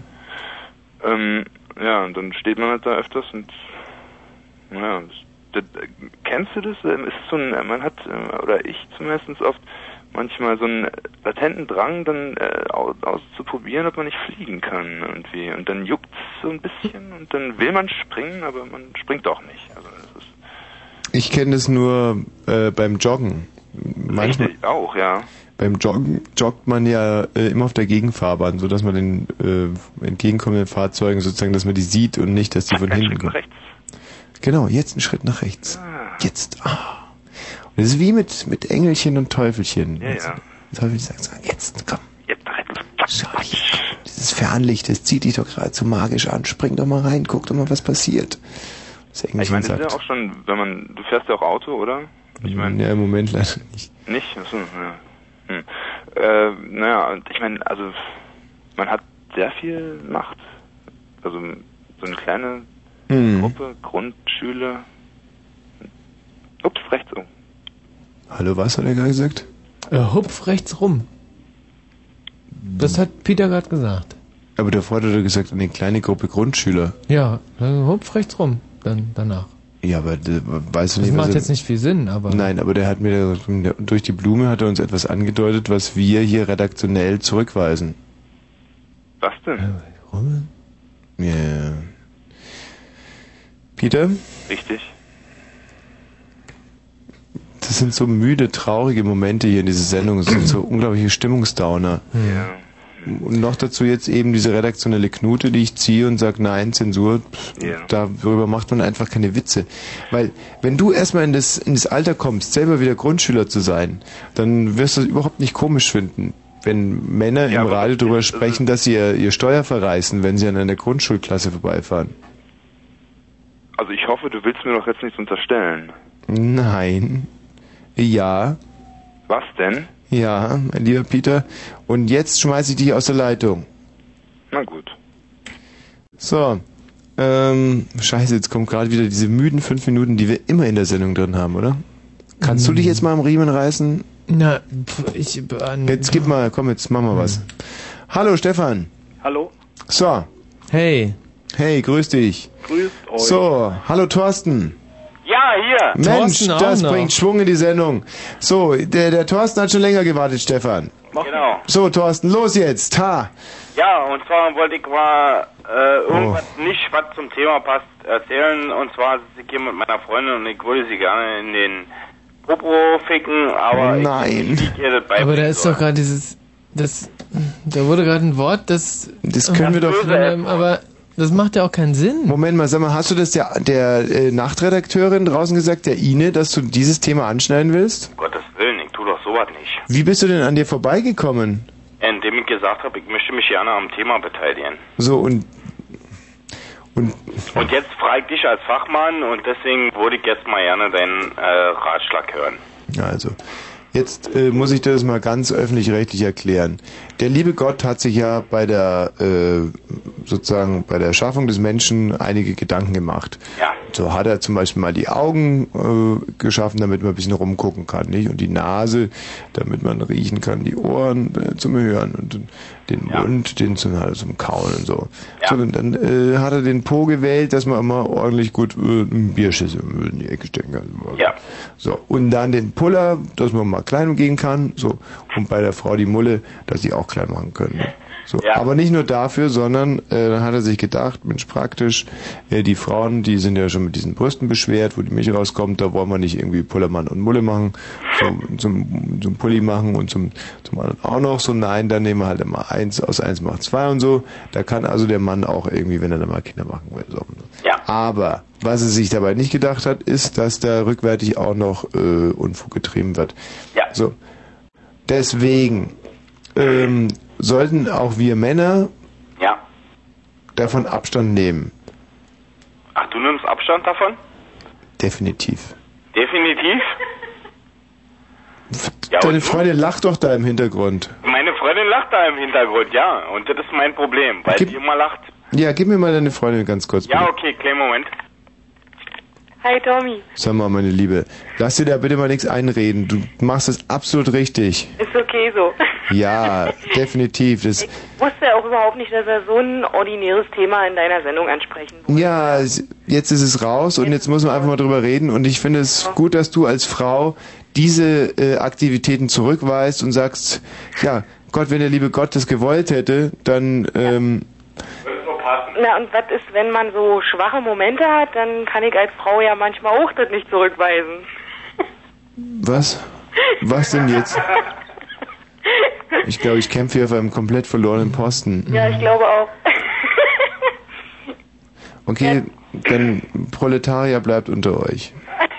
Ja, und dann steht man halt da öfters und naja, kennst du das? Ist so man hat, oder ich zumindest oft manchmal so einen latenten Drang, dann auszuprobieren, ob man nicht fliegen kann irgendwie. Und dann juckt's so ein bisschen und dann will man springen, aber man springt doch nicht. Also das ist ich kenne das nur beim Joggen. Manchmal richtig, auch, ja. Beim Joggen joggt man ja immer auf der Gegenfahrbahn, sodass man den entgegenkommenden Fahrzeugen sozusagen, dass man die sieht und nicht, dass die von hinten kommen. Rechts. Genau, jetzt einen Schritt nach rechts. Jetzt. Und das ist wie mit Engelchen und Teufelchen. Ja, ja. Teufel sagt so, jetzt, komm. Jetzt rechts. Schau hier. Dieses Fernlicht, das zieht dich doch gerade so magisch an. Spring doch mal rein, guck doch mal, was passiert. Das ich meine, das ist ja auch schon, wenn du fährst ja auch Auto, oder? Ich meine. Ja, im Moment leider nicht. Nicht? Achso, ja. Naja, und ich meine, also man hat sehr viel Macht. Also so eine kleine Gruppe, Grundschüler. Ups, rechts um. Hallo, was hat er gerade gesagt? Hupf rechts rum. Das hat Peter gerade gesagt. Aber davor hat er gesagt, eine kleine Gruppe Grundschüler. Ja, dann hupf rechts rum, dann danach. Ja, aber weißt du nicht, das macht jetzt nicht viel Sinn, aber... Nein, aber der hat mir durch die Blume hat er uns etwas angedeutet, was wir hier redaktionell zurückweisen. Was denn? Ja. Peter? Richtig. Das sind so müde, traurige Momente hier in dieser Sendung. Das sind so unglaubliche Stimmungsdowner. Ja. Und noch dazu jetzt eben diese redaktionelle Knute, die ich ziehe und sage, nein, Zensur, darüber macht man einfach keine Witze. Weil, wenn du erstmal in das Alter kommst, selber wieder Grundschüler zu sein, dann wirst du es überhaupt nicht komisch finden, wenn Männer im Radio darüber sprechen, dass sie ihr Steuer verreißen, wenn sie an einer Grundschulklasse vorbeifahren. Also ich hoffe, du willst mir doch jetzt nichts unterstellen. Nein. Ja. Was denn? Ja, mein lieber Peter. Und jetzt schmeiße ich dich aus der Leitung. Na gut. So. Scheiße, jetzt kommen gerade wieder diese müden 5 Minuten, die wir immer in der Sendung drin haben, oder? Kannst du dich jetzt mal am Riemen reißen? Na, jetzt gib mal, komm, jetzt machen wir was. Hallo, Stefan. Hallo. So. Hey. Hey, grüß dich. Grüßt euch. So, hallo Thorsten. Ja, hier. Mensch, das bringt Schwung in die Sendung. So, der Thorsten hat schon länger gewartet, Stefan. Genau. So, Thorsten, los jetzt. Ha. Ja, und zwar wollte ich mal irgendwas nicht, was zum Thema passt, erzählen. Und zwar sitze ich hier mit meiner Freundin und ich würde sie gerne in den Popo ficken, aber nein. ich ihr das aber da ist doch gerade da wurde gerade ein Wort, das können wir doch... aber... Das macht ja auch keinen Sinn. Moment mal, sag mal, hast du das der Nachtredakteurin draußen gesagt, der Ine, dass du dieses Thema anschneiden willst? Um Gottes Willen, ich tu doch sowas nicht. Wie bist du denn an dir vorbeigekommen? Indem ich gesagt habe, ich möchte mich gerne am Thema beteiligen. So, und jetzt frage ich dich als Fachmann und deswegen würde ich jetzt mal gerne deinen Ratschlag hören. Also, jetzt muss ich dir das mal ganz öffentlich-rechtlich erklären. Der liebe Gott hat sich ja bei der sozusagen bei der Erschaffung des Menschen einige Gedanken gemacht. Ja. So hat er zum Beispiel mal die Augen geschaffen, damit man ein bisschen rumgucken kann, nicht? Und die Nase, damit man riechen kann, die Ohren zum Hören und den Mund, den zum Kauen und so. Ja. So, und dann hat er den Po gewählt, dass man immer ordentlich gut einen Bierschüssel in die Ecke stecken kann. Ja. So, und dann den Puller, dass man mal klein umgehen kann, so. Und bei der Frau die Mulle, dass sie auch klein machen können. Ne? So, ja. Aber nicht nur dafür, sondern dann hat er sich gedacht, Mensch, praktisch, die Frauen, die sind ja schon mit diesen Brüsten beschwert, wo die Milch rauskommt, da wollen wir nicht irgendwie Pullermann und Mulle machen, zum Pulli machen und zum anderen auch noch so, nein, dann nehmen wir halt immer 1 aus 1 macht 2 und so. Da kann also der Mann auch irgendwie, wenn er dann mal Kinder machen will. So. Ja. Aber was er sich dabei nicht gedacht hat, ist, dass da rückwärtig auch noch Unfug getrieben wird. Ja. So. Deswegen sollten auch wir Männer davon Abstand nehmen. Du nimmst Abstand davon? Definitiv. Definitiv? Ja, Deine Freundin lacht doch da im Hintergrund. Meine Freundin lacht da im Hintergrund, ja. Und das ist mein Problem, weil sie immer lacht. Ja, gib mir mal deine Freundin ganz kurz. Ja, bitte. okay, kleinen Moment. Hi Tommy. Sag mal, meine Liebe, lass dir da bitte mal nichts einreden. Du machst es absolut richtig. Ist okay so. Ja, definitiv. Das, Ich wusste auch überhaupt nicht, dass er so ein ordinäres Thema in deiner Sendung ansprechen wollte. ja, jetzt ist es raus und jetzt muss man einfach mal drüber reden. Und ich finde es gut, dass du als Frau diese Aktivitäten zurückweist und sagst, ja, Gott, wenn der liebe Gott das gewollt hätte, dann... Na, und was ist, wenn man so schwache Momente hat, dann kann ich als Frau ja manchmal auch das nicht zurückweisen. Was? Was denn jetzt? Ich glaube, ich kämpfe hier auf einem komplett verlorenen Posten. Ja, ich glaube auch. Okay, dann Proletarier bleibt unter euch.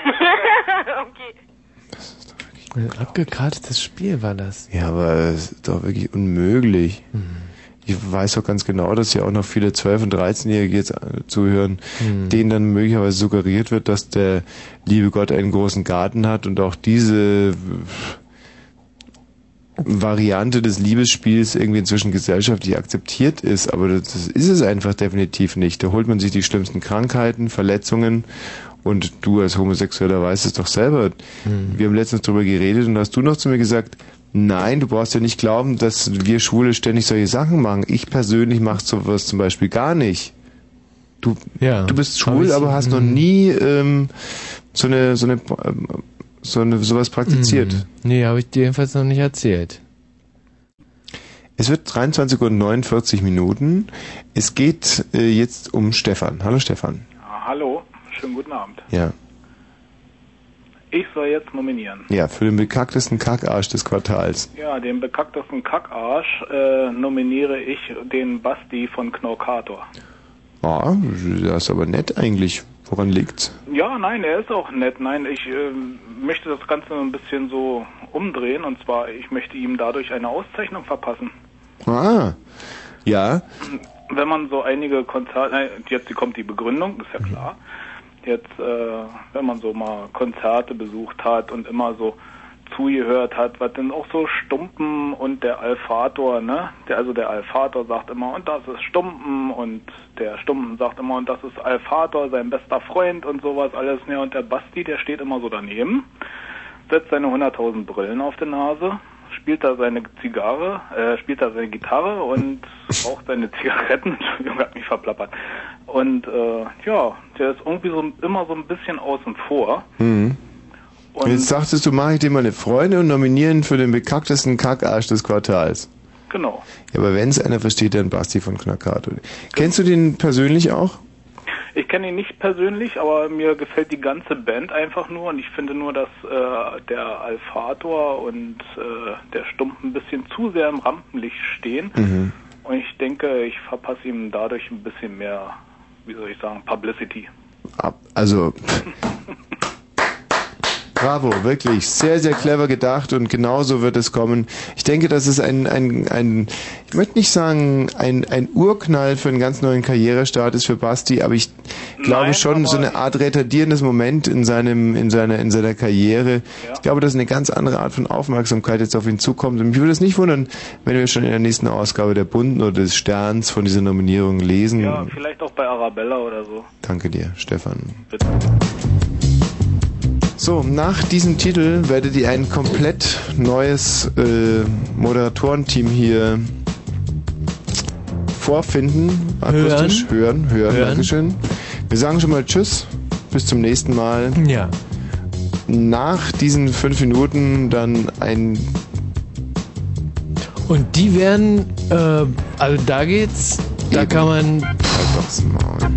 Ein abgekartetes Spiel war das. Ja, aber es ist doch wirklich unmöglich. Ich weiß doch ganz genau, dass ja auch noch viele 12- und 13-Jährige jetzt zuhören, denen dann möglicherweise suggeriert wird, dass der liebe Gott einen großen Garten hat und auch diese Variante des Liebesspiels irgendwie inzwischen gesellschaftlich akzeptiert ist. Aber das ist es einfach definitiv nicht. Da holt man sich die schlimmsten Krankheiten, Verletzungen. Und du als Homosexueller weißt es doch selber. Wir haben letztens drüber geredet und hast du noch zu mir gesagt, nein, du brauchst ja nicht glauben, dass wir Schwule ständig solche Sachen machen. Ich persönlich mache sowas zum Beispiel gar nicht. Du bist schwul, aber hast noch nie sowas praktiziert. Nee, habe ich dir jedenfalls noch nicht erzählt. Es wird 23:49 Uhr. Es geht jetzt um Stefan. Hallo Stefan. Hallo, schönen guten Abend. Ja. Ich soll jetzt nominieren. Ja, für den bekacktesten Kackarsch des Quartals. Ja, den bekacktesten Kackarsch nominiere ich den Basti von Knorkator. Ah, das ist aber nett eigentlich. Woran liegt's? Ja, nein, er ist auch nett. Nein, ich möchte das Ganze ein bisschen so umdrehen. Und zwar, ich möchte ihm dadurch eine Auszeichnung verpassen. Ah, ja. Wenn man so einige Konzerte, jetzt kommt die Begründung, ist ja klar. Jetzt, wenn man so mal Konzerte besucht hat und immer so zugehört hat, was denn auch so Stumpen und der Alfator, ne? Der Alfator sagt immer, und das ist Stumpen, und der Stumpen sagt immer, und das ist Alfator, sein bester Freund und sowas alles, ne? Und der Basti, der steht immer so daneben, setzt seine 100.000 Brillen auf die Nase, spielt da seine Zigarre, spielt da seine Gitarre und raucht seine Zigaretten. Entschuldigung, hat mich verplappert. Und ja, der ist irgendwie so immer so ein bisschen außen vor. Und jetzt sagtest du, mache ich dir mal eine Freude und nominiere ihn für den bekacktesten Kackarsch des Quartals. Genau. Ja, aber wenn es einer versteht, dann Basti von Knorkator. Kennst du den persönlich auch? Ich kenne ihn nicht persönlich, aber mir gefällt die ganze Band einfach nur, und ich finde nur, dass der Alfator und der Stump ein bisschen zu sehr im Rampenlicht stehen. Und ich denke, ich verpasse ihm dadurch ein bisschen mehr, wie soll ich sagen, Publicity. Also, bravo, wirklich, sehr, sehr clever gedacht, und genauso wird es kommen. Ich denke, das ist ich möchte nicht sagen, ein Urknall für einen ganz neuen Karrierestart ist für Basti, aber ich glaube schon, so eine Art retardierendes Moment in seiner Karriere. Ja. Ich glaube, dass eine ganz andere Art von Aufmerksamkeit jetzt auf ihn zukommt. Und mich würde es nicht wundern, wenn wir schon in der nächsten Ausgabe der Bunden oder des Sterns von dieser Nominierung lesen. Ja, vielleicht auch bei Arabella oder so. Danke dir, Stefan. Bitte. So, nach diesem Titel werdet ihr ein komplett neues Moderatorenteam hier vorfinden, akustisch hören, Dankeschön. Wir sagen schon mal Tschüss, bis zum nächsten Mal. Ja. Nach diesen 5 Minuten dann ein... Und die werden, also da geht's, da kann man... Halt doch's Maul.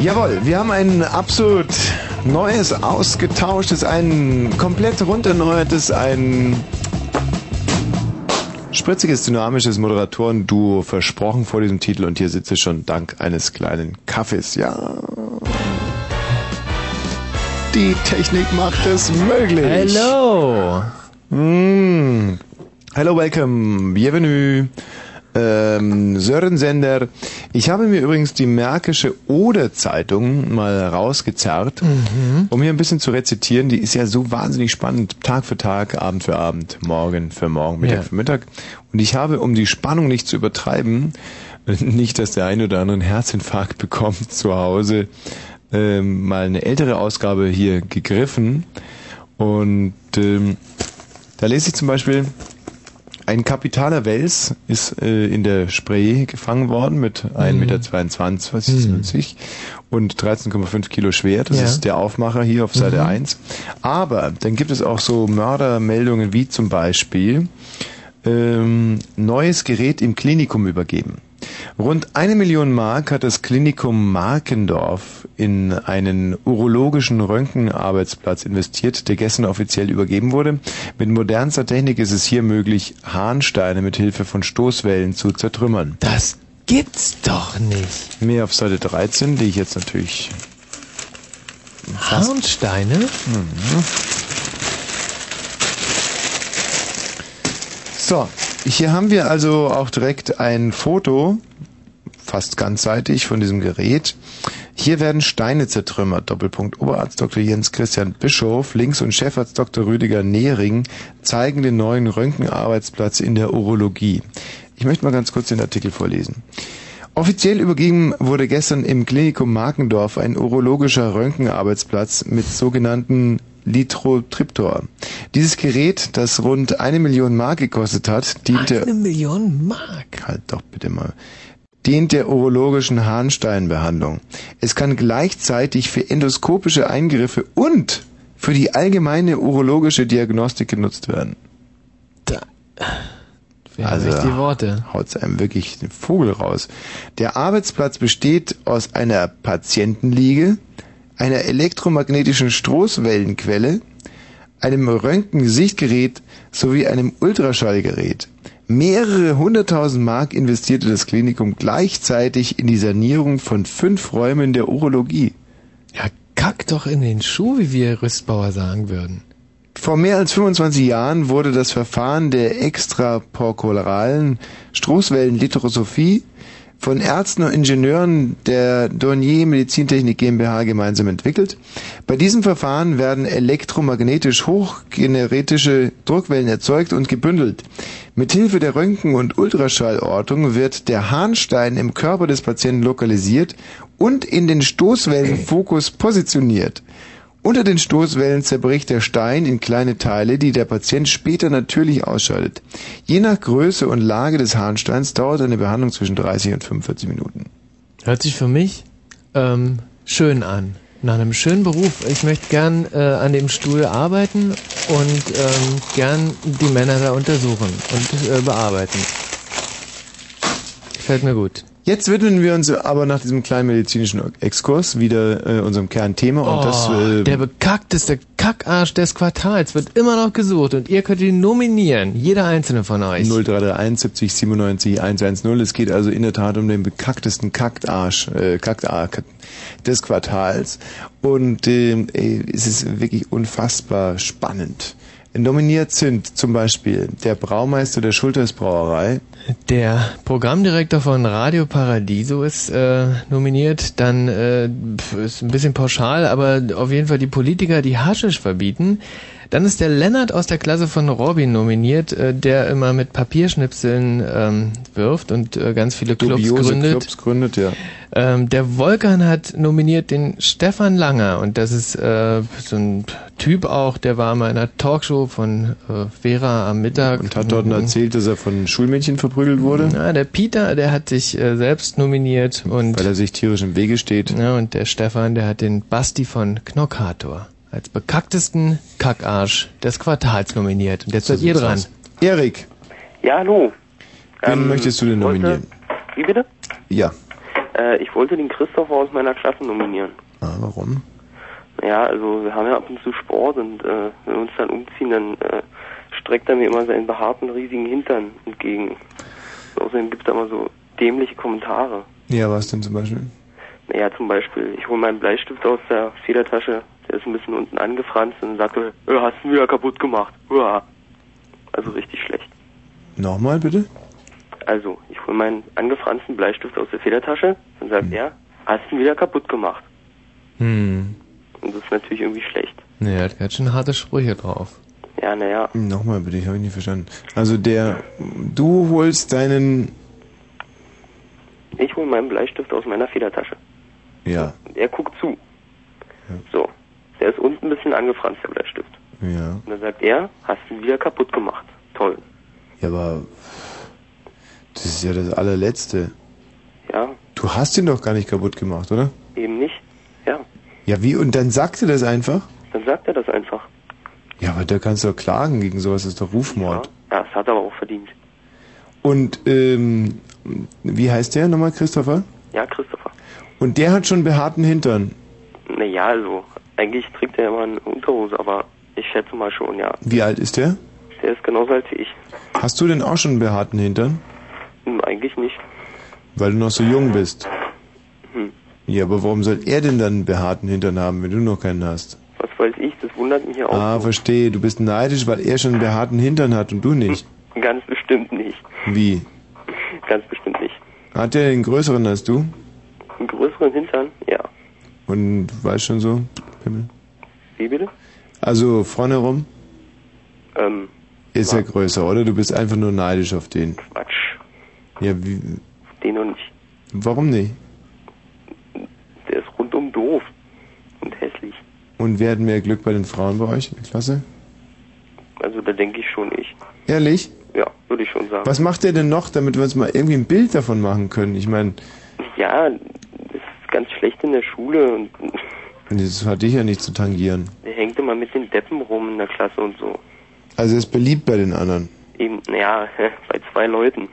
Jawohl, wir haben ein absolut neues, ausgetauschtes, ein komplett runderneuertes, ein spritziges, dynamisches Moderatoren-Duo versprochen vor diesem Titel und hier sitze ich schon dank eines kleinen Kaffees. Ja, die Technik macht es möglich. Hello. Hello, welcome, bienvenue. Sören Sender. Ich habe mir übrigens die Märkische Oder-Zeitung mal rausgezerrt, um hier ein bisschen zu rezitieren. Die ist ja so wahnsinnig spannend. Tag für Tag, Abend für Abend, Morgen für Morgen, Mittag für Mittag. Und ich habe, um die Spannung nicht zu übertreiben, nicht, dass der eine oder andere einen Herzinfarkt bekommt, zu Hause mal eine ältere Ausgabe hier gegriffen. Und da lese ich zum Beispiel: Ein kapitaler Wels ist in der Spree gefangen worden mit 1,22 Meter und 13,5 Kilo schwer. Das ist der Aufmacher hier auf Seite 1. Aber dann gibt es auch so Mördermeldungen wie zum Beispiel neues Gerät im Klinikum übergeben. Rund 1 Million Mark hat das Klinikum Markendorf in einen urologischen Röntgenarbeitsplatz investiert, der gestern offiziell übergeben wurde. Mit modernster Technik ist es hier möglich, Harnsteine mit Hilfe von Stoßwellen zu zertrümmern. Das gibt's doch nicht. Mehr auf Seite 13, die ich jetzt natürlich... Harnsteine? So, hier haben wir also auch direkt ein Foto, fast ganzseitig, von diesem Gerät. Hier werden Steine zertrümmert. Doppelpunkt Oberarzt Dr. Jens Christian Bischof, links und Chefarzt Dr. Rüdiger Nehring zeigen den neuen Röntgenarbeitsplatz in der Urologie. Ich möchte mal ganz kurz den Artikel vorlesen. Offiziell übergeben wurde gestern im Klinikum Markendorf ein urologischer Röntgenarbeitsplatz mit sogenannten Lithotriptor. Dieses Gerät, das rund 1 Million Mark gekostet hat, diente... 1 Million Mark? Halt doch bitte mal. Dient der urologischen Harnsteinbehandlung. Es kann gleichzeitig für endoskopische Eingriffe und für die allgemeine urologische Diagnostik genutzt werden. Also die Worte. Haut's einem wirklich den Vogel raus. Der Arbeitsplatz besteht aus einer Patientenliege, einer elektromagnetischen Stoßwellenquelle, einem Röntgensichtgerät sowie einem Ultraschallgerät. Mehrere 100.000 Mark investierte das Klinikum gleichzeitig in die Sanierung von 5 Räumen der Urologie. Ja, kack doch in den Schuh, wie wir Rüstbauer sagen würden. Vor mehr als 25 Jahren wurde das Verfahren der extraporkularen Stoßwellenlithotrophie von Ärzten und Ingenieuren der Dornier Medizintechnik GmbH gemeinsam entwickelt. Bei diesem Verfahren werden elektromagnetisch hochgeneretische Druckwellen erzeugt und gebündelt. Mithilfe der Röntgen- und Ultraschallortung wird der Harnstein im Körper des Patienten lokalisiert und in den Stoßwellenfokus positioniert. Unter den Stoßwellen zerbricht der Stein in kleine Teile, die der Patient später natürlich ausscheidet. Je nach Größe und Lage des Harnsteins dauert eine Behandlung zwischen 30 und 45 Minuten. Hört sich für mich schön an. Nach einem schönen Beruf. Ich möchte gern an dem Stuhl arbeiten und gern die Männer da untersuchen und bearbeiten. Gefällt mir gut. Jetzt widmen wir uns aber nach diesem kleinen medizinischen Exkurs wieder unserem Kernthema. Und der bekackteste Kackarsch des Quartals wird immer noch gesucht und ihr könnt ihn nominieren. Jeder einzelne von euch. 0331 70 97 110. Es geht also in der Tat um den bekacktesten Kackarsch des Quartals. Und es ist wirklich unfassbar spannend. Nominiert sind zum Beispiel der Braumeister der Schultheiß Brauerei. Der Programmdirektor von Radio Paradiso ist nominiert. Dann ist ein bisschen pauschal, aber auf jeden Fall die Politiker, die Haschisch verbieten. Dann ist der Lennart aus der Klasse von Robin nominiert, der immer mit Papierschnipseln wirft und ganz viele Clubs gründet. Ja. Der Volkan hat nominiert den Stefan Langer und das ist so ein Typ auch, der war mal in einer Talkshow von Vera am Mittag. Und hat dort erzählt, dass er von Schulmädchen verprügelt wurde? Ja, der Peter, der hat sich selbst nominiert. Und weil er sich tierisch im Wege steht. Ja, und der Stefan, der hat den Basti von Knockator als bekacktesten Kackarsch des Quartals nominiert. Und jetzt seid ihr dran. Erik. Ja, hallo. Wen möchtest du denn nominieren? Wie bitte? Ja. Ich wollte den Christopher aus meiner Klasse nominieren. Ah, warum? Ja, also wir haben ja ab und zu Sport und wenn wir uns dann umziehen, dann streckt er mir immer seinen behaarten, riesigen Hintern entgegen. Und außerdem gibt es da immer so dämliche Kommentare. Ja, was denn zum Beispiel? Naja, zum Beispiel, ich hole meinen Bleistift aus der Federtasche, der ist ein bisschen unten angefranst und dann sagt er, hast du ihn wieder kaputt gemacht. Uah. Also richtig schlecht. Nochmal bitte? Also, ich hole meinen angefransten Bleistift aus der Federtasche, dann sagt er, hast du ihn wieder kaputt gemacht. Hm. Und das ist natürlich irgendwie schlecht. Naja, er hat ganz schön harte Sprüche drauf. Ja, naja. Nochmal bitte, ich habe ihn nicht verstanden. Also du holst Ich hole meinen Bleistift aus meiner Federtasche. Ja. Er guckt zu. Ja. So. Der ist unten ein bisschen angefranst, der Bleistift. Ja. Und dann sagt er, hast du ihn wieder kaputt gemacht. Toll. Ja, aber das ist ja das allerletzte. Ja. Du hast ihn doch gar nicht kaputt gemacht, oder? Eben nicht. Ja. Ja, wie? Und dann sagt er das einfach? Dann sagt er das einfach. Ja, aber da kannst du doch klagen gegen sowas, das ist doch Rufmord. Ja, das hat er aber auch verdient. Und, wie heißt der nochmal, Christopher? Ja, Christopher. Und der hat schon behaarten Hintern? Naja, also, eigentlich trägt er immer eine Unterhose, aber ich schätze mal schon, ja. Wie alt ist der? Der ist genauso alt wie ich. Hast du denn auch schon einen behaarten Hintern? Eigentlich nicht. Weil du noch so jung bist. Hm. Ja, aber warum soll er denn dann einen behaarten Hintern haben, wenn du noch keinen hast? Was weiß ich, das wundert mich ja auch. Ah, verstehe. Du bist neidisch, weil er schon einen behaarten Hintern hat und du nicht. Ganz bestimmt nicht. Wie? Ganz bestimmt nicht. Hat er den größeren als du? Einen größeren Hintern? Ja. Und weißt schon so? Pimmel? Wie bitte? Also vorne rum? Ist er größer, oder? Du bist einfach nur neidisch auf den. Quatsch. Ja, wie? Den noch nicht. Warum nicht? Der ist rundum doof. Und hässlich. Und wer hat mehr Glück bei den Frauen bei euch in der Klasse? Also da denke ich schon ich. Ehrlich? Ja, würde ich schon sagen. Was macht der denn noch, damit wir uns mal irgendwie ein Bild davon machen können? Ich meine... Ja, das ist ganz schlecht in der Schule und... Das hat dich ja nicht zu tangieren. Der hängt immer mit den Deppen rum in der Klasse und so. Also er ist beliebt bei den anderen? Eben, naja, bei 2 Leuten.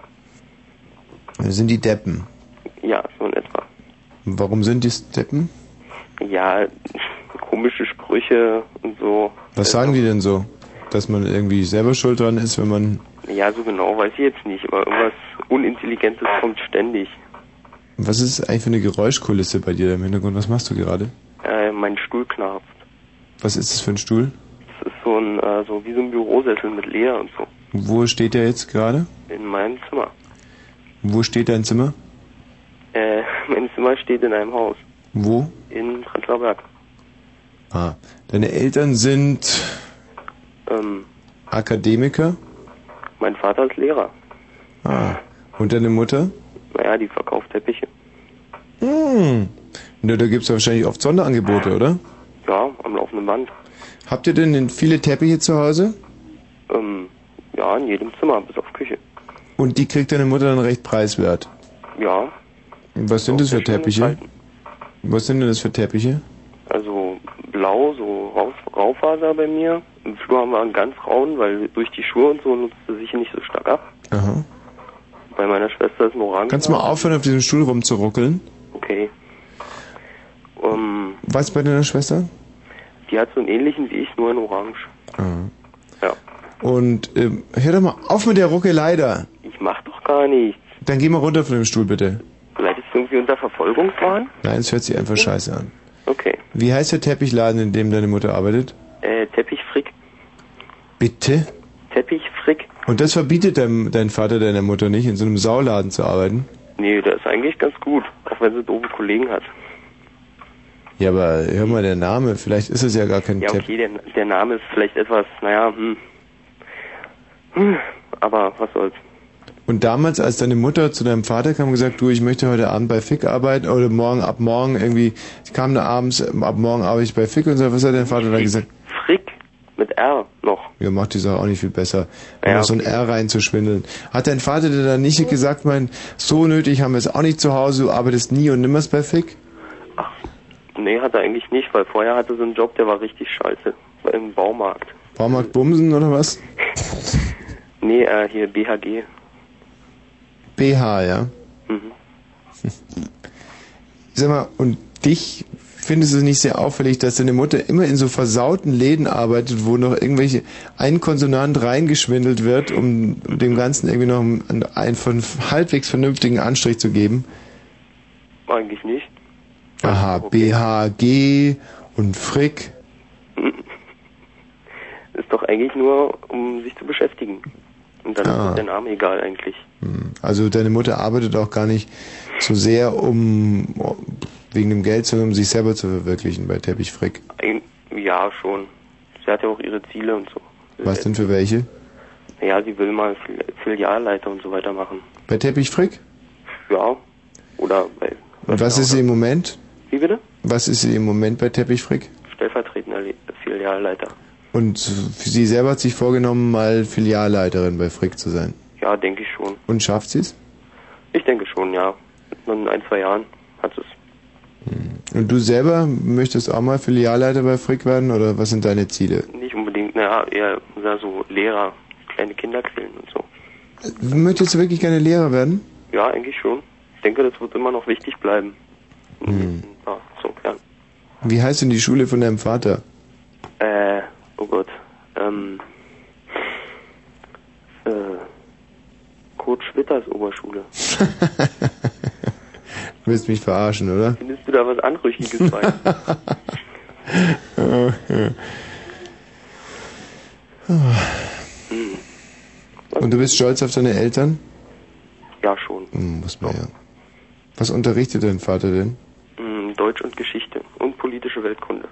Das sind die Deppen? Ja, so in etwa. Warum sind die Deppen? Ja, komische Sprüche und so. Was sagen die denn so? Dass man irgendwie selber schuld dran ist, wenn man... Ja, so genau weiß ich jetzt nicht, aber irgendwas Unintelligentes kommt ständig. Was ist eigentlich für eine Geräuschkulisse bei dir da im Hintergrund? Was machst du gerade? Mein Stuhl knarzt. Was ist das für ein Stuhl? Das ist so ein, so wie so ein Bürosessel mit Leder und so. Wo steht der jetzt gerade? In meinem Zimmer. Wo steht dein Zimmer? Mein Zimmer steht in einem Haus. Wo? In Prenzlauer Berg. Ah, deine Eltern sind Akademiker? Mein Vater ist Lehrer. Ah, und deine Mutter? Naja, die verkauft Teppiche. Na, da gibt's wahrscheinlich oft Sonderangebote, oder? Ja, am laufenden Band. Habt ihr denn viele Teppiche zu Hause? Ja, in jedem Zimmer, bis auf Küche. Und die kriegt deine Mutter dann recht preiswert? Ja. Und was sind das für Teppiche? Was sind denn das für Teppiche? Also blau, so Raufaser bei mir. Im Flur haben wir einen ganz rauen, weil durch die Schuhe und so nutzt er sich nicht so stark ab. Aha. Bei meiner Schwester ist ein Orange. Kannst du mal aufhören, auf diesem Stuhl rumzuruckeln? Okay. Was bei deiner Schwester? Die hat so einen ähnlichen wie ich, nur in Orange. Aha. Ja. Und hör doch mal auf mit der Ruckelei da. Ich mach doch gar nichts. Dann geh mal runter von dem Stuhl, bitte. Vielleicht ist es irgendwie unter Verfolgungswahn? Nein, es hört sich einfach scheiße an. Okay. Wie heißt der Teppichladen, in dem deine Mutter arbeitet? Teppichfrick. Bitte? Teppichfrick. Und das verbietet dein Vater deiner Mutter nicht, in so einem Sauladen zu arbeiten? Nee, der ist eigentlich ganz gut, auch wenn sie doofe Kollegen hat. Ja, aber hör mal, der Name, vielleicht ist es ja gar kein Ja, okay, der Name ist vielleicht etwas, naja, aber was soll's. Und damals, als deine Mutter zu deinem Vater kam und gesagt, du, ich möchte heute Abend bei Fick arbeiten, oder ab morgen irgendwie, ich kam da abends, ab morgen arbeite ich bei Fick und so, was hat dein Vater dann gesagt? Frick, mit R noch. Ja, macht die Sache auch nicht viel besser, um Ja, so ein R reinzuschwindeln. Hat dein Vater dir dann nicht gesagt, so nötig haben wir es auch nicht zu Hause, du arbeitest nie und nimmer's bei Fick? Nee, hat er eigentlich nicht, weil vorher hatte so einen Job, der war richtig scheiße. War im Baumarkt. Baumarkt Bumsen oder was? Nee, hier BHG. BH, ja? Mhm. Sag mal, und dich findest du es nicht sehr auffällig, dass deine Mutter immer in so versauten Läden arbeitet, wo noch ein Konsonant reingeschwindelt wird, um dem Ganzen irgendwie noch einen halbwegs vernünftigen Anstrich zu geben? Eigentlich nicht. Aha, BHG und Frick. Ist doch eigentlich nur, um sich zu beschäftigen. Und dann ist der Name egal eigentlich. Also deine Mutter arbeitet auch gar nicht so sehr wegen dem Geld, sondern um sich selber zu verwirklichen bei Teppich Frick. Ja, schon. Sie hat ja auch ihre Ziele und so. Was denn für welche? Ja, sie will mal Filialleiter und so weiter machen. Bei Teppich Frick? Ja. Oder bei... Und was ist sie im Moment? Wie bitte? Was ist sie im Moment bei Teppich Frick? Stellvertretender Filialleiter. Und sie selber hat sich vorgenommen, mal Filialleiterin bei Frick zu sein? Ja, denke ich schon. Und schafft sie es? Ich denke schon, ja. In 1-2 Jahren hat sie es. Und du selber möchtest auch mal Filialleiter bei Frick werden, oder was sind deine Ziele? Nicht unbedingt, eher so Lehrer, kleine Kinder quälen und so. Möchtest du wirklich gerne Lehrer werden? Ja, eigentlich schon. Ich denke, das wird immer noch wichtig bleiben. Ja, so, ja. Wie heißt denn die Schule von deinem Vater? Oh Gott, Kurt Schwitters Oberschule. Du willst mich verarschen, oder? Findest du da was Anrüchiges bei? Und du bist stolz auf deine Eltern? Ja, schon. Muss man ja. Was unterrichtet dein Vater denn? Deutsch und Geschichte und politische Weltkunde.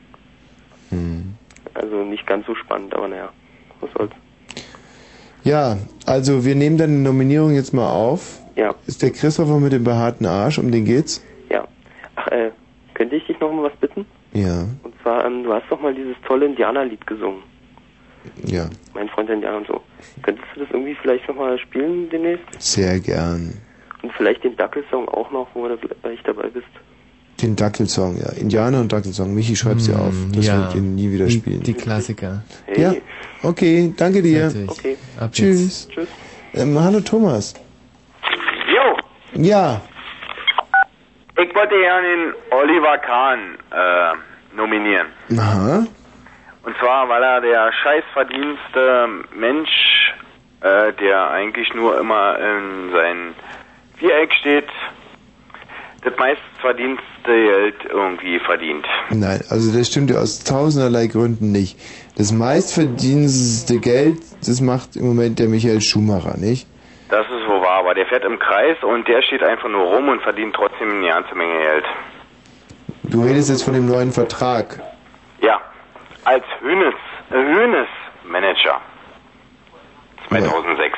Also nicht ganz so spannend, aber naja, was soll's. Ja, also wir nehmen deine Nominierung jetzt mal auf. Ja. Ist der Christopher mit dem behaarten Arsch, um den geht's? Ja. Ach, könnte ich dich noch mal was bitten? Ja. Und zwar, du hast doch mal dieses tolle Indianerlied gesungen. Ja. Mein Freund der Indianer und so. Könntest du das irgendwie vielleicht noch mal spielen demnächst? Sehr gern. Und vielleicht den Dackelsong auch noch, wo du gleich dabei bist. Den Dackelsong, ja. Indianer und Dackelsong. Michi, schreib's dir auf. Das wird ihn nie wieder spielen. Die Klassiker. Hey. Ja, okay, danke dir. Okay. Tschüss. Tschüss. Hallo Thomas. Jo, Ja. ich wollte gerne den Oliver Kahn nominieren. Aha. Und zwar, weil er der scheißverdienste Mensch, der eigentlich nur immer in sein Viereck steht, das meistverdienste Geld irgendwie verdient. Nein, also das stimmt ja aus tausenderlei Gründen nicht. Das meistverdienste Geld, das macht im Moment der Michael Schumacher, nicht? Das ist wohl wahr, aber der fährt im Kreis und der steht einfach nur rum und verdient trotzdem eine ganze Menge Geld. Du redest jetzt von dem neuen Vertrag. Ja, als Hönes-Manager 2006.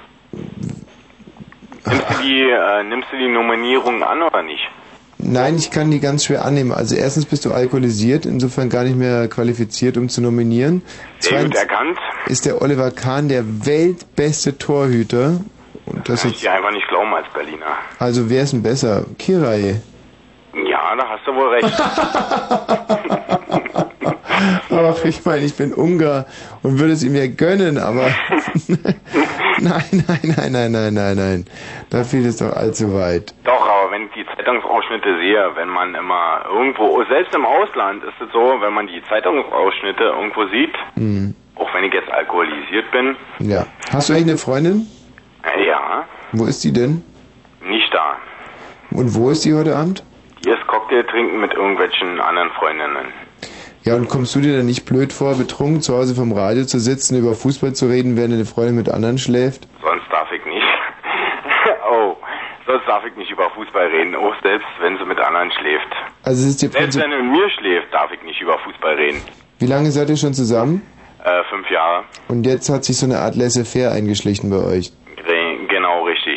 Nimmst du die Nominierung an oder nicht? Nein, ich kann die ganz schwer annehmen. Also erstens bist du alkoholisiert, insofern gar nicht mehr qualifiziert, um zu nominieren. Sehr gut erkannt. Ist der Oliver Kahn der weltbeste Torhüter. Und das kann ich dir einfach nicht glauben als Berliner. Also wer ist denn besser? Kirai. Ja, da hast du wohl recht. Ach, ich meine, ich bin Ungar und würde es ihm ja gönnen, aber nein. Da fiel es doch allzu weit. Doch, aber wenn ich die Zeitungsausschnitte sehe, wenn man immer irgendwo, selbst im Ausland ist es so, wenn man die Zeitungsausschnitte irgendwo sieht, auch wenn ich jetzt alkoholisiert bin. Ja. Hast du eigentlich eine Freundin? Ja. Wo ist die denn? Nicht da. Und wo ist die heute Abend? Die ist Cocktail trinken mit irgendwelchen anderen Freundinnen. Ja, und kommst du dir dann nicht blöd vor, betrunken zu Hause vom Radio zu sitzen, über Fußball zu reden, während deine Freundin mit anderen schläft? Sonst darf ich nicht. Sonst darf ich nicht über Fußball reden, auch selbst wenn sie mit anderen schläft. Also ist dir selbst wenn sie mit mir schläft, darf ich nicht über Fußball reden. Wie lange seid ihr schon zusammen? 5 Jahre. Und jetzt hat sich so eine Art Laissez-faire eingeschlichen bei euch? Genau, richtig.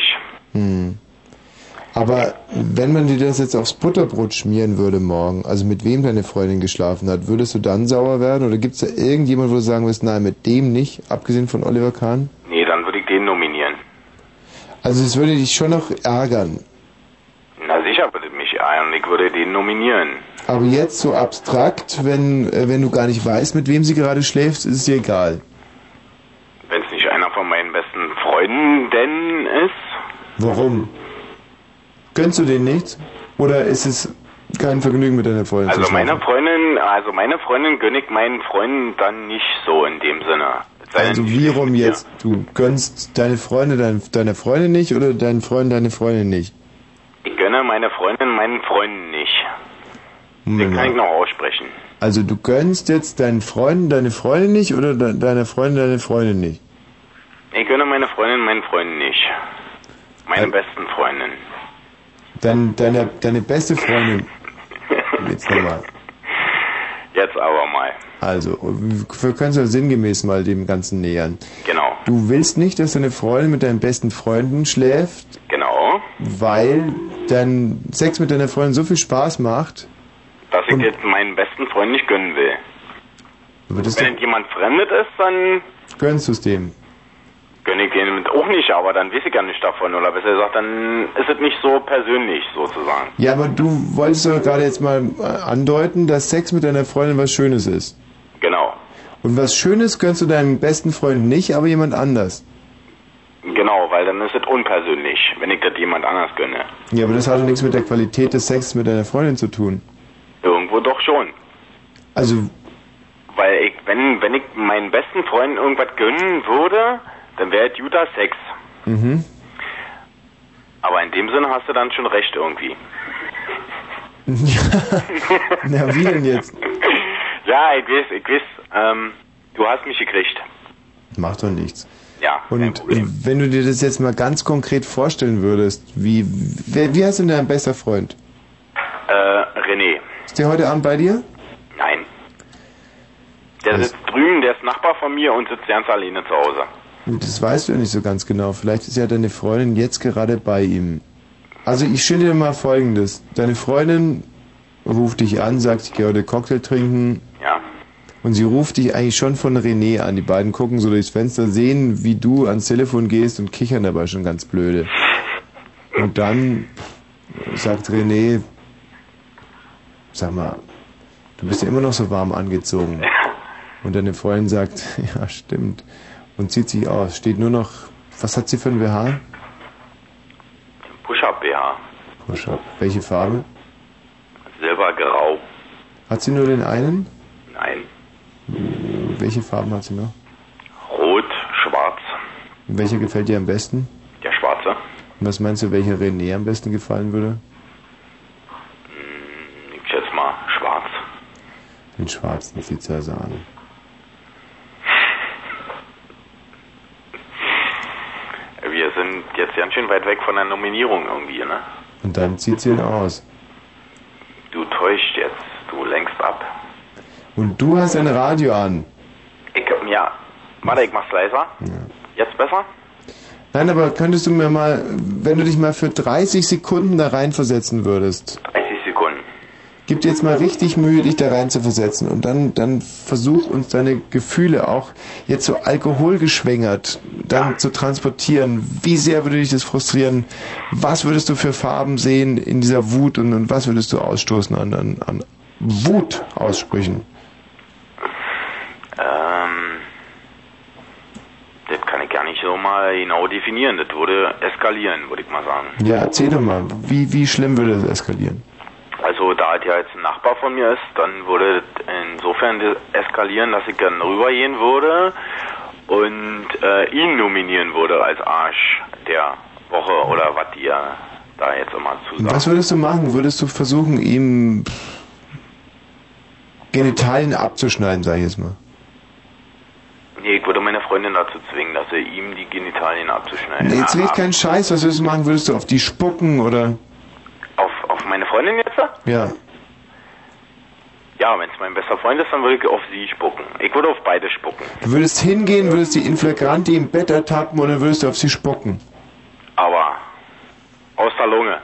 Aber wenn man dir das jetzt aufs Butterbrot schmieren würde morgen, also mit wem deine Freundin geschlafen hat, würdest du dann sauer werden? Oder gibt es da irgendjemand, wo du sagen würdest, nein, mit dem nicht, abgesehen von Oliver Kahn? Nee, dann würde ich den nominieren. Also es würde dich schon noch ärgern? Na sicher würde mich ärgern, ich würde den nominieren. Aber jetzt so abstrakt, wenn du gar nicht weißt, mit wem sie gerade schläft, ist es dir egal? Wenn es nicht einer von meinen besten Freunden ist. Warum? gönnst du denen nichts? Oder ist es kein Vergnügen mit deiner Freundin zu Also schlafen? meine Freundin gönne ich meinen Freunden dann nicht so in dem Sinne. Also wie rum jetzt? Du gönnst deine Freunde deiner Freundin nicht oder deinen Freunden deine Freundin nicht? Ich gönne meine Freundin meinen Freunden nicht. Moment Den kann mal. ich noch aussprechen. Also du gönnst jetzt deinen Freunden deine Freundin nicht oder deiner Freundin deine Freundin nicht? Ich gönne meine Freundin meinen Freunden nicht. Meine besten Freundin. Deine beste Freundin. Jetzt nochmal. Jetzt aber mal. Also, wir können uns ja sinngemäß mal dem Ganzen nähern. Genau. Du willst nicht, dass deine Freundin mit deinen besten Freunden schläft, Genau. weil dein Sex mit deiner Freundin so viel Spaß macht. Dass ich jetzt meinen besten Freund nicht gönnen will. Aber das Wenn jemand Fremdet ist, dann gönnst du es dem. gönne ich den auch nicht, aber dann weiß ich ja nicht davon. Oder besser gesagt, dann ist es nicht so persönlich, sozusagen. Ja, aber du wolltest doch gerade jetzt mal andeuten, dass Sex mit deiner Freundin was Schönes ist. Genau. Und was Schönes gönnst du deinem besten Freund nicht, aber jemand anders. Genau, weil dann ist es unpersönlich, wenn ich das jemand anders gönne. Ja, aber das hat doch nichts mit der Qualität des Sexes mit deiner Freundin zu tun. Irgendwo doch schon. Also, Weil ich, wenn ich meinen besten Freunden irgendwas gönnen würde, dann wäre es guter Sex. Aber in dem Sinne hast du dann schon recht irgendwie. Na, wie denn jetzt? Ja, ich weiß, du hast mich gekriegt. Macht doch nichts. Ja, Und wenn du dir das jetzt mal ganz konkret vorstellen würdest, wie heißt denn dein bester Freund? René. Ist der heute Abend bei dir? Nein. Der sitzt drüben, der ist Nachbar von mir und sitzt ganz alleine zu Hause. Das weißt du ja nicht so ganz genau. Vielleicht ist ja deine Freundin jetzt gerade bei ihm. Also ich schilder dir mal Folgendes. Deine Freundin ruft dich an, sagt, ich gehe heute Cocktail trinken. Ja. Und sie ruft dich eigentlich schon von René an. Die beiden gucken so durchs Fenster, sehen, wie du ans Telefon gehst und kichern dabei schon ganz blöde. Und dann sagt René, sag mal, du bist ja immer noch so warm angezogen. Und deine Freundin sagt, ja, stimmt. Und zieht sich aus. Steht nur noch, was hat sie für ein BH? Push-Up BH. Push-Up. Welche Farbe? Silbergrau. Hat sie nur den einen? Nein. Welche Farben hat sie noch? Rot, schwarz. Und welcher gefällt dir am besten? Der schwarze. Und was meinst du, welcher René am besten gefallen würde? Ich schätze mal schwarz. Den schwarzen zieht sie also an. Wir sind jetzt ganz schön weit weg von der Nominierung irgendwie, ne? Und dann zieht sie ihn aus. Du täuscht jetzt. Du lenkst ab. Und du hast ein Radio an. Ja. Warte, ich mach's leiser. Ja. Jetzt besser? Nein, aber könntest du mir mal, wenn du dich mal für 30 Sekunden da reinversetzen würdest. 30 Sekunden. Gib dir jetzt mal richtig Mühe, dich da rein zu versetzen. Und dann versuch uns deine Gefühle auch jetzt so alkoholgeschwängert dann zu transportieren. Wie sehr würde dich das frustrieren? Was würdest du für Farben sehen in dieser Wut und was würdest du ausstoßen an Wutaussprüchen? Das kann ich gar nicht so mal genau definieren. Das würde eskalieren, würde ich mal sagen. Ja, erzähl doch mal. Wie schlimm würde das eskalieren? Also da es ja jetzt ein Nachbar von mir ist, dann würde das insofern eskalieren, dass ich dann rübergehen würde und ihn nominieren würde als Arsch der Woche oder was ihr da jetzt immer zu sagen. Was würdest du machen? Würdest du versuchen, ihm Genitalien abzuschneiden, sag ich jetzt mal? Nee, ich würde meine Freundin dazu zwingen, dass er ihm die Genitalien abzuschneiden. Nee, jetzt red keinen Scheiß. Was würdest du machen? Würdest du auf die spucken oder? Auf meine Freundin jetzt? Ja. Ja, wenn es mein bester Freund ist, dann würde ich auf sie spucken. Ich würde auf beide spucken. Du würdest hingehen, würdest die in flagranti im Bett ertappen und dann würdest du auf sie spucken. Aber aus der Lunge.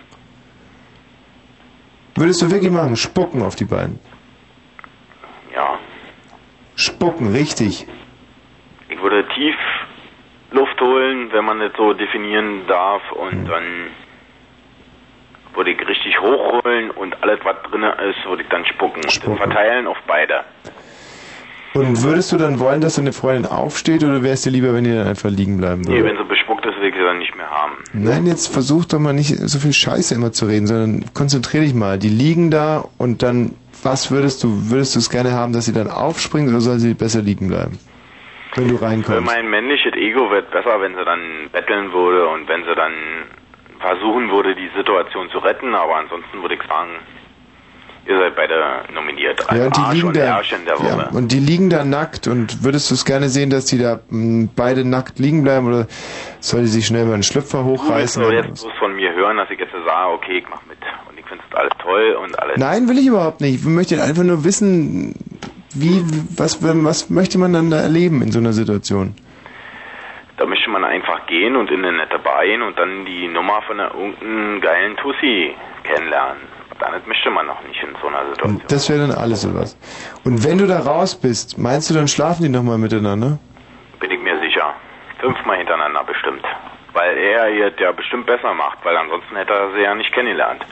Würdest du wirklich machen? Spucken auf die beiden? Ja. Spucken, richtig. Ich würde tief Luft holen, wenn man das so definieren darf, und dann würde ich richtig hochholen und alles, was drin ist, würde ich dann spucken. Und das verteilen auf beide. Und würdest du dann wollen, dass deine Freundin aufsteht, oder wär's dir lieber, wenn die dann einfach liegen bleiben würde? Nee, wenn sie bespuckt genug, das will ich dann nicht mehr haben. Nein, jetzt versuch doch mal nicht so viel Scheiße immer zu reden, sondern konzentrier dich mal. Die liegen da und dann, was würdest du es gerne haben, dass sie dann aufspringen oder soll sie besser liegen bleiben? Wenn du reinkommst. Mein männliches Ego wird besser, wenn sie dann betteln würde und wenn sie dann versuchen würde, die Situation zu retten, aber ansonsten würde ich sagen, ihr seid beide nominiert. Ja, und die Arsch liegen und da, Ärsch in der Woche. ja, und die liegen da nackt und würdest du es gerne sehen, dass die da beide nackt liegen bleiben oder soll die sich schnell mal einen Schlüpfer hochreißen? Du willst jetzt bloß von mir hören, dass ich jetzt sage, okay, ich mach mit und ich finde das alles toll und alles. Nein, will ich überhaupt nicht. Ich möchte einfach nur wissen, was möchte man dann da erleben in so einer Situation? Da möchte man einfach gehen und in eine nette Bar gehen und dann die Nummer von irgendeinem geilen Tussi kennenlernen. Das möchte man noch nicht in so einer Situation. Und das wäre dann alles sowas. Und wenn du da raus bist, meinst du, dann schlafen die nochmal miteinander? Bin ich mir sicher. 5-mal hintereinander bestimmt. Weil er hier der bestimmt besser macht, weil ansonsten hätte er sie ja nicht kennengelernt.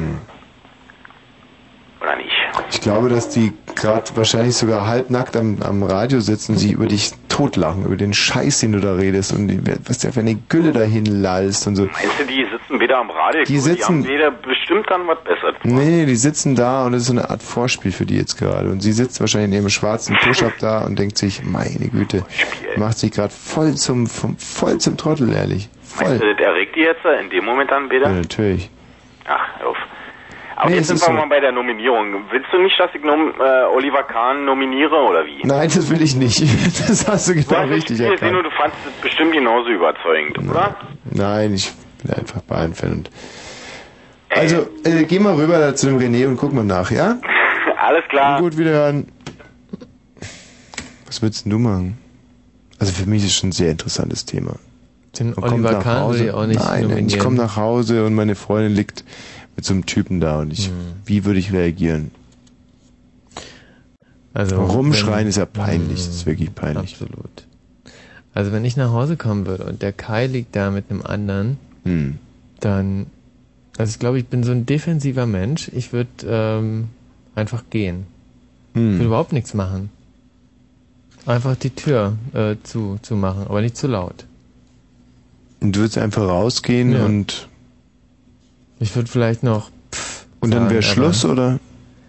Oder nicht? Ich glaube, dass die gerade wahrscheinlich sogar halbnackt am Radio sitzen, sie über dich totlachen, über den Scheiß, den du da redest und was der für eine Gülle dahin lallst und so. Meinst du, die sitzen wieder am Radio? Die sitzen- Die haben wieder bestimmt dann was Besseres. Nee, die sitzen da und das ist so eine Art Vorspiel für die jetzt gerade. Und sie sitzt wahrscheinlich in ihrem schwarzen Push-Up da und denkt sich, meine Güte, macht sich gerade voll zum Trottel, ehrlich. Meinst du, das erregt die jetzt in dem Moment dann wieder? Ja, natürlich. Ach, hör auf. Aber Nee, jetzt es sind ist wir so. mal bei der Nominierung. Willst du nicht, dass ich Oliver Kahn nominiere oder wie? Nein, das will ich nicht. Das hast du genau richtig Ich gesehen erkannt. und du fandst es bestimmt genauso überzeugend, oder? Nein, ich bin einfach Bayern-Fan. Und also, geh mal rüber da zu dem René und guck mal nach, ja? Alles klar. Gut, wiederhören. Was würdest denn du machen? Also für mich ist es schon ein sehr interessantes Thema. Den Man kommt Oliver nach Kahn Hause. würde ich auch nicht Nein, ich nominieren. komme nach Hause und meine Freundin liegt mit so einem Typen da und wie würde ich reagieren? Also Rumschreien wenn- ist ja peinlich, das ist wirklich peinlich. Absolut. Also wenn ich nach Hause kommen würde und der Kai liegt da mit einem anderen, dann, also ich glaube, ich bin so ein defensiver Mensch, ich würde einfach gehen. Ich würde überhaupt nichts machen. Einfach die Tür zu machen, aber nicht zu laut. Und du würdest einfach rausgehen Ja. und Ich würde vielleicht noch und dann wäre sagen, Schluss, aber- oder?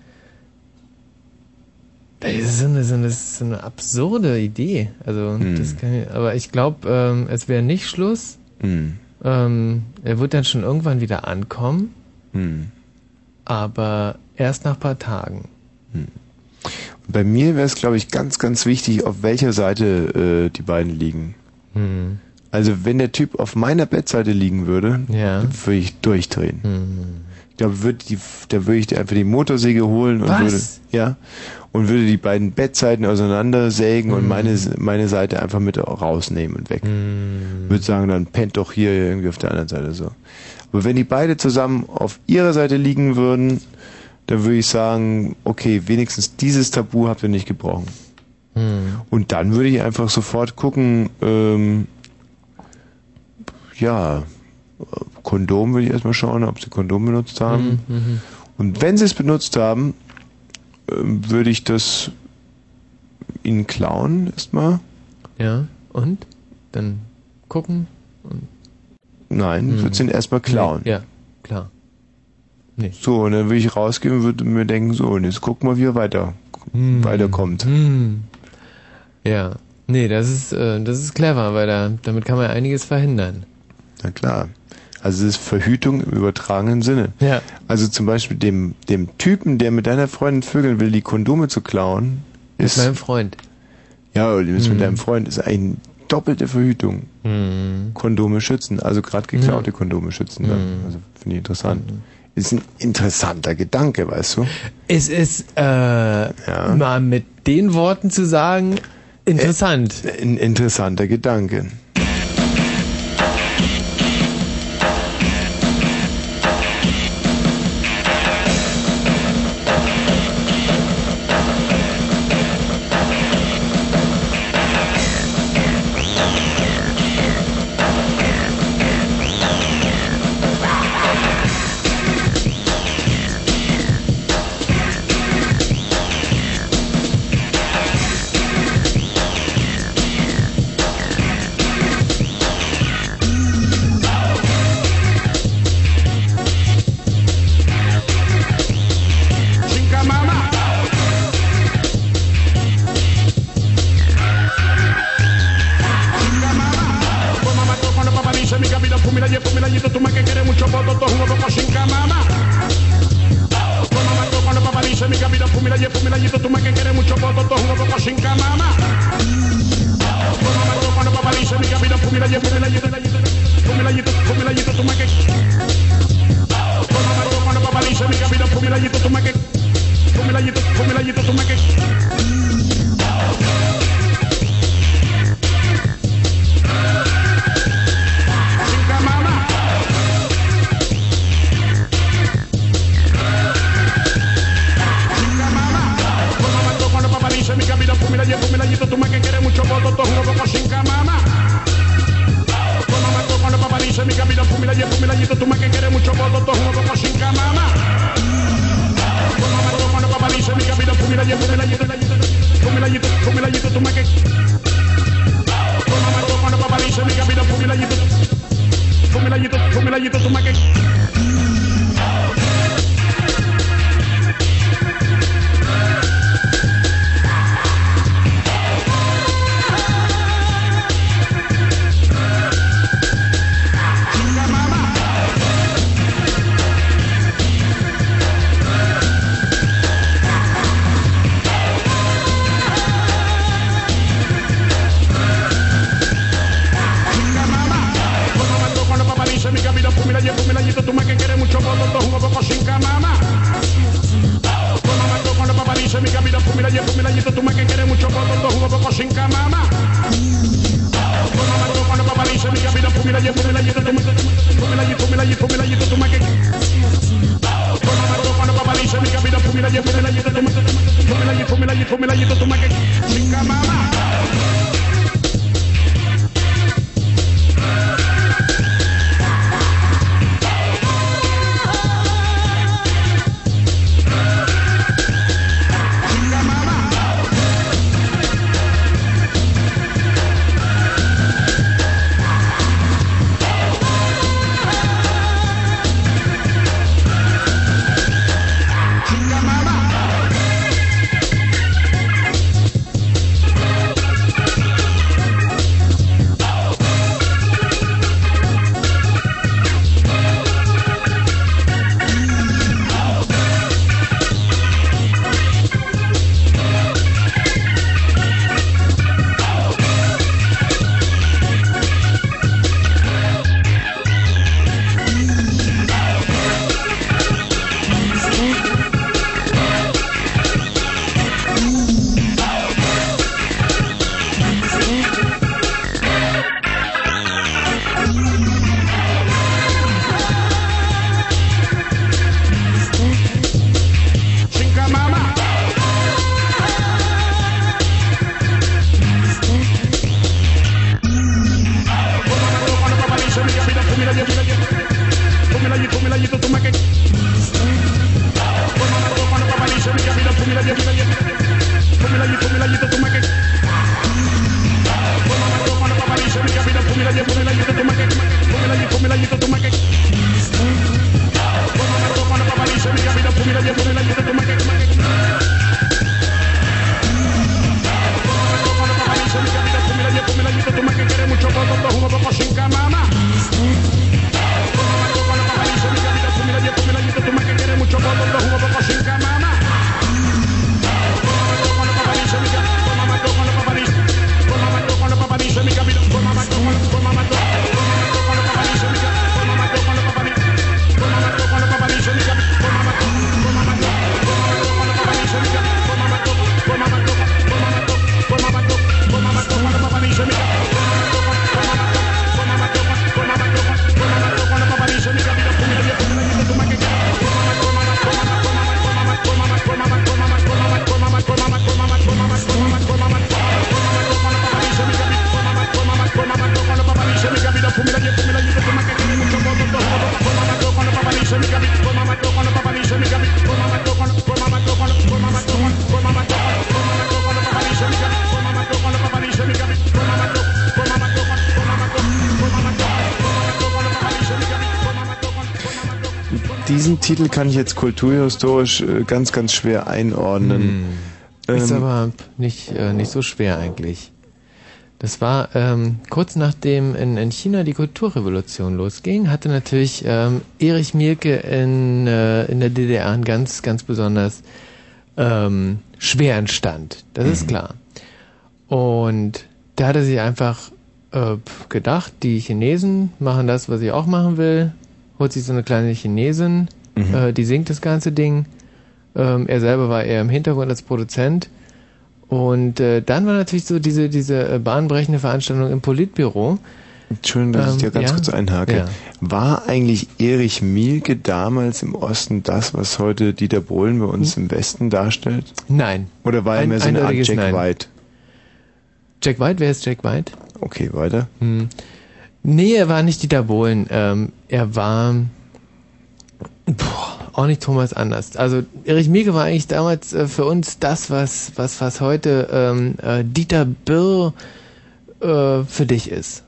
Das ist so eine absurde Idee. Also, das kann ich, aber ich glaube, es wäre nicht Schluss. Er wird dann schon irgendwann wieder ankommen, aber erst nach ein paar Tagen. Bei mir wäre es, glaube ich, ganz, ganz wichtig, auf welcher Seite die beiden liegen. Also wenn der Typ auf meiner Bettseite liegen würde, dann würde ich durchdrehen. Ich glaube, da würde ich einfach die Motorsäge holen und würde die beiden Bettseiten auseinandersägen und meine Seite einfach mit rausnehmen und weg. Würde sagen, dann pennt doch hier irgendwie auf der anderen Seite so. Aber wenn die beide zusammen auf ihrer Seite liegen würden, dann würde ich sagen, okay, wenigstens dieses Tabu habt ihr nicht gebrochen. Und dann würde ich einfach sofort gucken, Kondom würde ich erstmal schauen, ob sie Kondom benutzt haben. Und wenn sie es benutzt haben, würde ich das ihnen klauen erstmal. Ja, und? Dann gucken? Und Nein, würde es ihnen erstmal klauen. Ja, klar. Nee. So, und dann würde ich rausgehen und würde mir denken, so, und jetzt gucken wir, wie er weiterkommt. Ja. Nee, das ist clever, weil damit kann man ja einiges verhindern. Na klar. Also es ist Verhütung im übertragenen Sinne. Ja. Also zum Beispiel dem Typen, der mit deiner Freundin vögeln will, die Kondome zu klauen, Mit meinem Freund. Ja, oder mit deinem Freund ist eine doppelte Verhütung. Kondome schützen, also gerade geklaute Kondome schützen. Dann. Also finde ich interessant. Ist ein interessanter Gedanke, weißt du? Es ist, mal mit den Worten zu sagen, interessant. Ein interessanter Gedanke. fumilayito, tú me que quieres mucho voto, todo un poco sin camama. Cuando papá dice mi camino, fumilayito, tú me que... Cuando papá dice mi camino, fumilayito, tú me que... Fumilayito, tú me que... Sin camama. Cuando papá dice mi camino, fumilayito, tú me que quieres mucho voto, todo un poco sin camama. Cuando papá dice mi camino, fumilayito, tú me que quieres mucho voto, todo un poco sin camama. Cuando papá dice mi camino, fumilayito, tú me que... Cuando papá dice mi camino, fumilayito, tú me que... Fumilayito, tú me que quieres mucho voto, todo un poco sin camama. Cuando papá dice mi camino, fumilayito, tú me que quieres mucho voto, todo un poco sin camama. Cuando papá dice mi camino, fumilayito, tú me que... Cuando papá dice mi camino, fumilayito, tú me que... Sin camama. Diesen Titel kann ich jetzt kulturhistorisch ganz, ganz schwer einordnen. Ist aber nicht so schwer eigentlich. Das war kurz nachdem in China die Kulturrevolution losging, hatte natürlich Erich Mielke in der DDR ein ganz, ganz besonders schweren Stand. Das ist klar. Und da hat er sich einfach gedacht, die Chinesen machen das, was ich auch machen will, holt sich so eine kleine Chinesin, die singt das ganze Ding. Er selber war eher im Hintergrund als Produzent. Und dann war natürlich so diese bahnbrechende Veranstaltung im Politbüro. Entschuldigung, dass ich dir ganz kurz einhake. Ja. War eigentlich Erich Mielke damals im Osten das, was heute Dieter Bohlen bei uns im Westen darstellt? Nein. Oder war er mehr so eine Art Jack Nein. White? Jack White, wer ist Jack White? Okay, weiter. Nee, er war nicht Dieter Bohlen. Er war auch nicht Thomas Anders. Also Erich Mielke war eigentlich damals für uns das, was heute Dieter Birr für dich ist.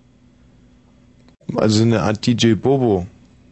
Also so eine Art DJ Bobo.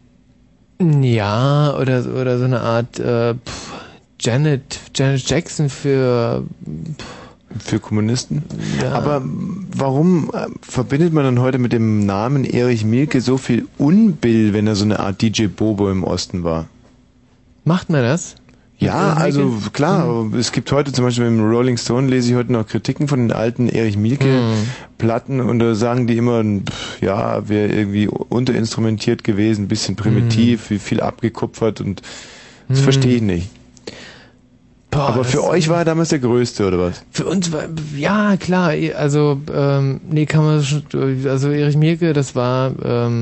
Ja, oder so eine Art Janet Jackson für Kommunisten? Ja. Aber warum verbindet man dann heute mit dem Namen Erich Mielke so viel Unbill, wenn er so eine Art DJ Bobo im Osten war? Macht man das? Ja, also klar, es gibt heute zum Beispiel im Rolling Stone, lese ich heute noch Kritiken von den alten Erich Mielke-Platten und da sagen die immer, ja, wäre irgendwie unterinstrumentiert gewesen, ein bisschen primitiv, wie viel abgekupfert und das verstehe ich nicht. Boah, aber für euch war er damals der Größte, oder was? Für uns war, ja, klar, also, nee, kann man schon, also Erich Mielke, das war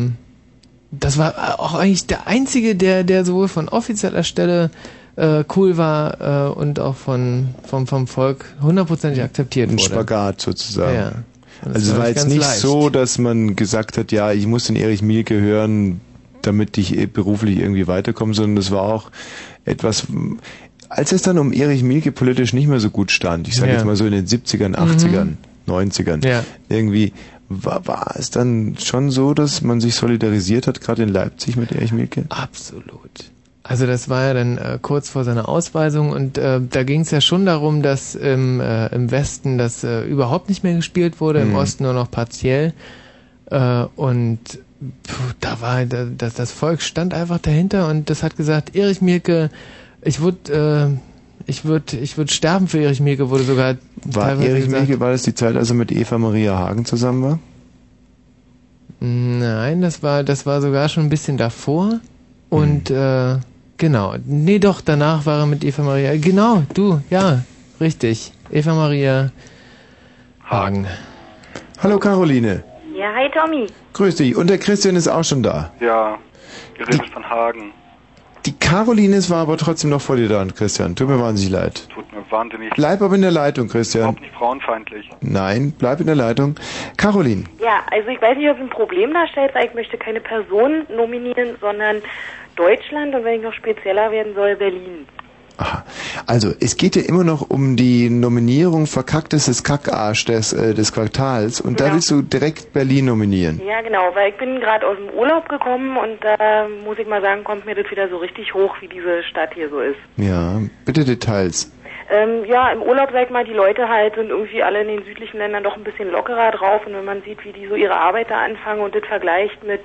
auch eigentlich der Einzige, der sowohl von offizieller Stelle cool war und auch vom Volk hundertprozentig akzeptiert wurde. Ein Spagat sozusagen. Ja. Also es war jetzt nicht so, dass man gesagt hat, ja, ich muss den Erich Mielke hören, damit ich beruflich irgendwie weiterkomme, sondern es war auch etwas, als es dann um Erich Mielke politisch nicht mehr so gut stand, ich sage jetzt mal so in den 70ern, 80ern, 90ern, irgendwie war es dann schon so, dass man sich solidarisiert hat, gerade in Leipzig mit Erich Mielke? Absolut. Also das war ja dann kurz vor seiner Ausweisung und da ging es ja schon darum, dass im Westen das überhaupt nicht mehr gespielt wurde, im Osten nur noch partiell und da war das Volk stand einfach dahinter und das hat gesagt, Erich Mielke, ich würde sterben für Erich Mielke, wurde sogar war Erich Mielke, war das die Zeit, als er mit Eva Maria Hagen zusammen war? Nein, das war sogar schon ein bisschen davor und genau, nee doch, danach war er mit Eva Maria, genau, ja, richtig, Eva Maria Hagen. Hallo Caroline. Ja, hi Tommy. Grüß dich, und der Christian ist auch schon da. Ja, ihr redet von Hagen. Die Caroline war aber trotzdem noch vor dir dran, Christian, tut mir wahnsinnig leid. Tut mir wahnsinnig leid. Bleib aber in der Leitung, Christian. Überhaupt nicht frauenfeindlich. Nein, bleib in der Leitung. Caroline. Ja, also ich weiß nicht, ob es ein Problem darstellt, weil ich möchte keine Person nominieren, sondern Deutschland und wenn ich noch spezieller werden soll, Berlin. Aha. Also, es geht ja immer noch um die Nominierung verkacktestes Kackarsch des Quartals und da willst du direkt Berlin nominieren. Ja, genau, weil ich bin gerade aus dem Urlaub gekommen und da muss ich mal sagen, kommt mir das wieder so richtig hoch, wie diese Stadt hier so ist. Ja, bitte Details. Ja, im Urlaub, sag ich mal, die Leute halt sind irgendwie alle in den südlichen Ländern doch ein bisschen lockerer drauf und wenn man sieht, wie die so ihre Arbeit da anfangen und das vergleicht mit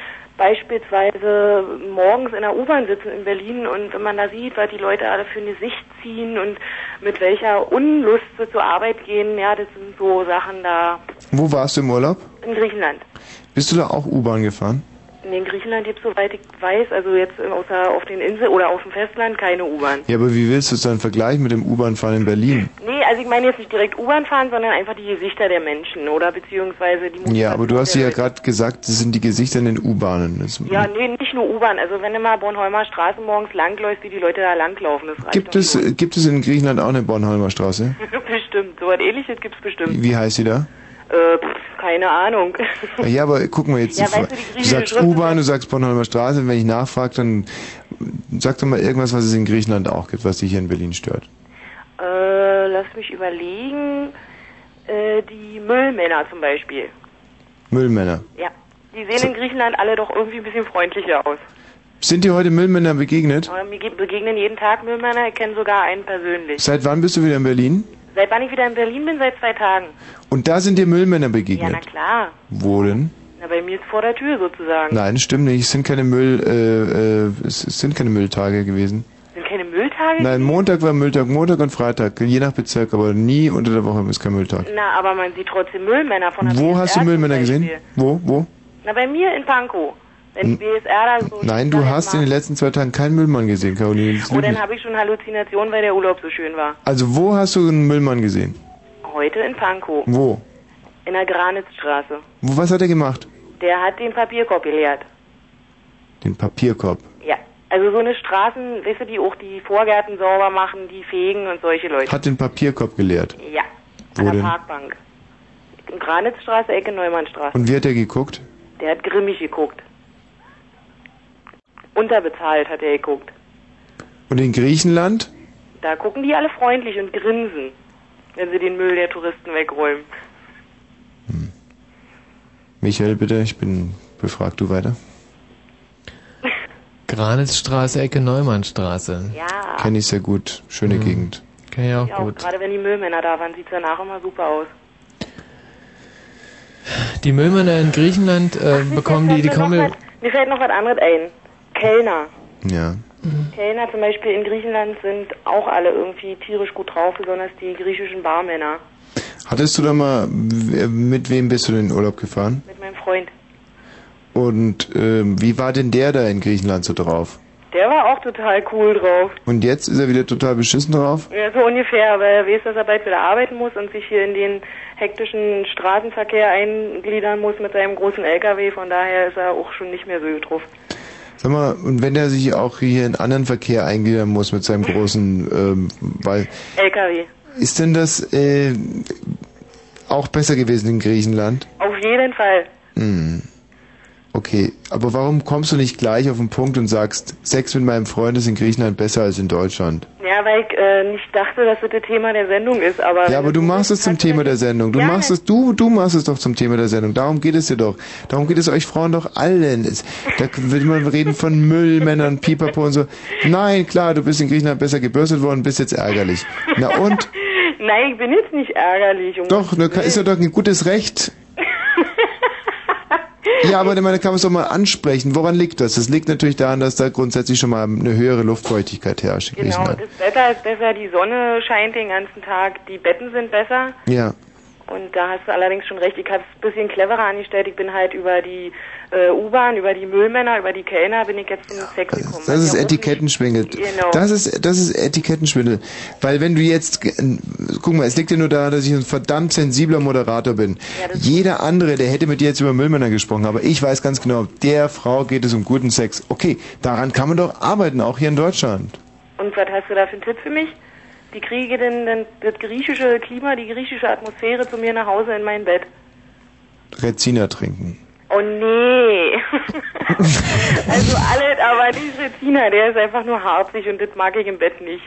beispielsweise morgens in der U-Bahn sitzen in Berlin und wenn man da sieht, was die Leute alle für eine Sicht ziehen und mit welcher Unlust sie zur Arbeit gehen, ja, das sind so Sachen da. Wo warst du im Urlaub? In Griechenland. Bist du da auch U-Bahn gefahren? In Griechenland gibt es, soweit ich weiß, also jetzt außer auf den Inseln oder auf dem Festland, keine U-Bahn. Ja, aber wie willst du es dann vergleichen mit dem U-Bahn-Fahren in Berlin? Nee, also ich meine jetzt nicht direkt U-Bahn fahren, sondern einfach die Gesichter der Menschen oder beziehungsweise die Motivation. Ja, aber du hast ja gerade gesagt, das sind die Gesichter in den U-Bahnen. Ja, nee, nicht nur U-Bahn. Also wenn du mal Bornholmer Straße morgens langläufst, wie die Leute da langlaufen, das reicht. Gibt es in Griechenland auch eine Bornholmer Straße? Bestimmt, so was Ähnliches gibt's bestimmt. Wie heißt sie da? Keine Ahnung. Ja, aber guck mal jetzt. Ja, weißt du sagst U-Bahn, du sagst Bornholmer Straße. Wenn ich nachfrage, dann sag doch mal irgendwas, was es in Griechenland auch gibt, was dich hier in Berlin stört. Lass mich überlegen. Die Müllmänner zum Beispiel. Müllmänner? Ja. Die sehen in Griechenland alle doch irgendwie ein bisschen freundlicher aus. Sind dir heute Müllmänner begegnet? Mir begegnen jeden Tag Müllmänner, ich kenne sogar einen persönlich. Seit wann bist du wieder in Berlin? Seit wann ich wieder in Berlin bin? Seit 2 Tagen. Und da sind dir Müllmänner begegnet? Ja, na klar. Wo denn? Na, bei mir ist vor der Tür sozusagen. Nein, stimmt nicht. Es sind keine Mülltage gewesen. Sind keine Mülltage? Nein, Montag war Mülltag, Montag und Freitag, je nach Bezirk, aber nie unter der Woche ist kein Mülltag. Na, aber man sieht trotzdem Müllmänner von der Wo BSR hast du Müllmänner zum gesehen? Beispiel. Wo? Na, bei mir in Pankow. Wenn die BSR da so... Nein, du hast in den letzten 2 Tagen keinen Müllmann gesehen, Caroline. Das Oh, lügt dann nicht. habe ich schon Halluzinationen, weil der Urlaub so schön war. Also wo hast du einen Müllmann gesehen? Heute in Pankow. Wo? In der Granitzstraße. Was hat er gemacht? Der hat den Papierkorb geleert. Den Papierkorb. Ja. Also so eine Straßen, weißt du, die auch die Vorgärten sauber machen, die fegen und solche Leute. Hat den Papierkorb geleert. Ja. Wo An der denn? Parkbank. In Granitzstraße, Ecke Neumannstraße. Und wie hat er geguckt? Der hat grimmig geguckt. Unterbezahlt hat er geguckt. Und in Griechenland? Da gucken die alle freundlich und grinsen, wenn sie den Müll der Touristen wegräumen. Michael, bitte, ich bin befragt, du weiter. Granitzstraße, Ecke Neumannstraße. Ja. Kenne ich sehr gut, schöne Gegend. Kenn ich auch Ja, gut. gerade wenn die Müllmänner da waren, sieht es danach immer super aus. Die Müllmänner in Griechenland bekommen die kommen... Mir fällt noch was anderes ein. Kellner. Ja. Kellner zum Beispiel in Griechenland sind auch alle irgendwie tierisch gut drauf, besonders die griechischen Barmänner. Hattest du da mal, mit wem bist du denn in den Urlaub gefahren? Mit meinem Freund. Und wie war denn der da in Griechenland so drauf? Der war auch total cool drauf. Und jetzt ist er wieder total beschissen drauf? Ja, so ungefähr, aber er weiß, dass er bald wieder arbeiten muss und sich hier in den hektischen Straßenverkehr eingliedern muss mit seinem großen LKW. Von daher ist er auch schon nicht mehr so gut drauf. Sag mal, und wenn er sich auch hier in anderen Verkehr eingliedern muss mit seinem großen, weil... LKW. Ist denn das auch besser gewesen in Griechenland? Auf jeden Fall. Hm. Okay, aber warum kommst du nicht gleich auf den Punkt und sagst, Sex mit meinem Freund ist in Griechenland besser als in Deutschland? Ja, weil ich nicht dachte, dass das das Thema der Sendung ist, aber... Ja, aber du machst es zum Thema der Sendung. Du machst es doch zum Thema der Sendung. Darum geht es dir doch. Darum geht es euch Frauen doch allen. Da will man reden von Müllmännern, Pipapo und so. Nein, klar, du bist in Griechenland besser gebürstet worden, bist jetzt ärgerlich. Na und? Nein, ich bin jetzt nicht ärgerlich. Doch, ist ja doch ein gutes Recht. Ja, aber man kann es doch mal ansprechen. Woran liegt das? Das liegt natürlich daran, dass da grundsätzlich schon mal eine höhere Luftfeuchtigkeit herrscht in Genau, Griechenland. das Wetter ist besser, die Sonne scheint den ganzen Tag, die Betten sind besser. Ja. Und da hast du allerdings schon recht, ich habe es ein bisschen cleverer angestellt. Ich bin halt über die U-Bahn, über die Müllmänner, über die Kellner bin ich jetzt zum Sex gekommen. Das ist Etikettenschwindel. Genau. Das ist Etikettenschwindel. Weil wenn du jetzt, guck mal, es liegt ja nur daran, dass ich ein verdammt sensibler Moderator bin. Ja, jeder andere, der hätte mit dir jetzt über Müllmänner gesprochen, aber ich weiß ganz genau, der Frau geht es um guten Sex. Okay, daran kann man doch arbeiten, auch hier in Deutschland. Und was hast du da für einen Tipp für mich? Wie kriege ich denn das griechische Klima, die griechische Atmosphäre zu mir nach Hause in mein Bett? Rezina trinken. Oh nee. Also alles, aber nicht Rezina, der ist einfach nur harzig und das mag ich im Bett nicht.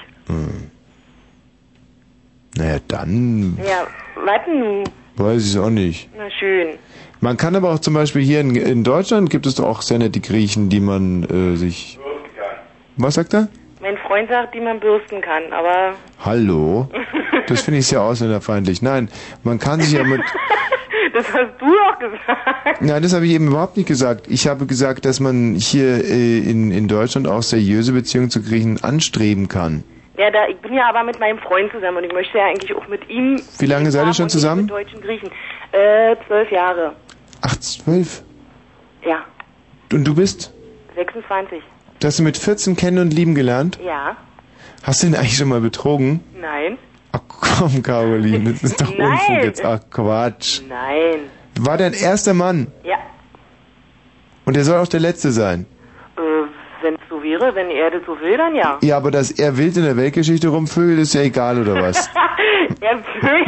Naja, dann Ja, was nun? weiß ich es auch nicht. Na schön. Man kann aber auch zum Beispiel hier in Deutschland gibt es doch auch sehr nette Griechen, die man sich... Was sagt er? Mein Freund sagt, die man bürsten kann, aber... Hallo? Das finde ich sehr ausländerfeindlich. Nein, man kann sich ja mit... Das hast du doch gesagt. Nein, das habe ich eben überhaupt nicht gesagt. Ich habe gesagt, dass man hier in Deutschland auch seriöse Beziehungen zu Griechen anstreben kann. Ja, ich bin ja aber mit meinem Freund zusammen und ich möchte ja eigentlich auch mit ihm... Wie lange seid ihr schon zusammen? Mit deutschen Griechen. 12 Jahre. Ach, 12? Ja, Und du bist? 26. Du hast du mit 14 kennen und lieben gelernt? Ja. Hast du ihn eigentlich schon mal betrogen? Nein. Ach komm, Caroline, das ist doch Nein. Unfug jetzt. Ach Quatsch. Nein. War dein erster Mann? Ja. Und er soll auch der letzte sein? Wenn es so wäre, wenn er das so will, dann ja. Ja, aber dass er wild in der Weltgeschichte rumvögelt, ist ja egal, oder was? Er will...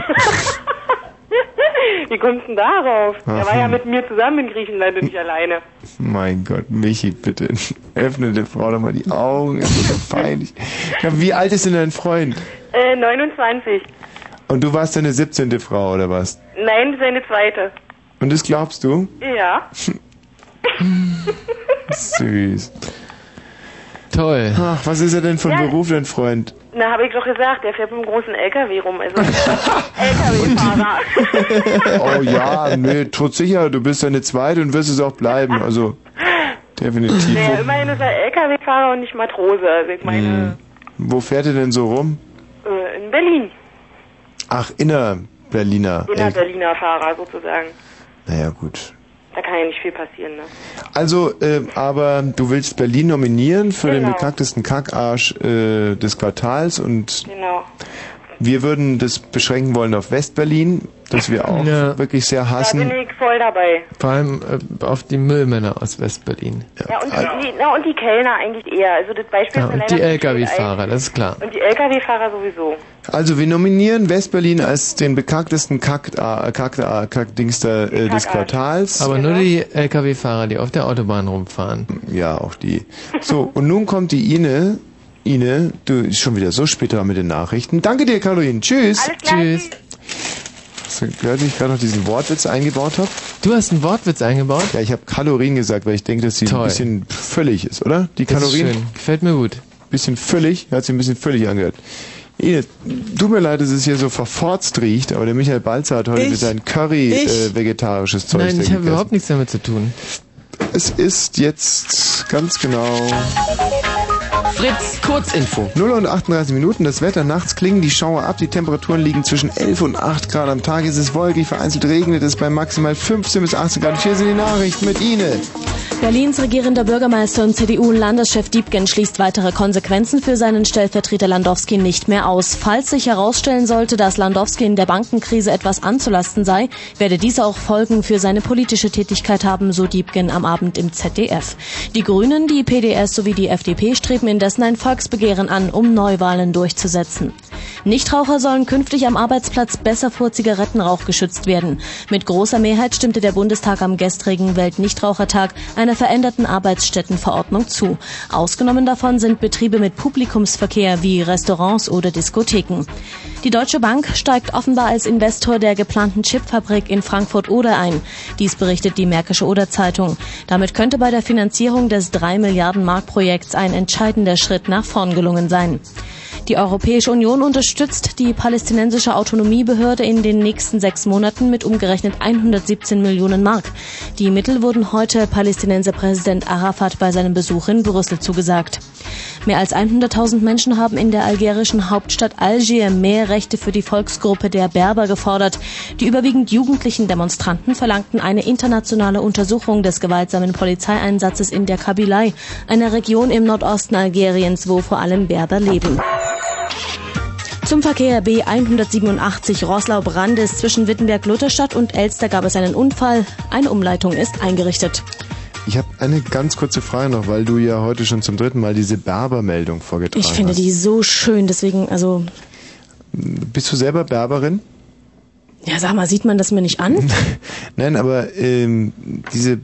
Wie kommst du denn darauf? Er war ja mit mir zusammen in Griechenland und nicht alleine. Mein Gott, Michi, bitte öffne der Frau doch mal die Augen, ist so peinlich. Ja, wie alt ist denn dein Freund? 29. Und du warst deine 17. Frau, oder was? Nein, seine zweite. Und das glaubst du? Ja. Süß. Toll. Ach, was ist er denn von Beruf, dein Freund? Na, habe ich doch gesagt, der fährt mit einem großen LKW rum, also LKW-Fahrer. Oh ja, nee, todsicher, du bist deine zweite und wirst es auch bleiben, also definitiv. Naja, immerhin ist er LKW-Fahrer und nicht Matrose, also ich meine... Wo fährt ihr denn so rum? In Berlin. Ach, Inner-Berliner. Inner-Berliner Fahrer sozusagen. Naja, gut. Da kann ja nicht viel passieren, ne? Also, aber du willst Berlin nominieren für den Genau. beknacktesten Kackarsch des Quartals und Genau. wir würden das beschränken wollen auf Westberlin, das wir auch wirklich sehr Da hassen. bin ich voll dabei. Vor allem auf die Müllmänner aus Westberlin. Ja, und die Kellner eigentlich eher. Also das Beispiel Ja, ist mir und die leider LKW-Fahrer, das ist klar. Und die LKW-Fahrer sowieso. Also wir nominieren Westberlin als den beknacktesten Kackdingster des Quartals. Aber nur die LKW-Fahrer, die auf der Autobahn rumfahren. Ja, auch die. So, und nun kommt die Ine. Ine, du bist schon wieder so spät dran mit den Nachrichten. Danke dir, Caroline. Tschüss. Alles klar. Tschüss. Hast du gehört, wie ich gerade noch diesen Wortwitz eingebaut habe? Du hast einen Wortwitz eingebaut? Ja, ich habe Kalorien gesagt, weil ich denke, dass sie ein bisschen füllig ist, oder? Die Das ist Kalorien. schön. Gefällt mir gut. Bisschen füllig, hat sich ein bisschen füllig angehört. Ine, tut mir leid, dass es hier so verforzt riecht, aber der Michael Balzer hat heute Ich? mit seinem Curry vegetarisches Zeug Nein, ich habe gegessen. überhaupt nichts damit zu tun. Es ist jetzt ganz genau Fritz, Kurzinfo. 0 und 38 Minuten. Das Wetter nachts klingen die Schauer ab. Die Temperaturen liegen zwischen 11 und 8 Grad. Am Tag ist es wolkig, vereinzelt regnet es bei maximal 15 bis 18 Grad. Hier sind die Nachrichten mit Ine. Berlins regierender Bürgermeister und CDU-Landeschef Diebken schließt weitere Konsequenzen für seinen Stellvertreter Landowski nicht mehr aus. Falls sich herausstellen sollte, dass Landowski in der Bankenkrise etwas anzulasten sei, werde dies auch Folgen für seine politische Tätigkeit haben, so Diebken am Abend im ZDF. Die Grünen, die PDS sowie die FDP streben indessen ein Volksbegehren an, um Neuwahlen durchzusetzen. Nichtraucher sollen künftig am Arbeitsplatz besser vor Zigarettenrauch geschützt werden. Mit großer Mehrheit stimmte der Bundestag am gestrigen Weltnichtrauchertag einer veränderten Arbeitsstättenverordnung zu. Ausgenommen davon sind Betriebe mit Publikumsverkehr wie Restaurants oder Diskotheken. Die Deutsche Bank steigt offenbar als Investor der geplanten Chipfabrik in Frankfurt-Oder ein. Dies berichtet die Märkische Oder-Zeitung. Damit könnte bei der Finanzierung des 3 Milliarden Mark Projekts ein entscheidender Schritt nach vorn gelungen sein. Die Europäische Union unterstützt die palästinensische Autonomiebehörde in den nächsten 6 Monaten mit umgerechnet 117 Millionen Mark. Die Mittel wurden heute Palästinenser Präsident Arafat bei seinem Besuch in Brüssel zugesagt. Mehr als 100.000 Menschen haben in der algerischen Hauptstadt Algier mehr Rechte für die Volksgruppe der Berber gefordert. Die überwiegend jugendlichen Demonstranten verlangten eine internationale Untersuchung des gewaltsamen Polizeieinsatzes in der Kabylei, einer Region im Nordosten Algeriens, wo vor allem Berber leben. Zum Verkehr B187 Roßlau-Brandes zwischen Wittenberg-Lutherstadt und Elster gab es einen Unfall. Eine Umleitung ist eingerichtet. Ich habe eine ganz kurze Frage noch, weil du ja heute schon zum 3. Mal diese Berber-Meldung vorgetragen hast. Ich finde die so schön, deswegen, also... Bist du selber Berberin? Ja, sag mal, sieht man das mir nicht an? Nein, aber diese...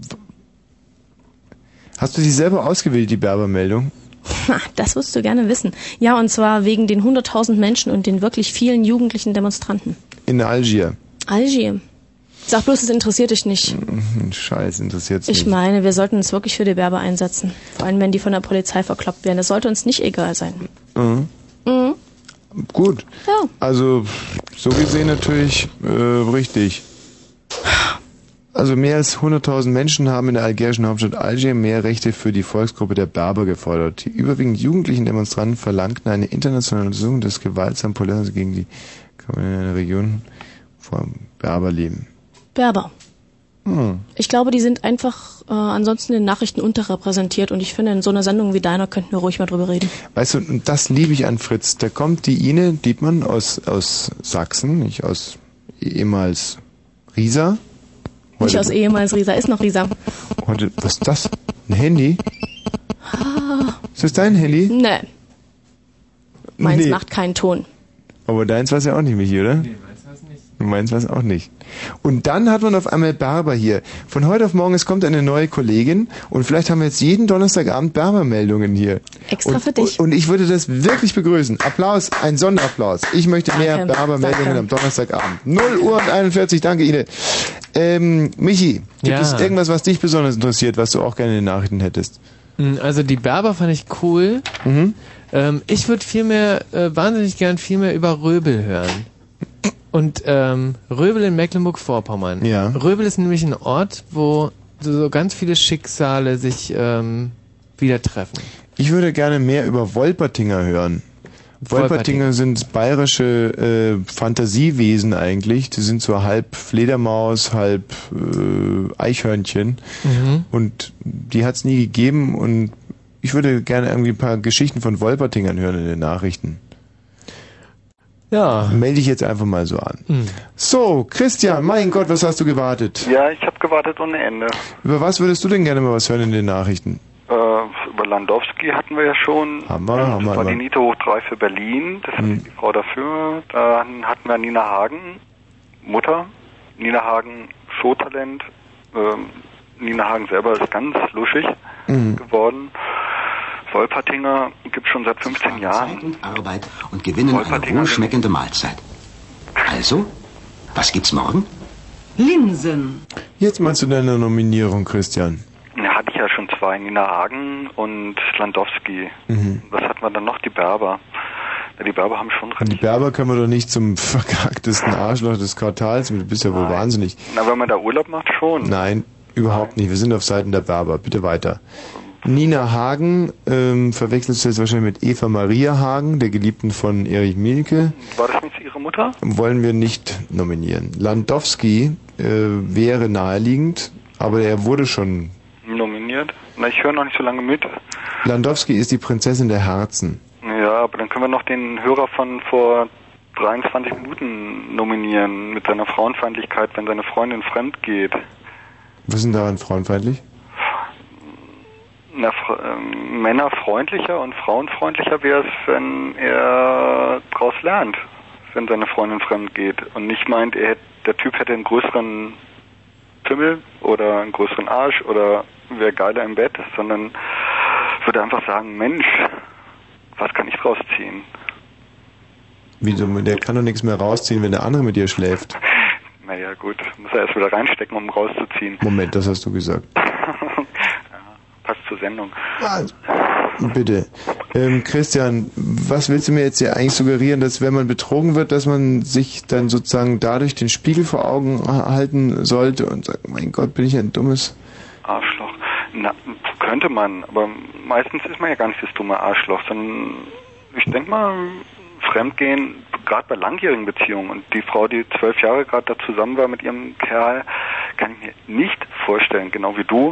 Hast du die selber ausgewählt, die Berber-Meldung? Das wirst du gerne wissen. Ja, und zwar wegen den 100.000 Menschen und den wirklich vielen jugendlichen Demonstranten. In Algier. Algier. Sag bloß, es interessiert dich nicht. Scheiß, interessiert's Ich nicht. meine, wir sollten uns wirklich für die Berber einsetzen. Vor allem, wenn die von der Polizei verkloppt werden. Das sollte uns nicht egal sein. Mhm. Mhm. Gut. Ja. Also, so gesehen natürlich richtig. Also mehr als 100.000 Menschen haben in der algerischen Hauptstadt Algier mehr Rechte für die Volksgruppe der Berber gefordert. Die überwiegend jugendlichen Demonstranten verlangten eine internationale Untersuchung des gewaltsamen Polizeis gegen die Region vor Berber leben. Berber. Hm. Ich glaube, die sind einfach ansonsten in den Nachrichten unterrepräsentiert und ich finde, in so einer Sendung wie deiner könnten wir ruhig mal drüber reden. Weißt du, und das liebe ich an Fritz. Da kommt die Ine Dietmann aus Sachsen, nicht aus ehemals Riesa. Nicht aus ehemals Riesa, ist noch Riesa. Heute, was ist das? Ein Handy? Ah. Ist das dein Handy? Nee. Meins Nee. macht keinen Ton. Aber deins war es ja auch nicht, Michi, oder? Nee, meins war es nicht. Meins war es auch nicht. Und dann hat man auf einmal Berber hier. Von heute auf morgen, es kommt eine neue Kollegin und vielleicht haben wir jetzt jeden Donnerstagabend Berber-Meldungen hier. Extra für dich. Und ich würde das wirklich begrüßen. Applaus, ein Sonderapplaus. Ich möchte mehr Berber-Meldungen am Donnerstagabend. 0 Uhr und 41, danke Ine. Michi, gibt es irgendwas, was dich besonders interessiert, was du auch gerne in den Nachrichten hättest? Also die Berber fand ich cool. Mhm. Ich würde wahnsinnig gern viel mehr über Röbel hören. Und Röbel in Mecklenburg-Vorpommern. Ja. Röbel ist nämlich ein Ort, wo so ganz viele Schicksale sich wieder treffen. Ich würde gerne mehr über Wolpertinger hören. Wolpertinger sind bayerische Fantasiewesen eigentlich. Die sind so halb Fledermaus, halb Eichhörnchen. Mhm. Und die hat es nie gegeben. Und ich würde gerne irgendwie ein paar Geschichten von Wolpertingern hören in den Nachrichten. Ja. Melde ich jetzt einfach mal so an. So, Christian, mein Gott, was hast du gewartet? Ja, ich habe gewartet ohne Ende. Über was würdest du denn gerne mal was hören in den Nachrichten? Über Landowski hatten wir ja schon. Haben wir. Das war die Niete hoch 3 für Berlin. Das hatte die Frau dafür. Dann hatten wir Nina Hagen, Mutter. Nina Hagen, Showtalent. Nina Hagen selber ist ganz luschig geworden. Wolpertinger gibt es schon seit 15 Jahren. Und Arbeit und gewinnen eine wohlschmeckende Mahlzeit. Also, was gibt's morgen? Linsen. Jetzt mal zu deiner Nominierung, Christian. Ja, hatte ich ja schon 2, Nina Hagen und Landowski. Was hatten wir dann noch? Die Berber. Ja, die Berber haben schon recht. Die Berber können wir doch nicht zum verkacktesten Arschloch des Quartals. Du bist ja wohl wahnsinnig. Na, wenn man da Urlaub macht, schon. Nein, überhaupt nicht. Wir sind auf Seiten der Berber. Bitte weiter. Nina Hagen verwechselst du jetzt wahrscheinlich mit Eva Maria Hagen, der Geliebten von Erich Mielke. War das nicht ihre Mutter? Wollen wir nicht nominieren. Landowski wäre naheliegend, aber er wurde schon nominiert. Na, ich höre noch nicht so lange mit. Landowski ist die Prinzessin der Herzen. Ja, aber dann können wir noch den Hörer von vor 23 Minuten nominieren mit seiner Frauenfeindlichkeit, wenn seine Freundin fremd geht. Was ist denn daran frauenfeindlich? Na, männerfreundlicher und frauenfreundlicher wäre es, wenn er draus lernt, wenn seine Freundin fremd geht und nicht meint, der Typ hätte einen größeren Pimmel oder einen größeren Arsch oder wäre geiler im Bett, sondern würde einfach sagen, Mensch, was kann ich draus ziehen? Wieso? Der kann doch nichts mehr rausziehen, wenn der andere mit dir schläft. Naja gut, muss er erst wieder reinstecken, um rauszuziehen. Moment, das hast du gesagt. Passt zur Sendung. Bitte. Christian, was willst du mir jetzt hier eigentlich suggerieren, dass wenn man betrogen wird, dass man sich dann sozusagen dadurch den Spiegel vor Augen halten sollte und sagt, mein Gott, bin ich ein dummes Arschloch. Na, könnte man, aber meistens ist man ja gar nicht das dumme Arschloch, sondern ich denke mal, Fremdgehen, gerade bei langjährigen Beziehungen und die Frau, die 12 Jahre gerade da zusammen war mit ihrem Kerl, kann ich mir nicht vorstellen, genau wie du,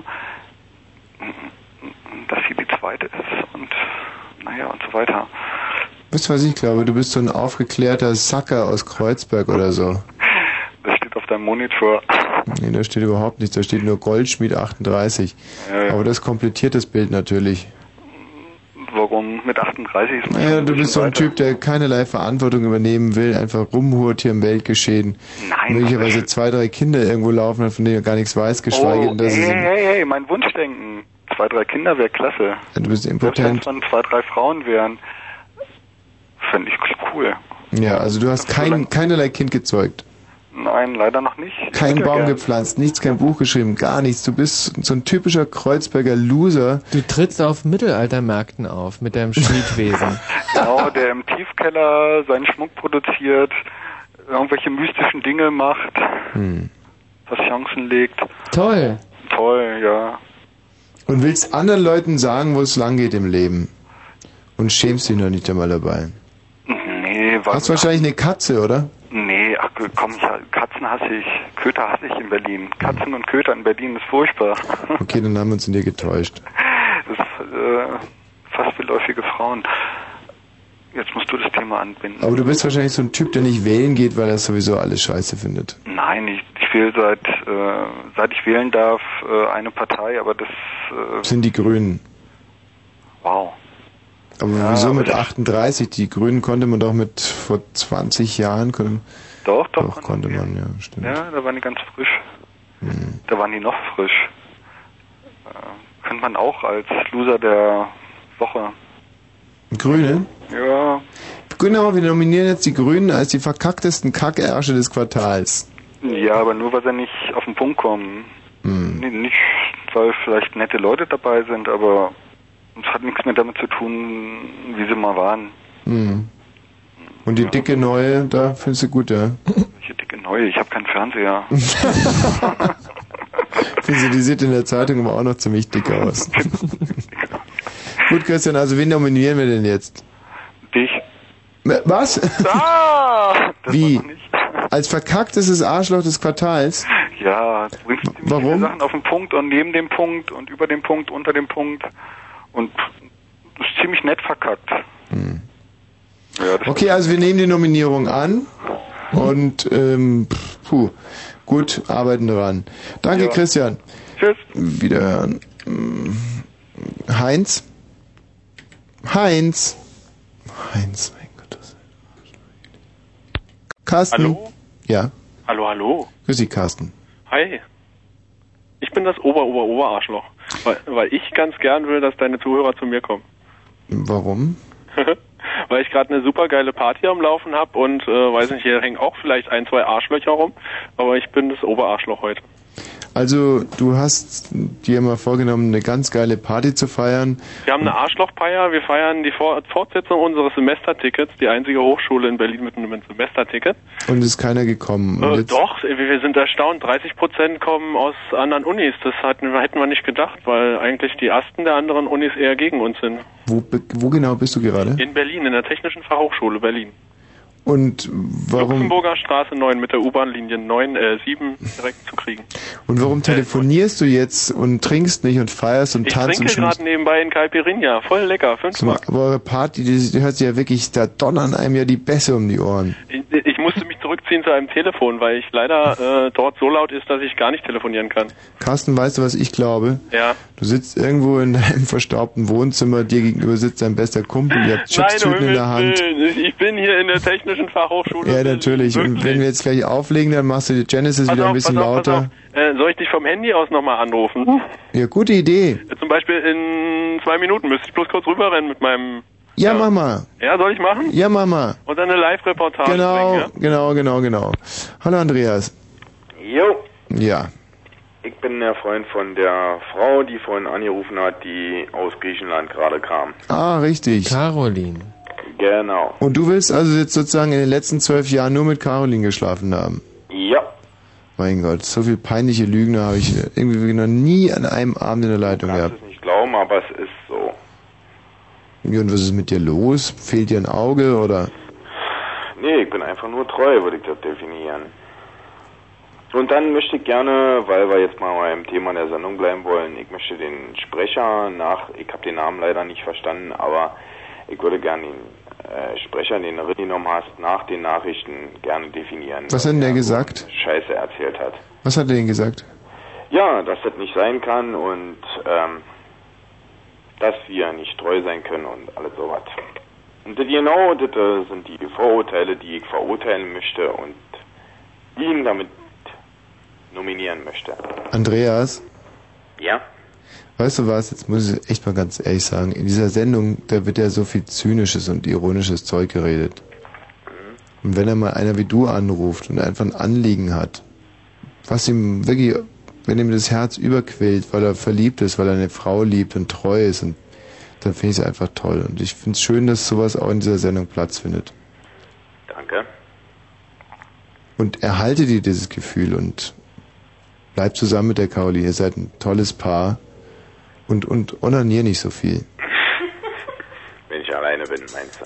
dass sie die zweite ist und naja und so weiter. Weißt du, was ich glaube? Du bist so ein aufgeklärter Sacker aus Kreuzberg oder so. Das steht auf deinem Monitor. Nee, da steht überhaupt nichts. Da steht nur Goldschmied 38. Ja. Aber das komplettiert das Bild natürlich. Warum mit 38 ist man ja, du bist so ein Typ, der keinerlei Verantwortung übernehmen will, einfach rumhurt hier im Weltgeschehen. Nein. Möglicherweise 2, 3 Kinder irgendwo laufen, von denen er gar nichts weiß, geschweige denn, dass hey, mein Wunschdenken. 2, 3 Kinder wäre klasse. Ja, du bist impotent. Wenn es dann 2, 3 Frauen wären, fände ich cool. Ja, also du hast keinerlei Kind gezeugt. Nein, leider noch nicht. Kein Baum gepflanzt, nichts, kein Buch geschrieben, gar nichts. Du bist so ein typischer Kreuzberger Loser. Du trittst auf Mittelaltermärkten auf mit deinem Schmiedwesen. Genau, der im Tiefkeller seinen Schmuck produziert, irgendwelche mystischen Dinge macht, was Chancen legt. Toll. Toll, ja. Und willst anderen Leuten sagen, wo es lang geht im Leben. Und schämst dich noch nicht einmal dabei. Nee, was? Hast wahrscheinlich eine Katze, oder? Nee, ach komm, Katzen hasse ich. Köter hasse ich in Berlin. Katzen und Köter in Berlin ist furchtbar. Okay, dann haben wir uns in dir getäuscht. Das ist fast beläufige Frauen. Jetzt musst du das Thema anbinden. Aber du bist wahrscheinlich so ein Typ, der nicht wählen geht, weil er sowieso alles scheiße findet. Nein, ich wähle seit ich wählen darf eine Partei, aber das sind die Grünen. Wow. Aber ja, wieso mit 38? Die Grünen konnte man doch vor 20 Jahren... Doch, konnte man, ja, stimmt. Ja, da waren die ganz frisch. Da waren die noch frisch. Könnte man auch als Loser der Woche. Grüne? Ja. Genau, wir nominieren jetzt die Grünen als die verkacktesten Kackärsche des Quartals. Ja, aber nur, weil sie nicht auf den Punkt kommen. Nicht, weil vielleicht nette Leute dabei sind, aber es hat nichts mehr damit zu tun, wie sie mal waren. Und die dicke Neue, da findest du gut, ja? Welche dicke Neue? Ich habe keinen Fernseher. Die sieht in der Zeitung aber auch noch ziemlich dick aus. Gut, Christian, also wen nominieren wir denn jetzt? Dich. Was? Ah, das Wie? war noch nicht. Als verkacktes Arschloch des Quartals? Ja, du bringst ziemlich viele Sachen auf den Punkt und neben dem Punkt und über dem Punkt, unter dem Punkt und das ist ziemlich nett verkackt. Ja, das Okay, also wir nehmen die Nominierung an und gut, arbeiten dran. Danke, Ja. Christian. Tschüss. Wiederhören. Heinz? Heinz, mein Gott. Carsten? Hallo? Ja, Hallo. grüß dich, Carsten. Hi. Ich bin das Ober-Arschloch. Weil ich ganz gern will, dass deine Zuhörer zu mir kommen. Warum? Weil ich gerade eine super geile Party am Laufen habe und weiß nicht, hier hängen auch vielleicht 1, 2 Arschlöcher rum, aber ich bin das Oberarschloch heute. Also, du hast dir mal vorgenommen, eine ganz geile Party zu feiern. Wir haben eine Arschlochfeier, wir feiern die Fortsetzung unseres Semestertickets, die einzige Hochschule in Berlin mit einem Semesterticket. Und ist keiner gekommen. Und jetzt- Doch, wir sind erstaunt, 30% kommen aus anderen Unis, das hätten wir nicht gedacht, weil eigentlich die Asten der anderen Unis eher gegen uns sind. Wo genau bist du gerade? In Berlin, in der Technischen Fachhochschule Berlin. Und warum, Luxemburger Straße 9 mit der U-Bahn-Linie 7 direkt zu kriegen. und warum telefonierst du jetzt und trinkst nicht und feierst und Ich tanzt und trinke gerade nebenbei in Caipirinha, voll lecker, 5 Sag mal, Mark. aber eure Party, die hört sich ja wirklich, da donnern einem ja die Bässe um die Ohren. Ich musste mich zurückziehen zu einem Telefon, weil ich leider dort so laut ist, dass ich gar nicht telefonieren kann. Carsten, weißt du, was ich glaube? Ja. Du sitzt irgendwo in deinem verstaubten Wohnzimmer, dir gegenüber sitzt dein bester Kumpel, ihr habt Chipstüten in der Hand. Ich bin hier in der Technischen Fachhochschule. Ja, natürlich. Und wenn wir jetzt gleich auflegen, dann machst du die Genesis wieder ein bisschen lauter. Soll ich dich vom Handy aus nochmal anrufen? Ja, gute Idee. Zum Beispiel in 2 Minuten müsste ich bloß kurz rüberrennen mit meinem... Ja, mach mal. Ja, soll ich machen? Ja, Mama. Und dann eine Live-Reportage Genau, bringen, genau. Hallo, Andreas. Jo, Ja. ich bin der Freund von der Frau, die vorhin angerufen hat, die aus Griechenland gerade kam. Ah, richtig. Caroline. Genau. Und du willst also jetzt sozusagen in den letzten 12 Jahren nur mit Caroline geschlafen haben? Ja. Mein Gott, so viel peinliche Lügen habe ich irgendwie noch nie an einem Abend in der Leitung Du gehabt. kannst es nicht glauben, aber es ist so. Ja, und was ist mit dir los? Fehlt dir ein Auge oder? Nee, ich bin einfach nur treu, würde ich das definieren. Und dann möchte ich gerne, weil wir jetzt mal beim Thema der Sendung bleiben wollen, ich möchte den Sprecher ich habe den Namen leider nicht verstanden, aber ich würde gerne den Sprecher, den du genommen hast, nach den Nachrichten gerne definieren. Was hat denn der gesagt? Scheiße erzählt hat. Was hat er denn gesagt? Ja, dass das nicht sein kann und dass wir nicht treu sein können und alles sowas. Und das genau, das sind die Vorurteile, die ich verurteilen möchte und ihn damit nominieren möchte. Andreas, Ja? weißt du was, jetzt muss ich echt mal ganz ehrlich sagen, in dieser Sendung, da wird ja so viel zynisches und ironisches Zeug geredet. Und wenn er mal einer wie du anruft und einfach ein Anliegen hat, was ihm wirklich, wenn ihm das Herz überquillt, weil er verliebt ist, weil er eine Frau liebt und treu ist, und dann finde ich es einfach toll. Und ich finde es schön, dass sowas auch in dieser Sendung Platz findet. Danke. Und erhalte dir dieses Gefühl und bleib zusammen mit der Caroline. Ihr seid ein tolles Paar. Und onanier nicht so viel. Wenn ich alleine bin, meinst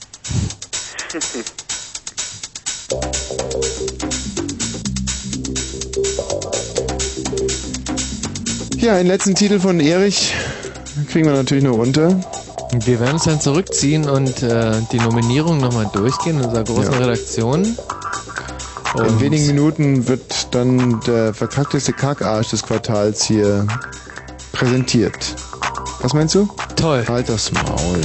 du? Ja, den letzten Titel von Erich kriegen wir natürlich noch runter. Wir werden uns dann zurückziehen und die Nominierung nochmal durchgehen in unserer großen Redaktion. In wenigen Minuten wird dann der verkackteste Kackarsch des Quartals hier präsentiert. Was meinst du? Toll. Halt das Maul.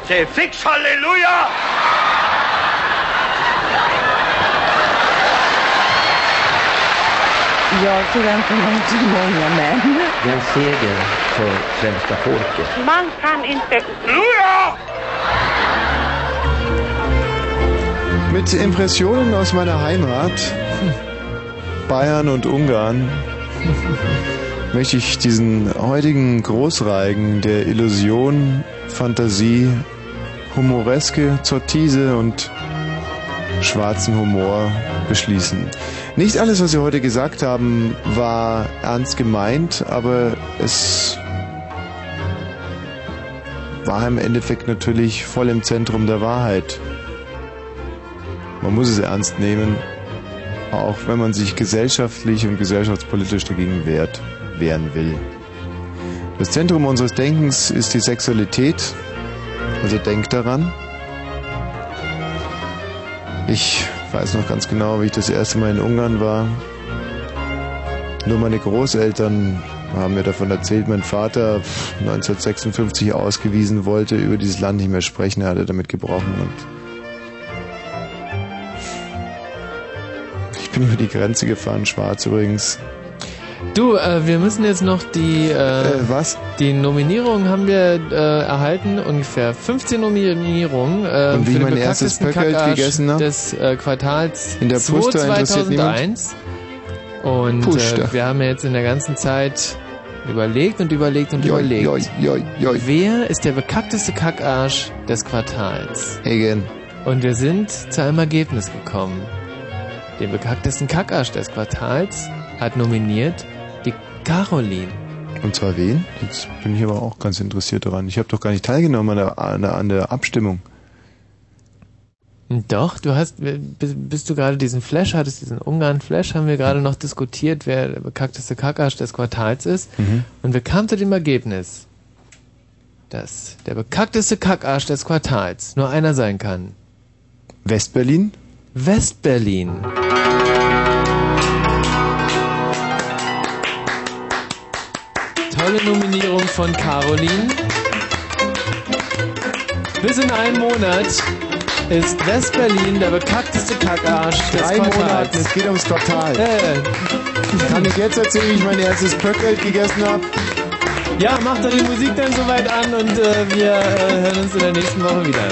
Kruzifix, Halleluja! Jag förväntar mig inte många män. Det är en seger för svenska folket. Man kan inte... Halleluja! Mit Impressionen aus meiner Heimat, Bayern und Ungarn, möchte ich diesen heutigen Großreigen der Illusion, Fantasie, humoreske Zottise und schwarzen Humor beschließen. Nicht alles, was Sie heute gesagt haben, war ernst gemeint, aber es war im Endeffekt natürlich voll im Zentrum der Wahrheit. Man muss es ernst nehmen, auch wenn man sich gesellschaftlich und gesellschaftspolitisch dagegen wehren will. Das Zentrum unseres Denkens ist die Sexualität, also denkt daran. Ich weiß noch ganz genau, wie ich das erste Mal in Ungarn war. Nur meine Großeltern haben mir davon erzählt, mein Vater 1956 ausgewiesen wollte, über dieses Land nicht mehr sprechen, er hatte damit gebrochen und ich bin über die Grenze gefahren, schwarz übrigens. Du, wir müssen jetzt noch die... was? Die Nominierungen haben wir erhalten, ungefähr 15 Nominierungen und wie für ich mein den erstes bekanntesten Pöckelt gegessen habe? Des Quartals in der Puster 2001. Und wir haben ja jetzt in der ganzen Zeit überlegt. Wer ist der bekackteste Kackarsch des Quartals? Again. Und wir sind zu einem Ergebnis gekommen. Den bekanntesten Kackarsch des Quartals hat nominiert die Caroline. Und zwar wen? Jetzt bin ich aber auch ganz interessiert daran. Ich habe doch gar nicht teilgenommen an der Abstimmung. Doch, du hast, bis du gerade diesen Flash hattest, diesen Ungarn-Flash, haben wir gerade noch diskutiert, wer der bekackteste Kackarsch des Quartals ist. Und wir kamen zu dem Ergebnis, dass der bekackteste Kackarsch des Quartals nur einer sein kann. Westberlin? Westberlin. Tolle Nominierung von Caroline. Bis in einem Monat ist Westberlin der bekackteste Kackarsch des Quartals. 3 Monate, es geht ums Quartal. Kann ich jetzt erzählen, wie ich mein erstes Pöckelt gegessen habe? Ja, macht doch die Musik dann soweit an und wir hören uns in der nächsten Woche wieder.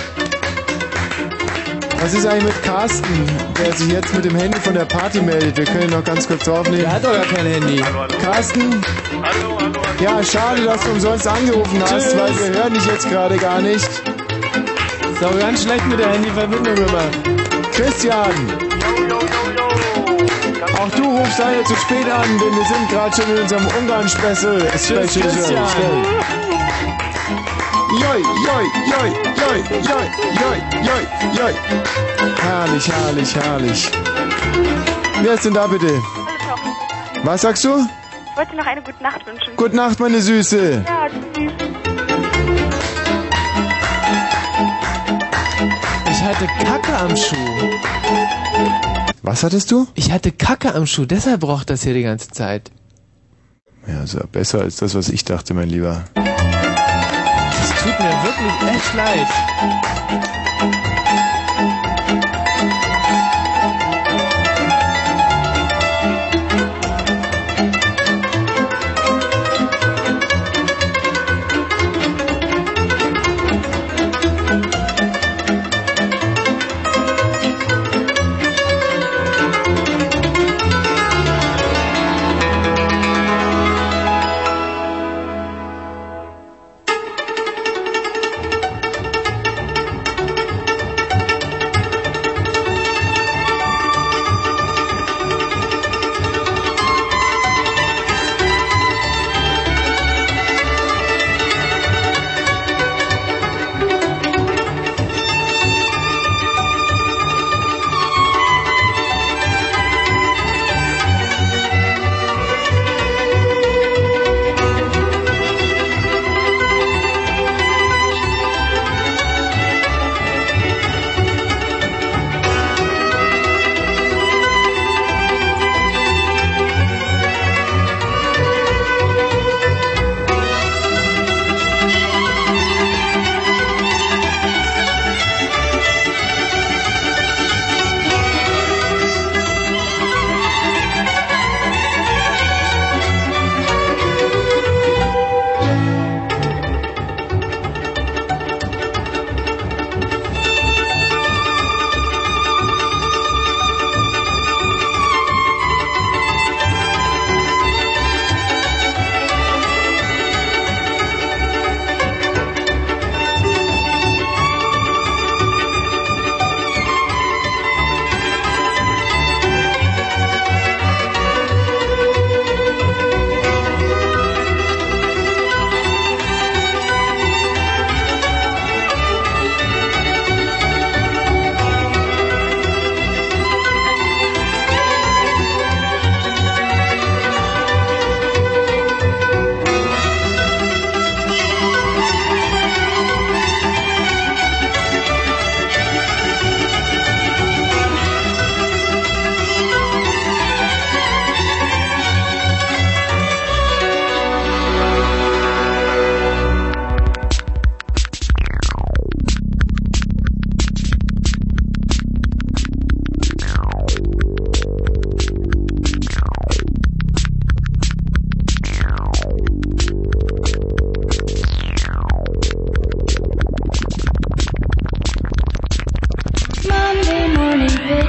Was ist eigentlich mit Carsten, der sich jetzt mit dem Handy von der Party meldet? Wir können ihn noch ganz kurz draufnehmen. Der hat doch gar kein Handy. Carsten? Hallo. Ja, schade, dass du umsonst angerufen hast, Tschüss. weil wir hören dich jetzt gerade gar nicht. Ist auch ganz schlecht mit der Handyverbindung immer. Christian! Auch du rufst leider zu spät an, denn wir sind gerade schon in unserem Ungarn-Special. Tschüss, Christian! Joi. Herrlich. Wer ist denn da bitte? Hallo Jochen. Was sagst du? Ich wollte dir noch eine gute Nacht wünschen. Gute Nacht, meine Süße. Ja, tschüss. Ich hatte Kacke am Schuh. Was hattest du? Ich hatte Kacke am Schuh, deshalb roch das hier die ganze Zeit. Ja, ist ja besser als das, was ich dachte, mein Lieber. Es tut mir wirklich echt leid.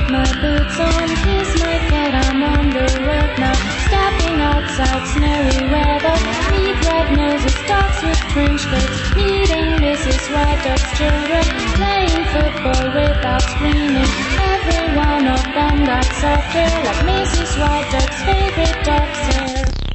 my boots on, kiss my foot, I'm on the road now. Stepping outside, snowy weather. Meet red noses, dogs with fringe coats. Meeting Mrs. White Duck's children. Playing football without screaming. Every one of them got softer, like Mrs. White Duck's favorite dog's hair.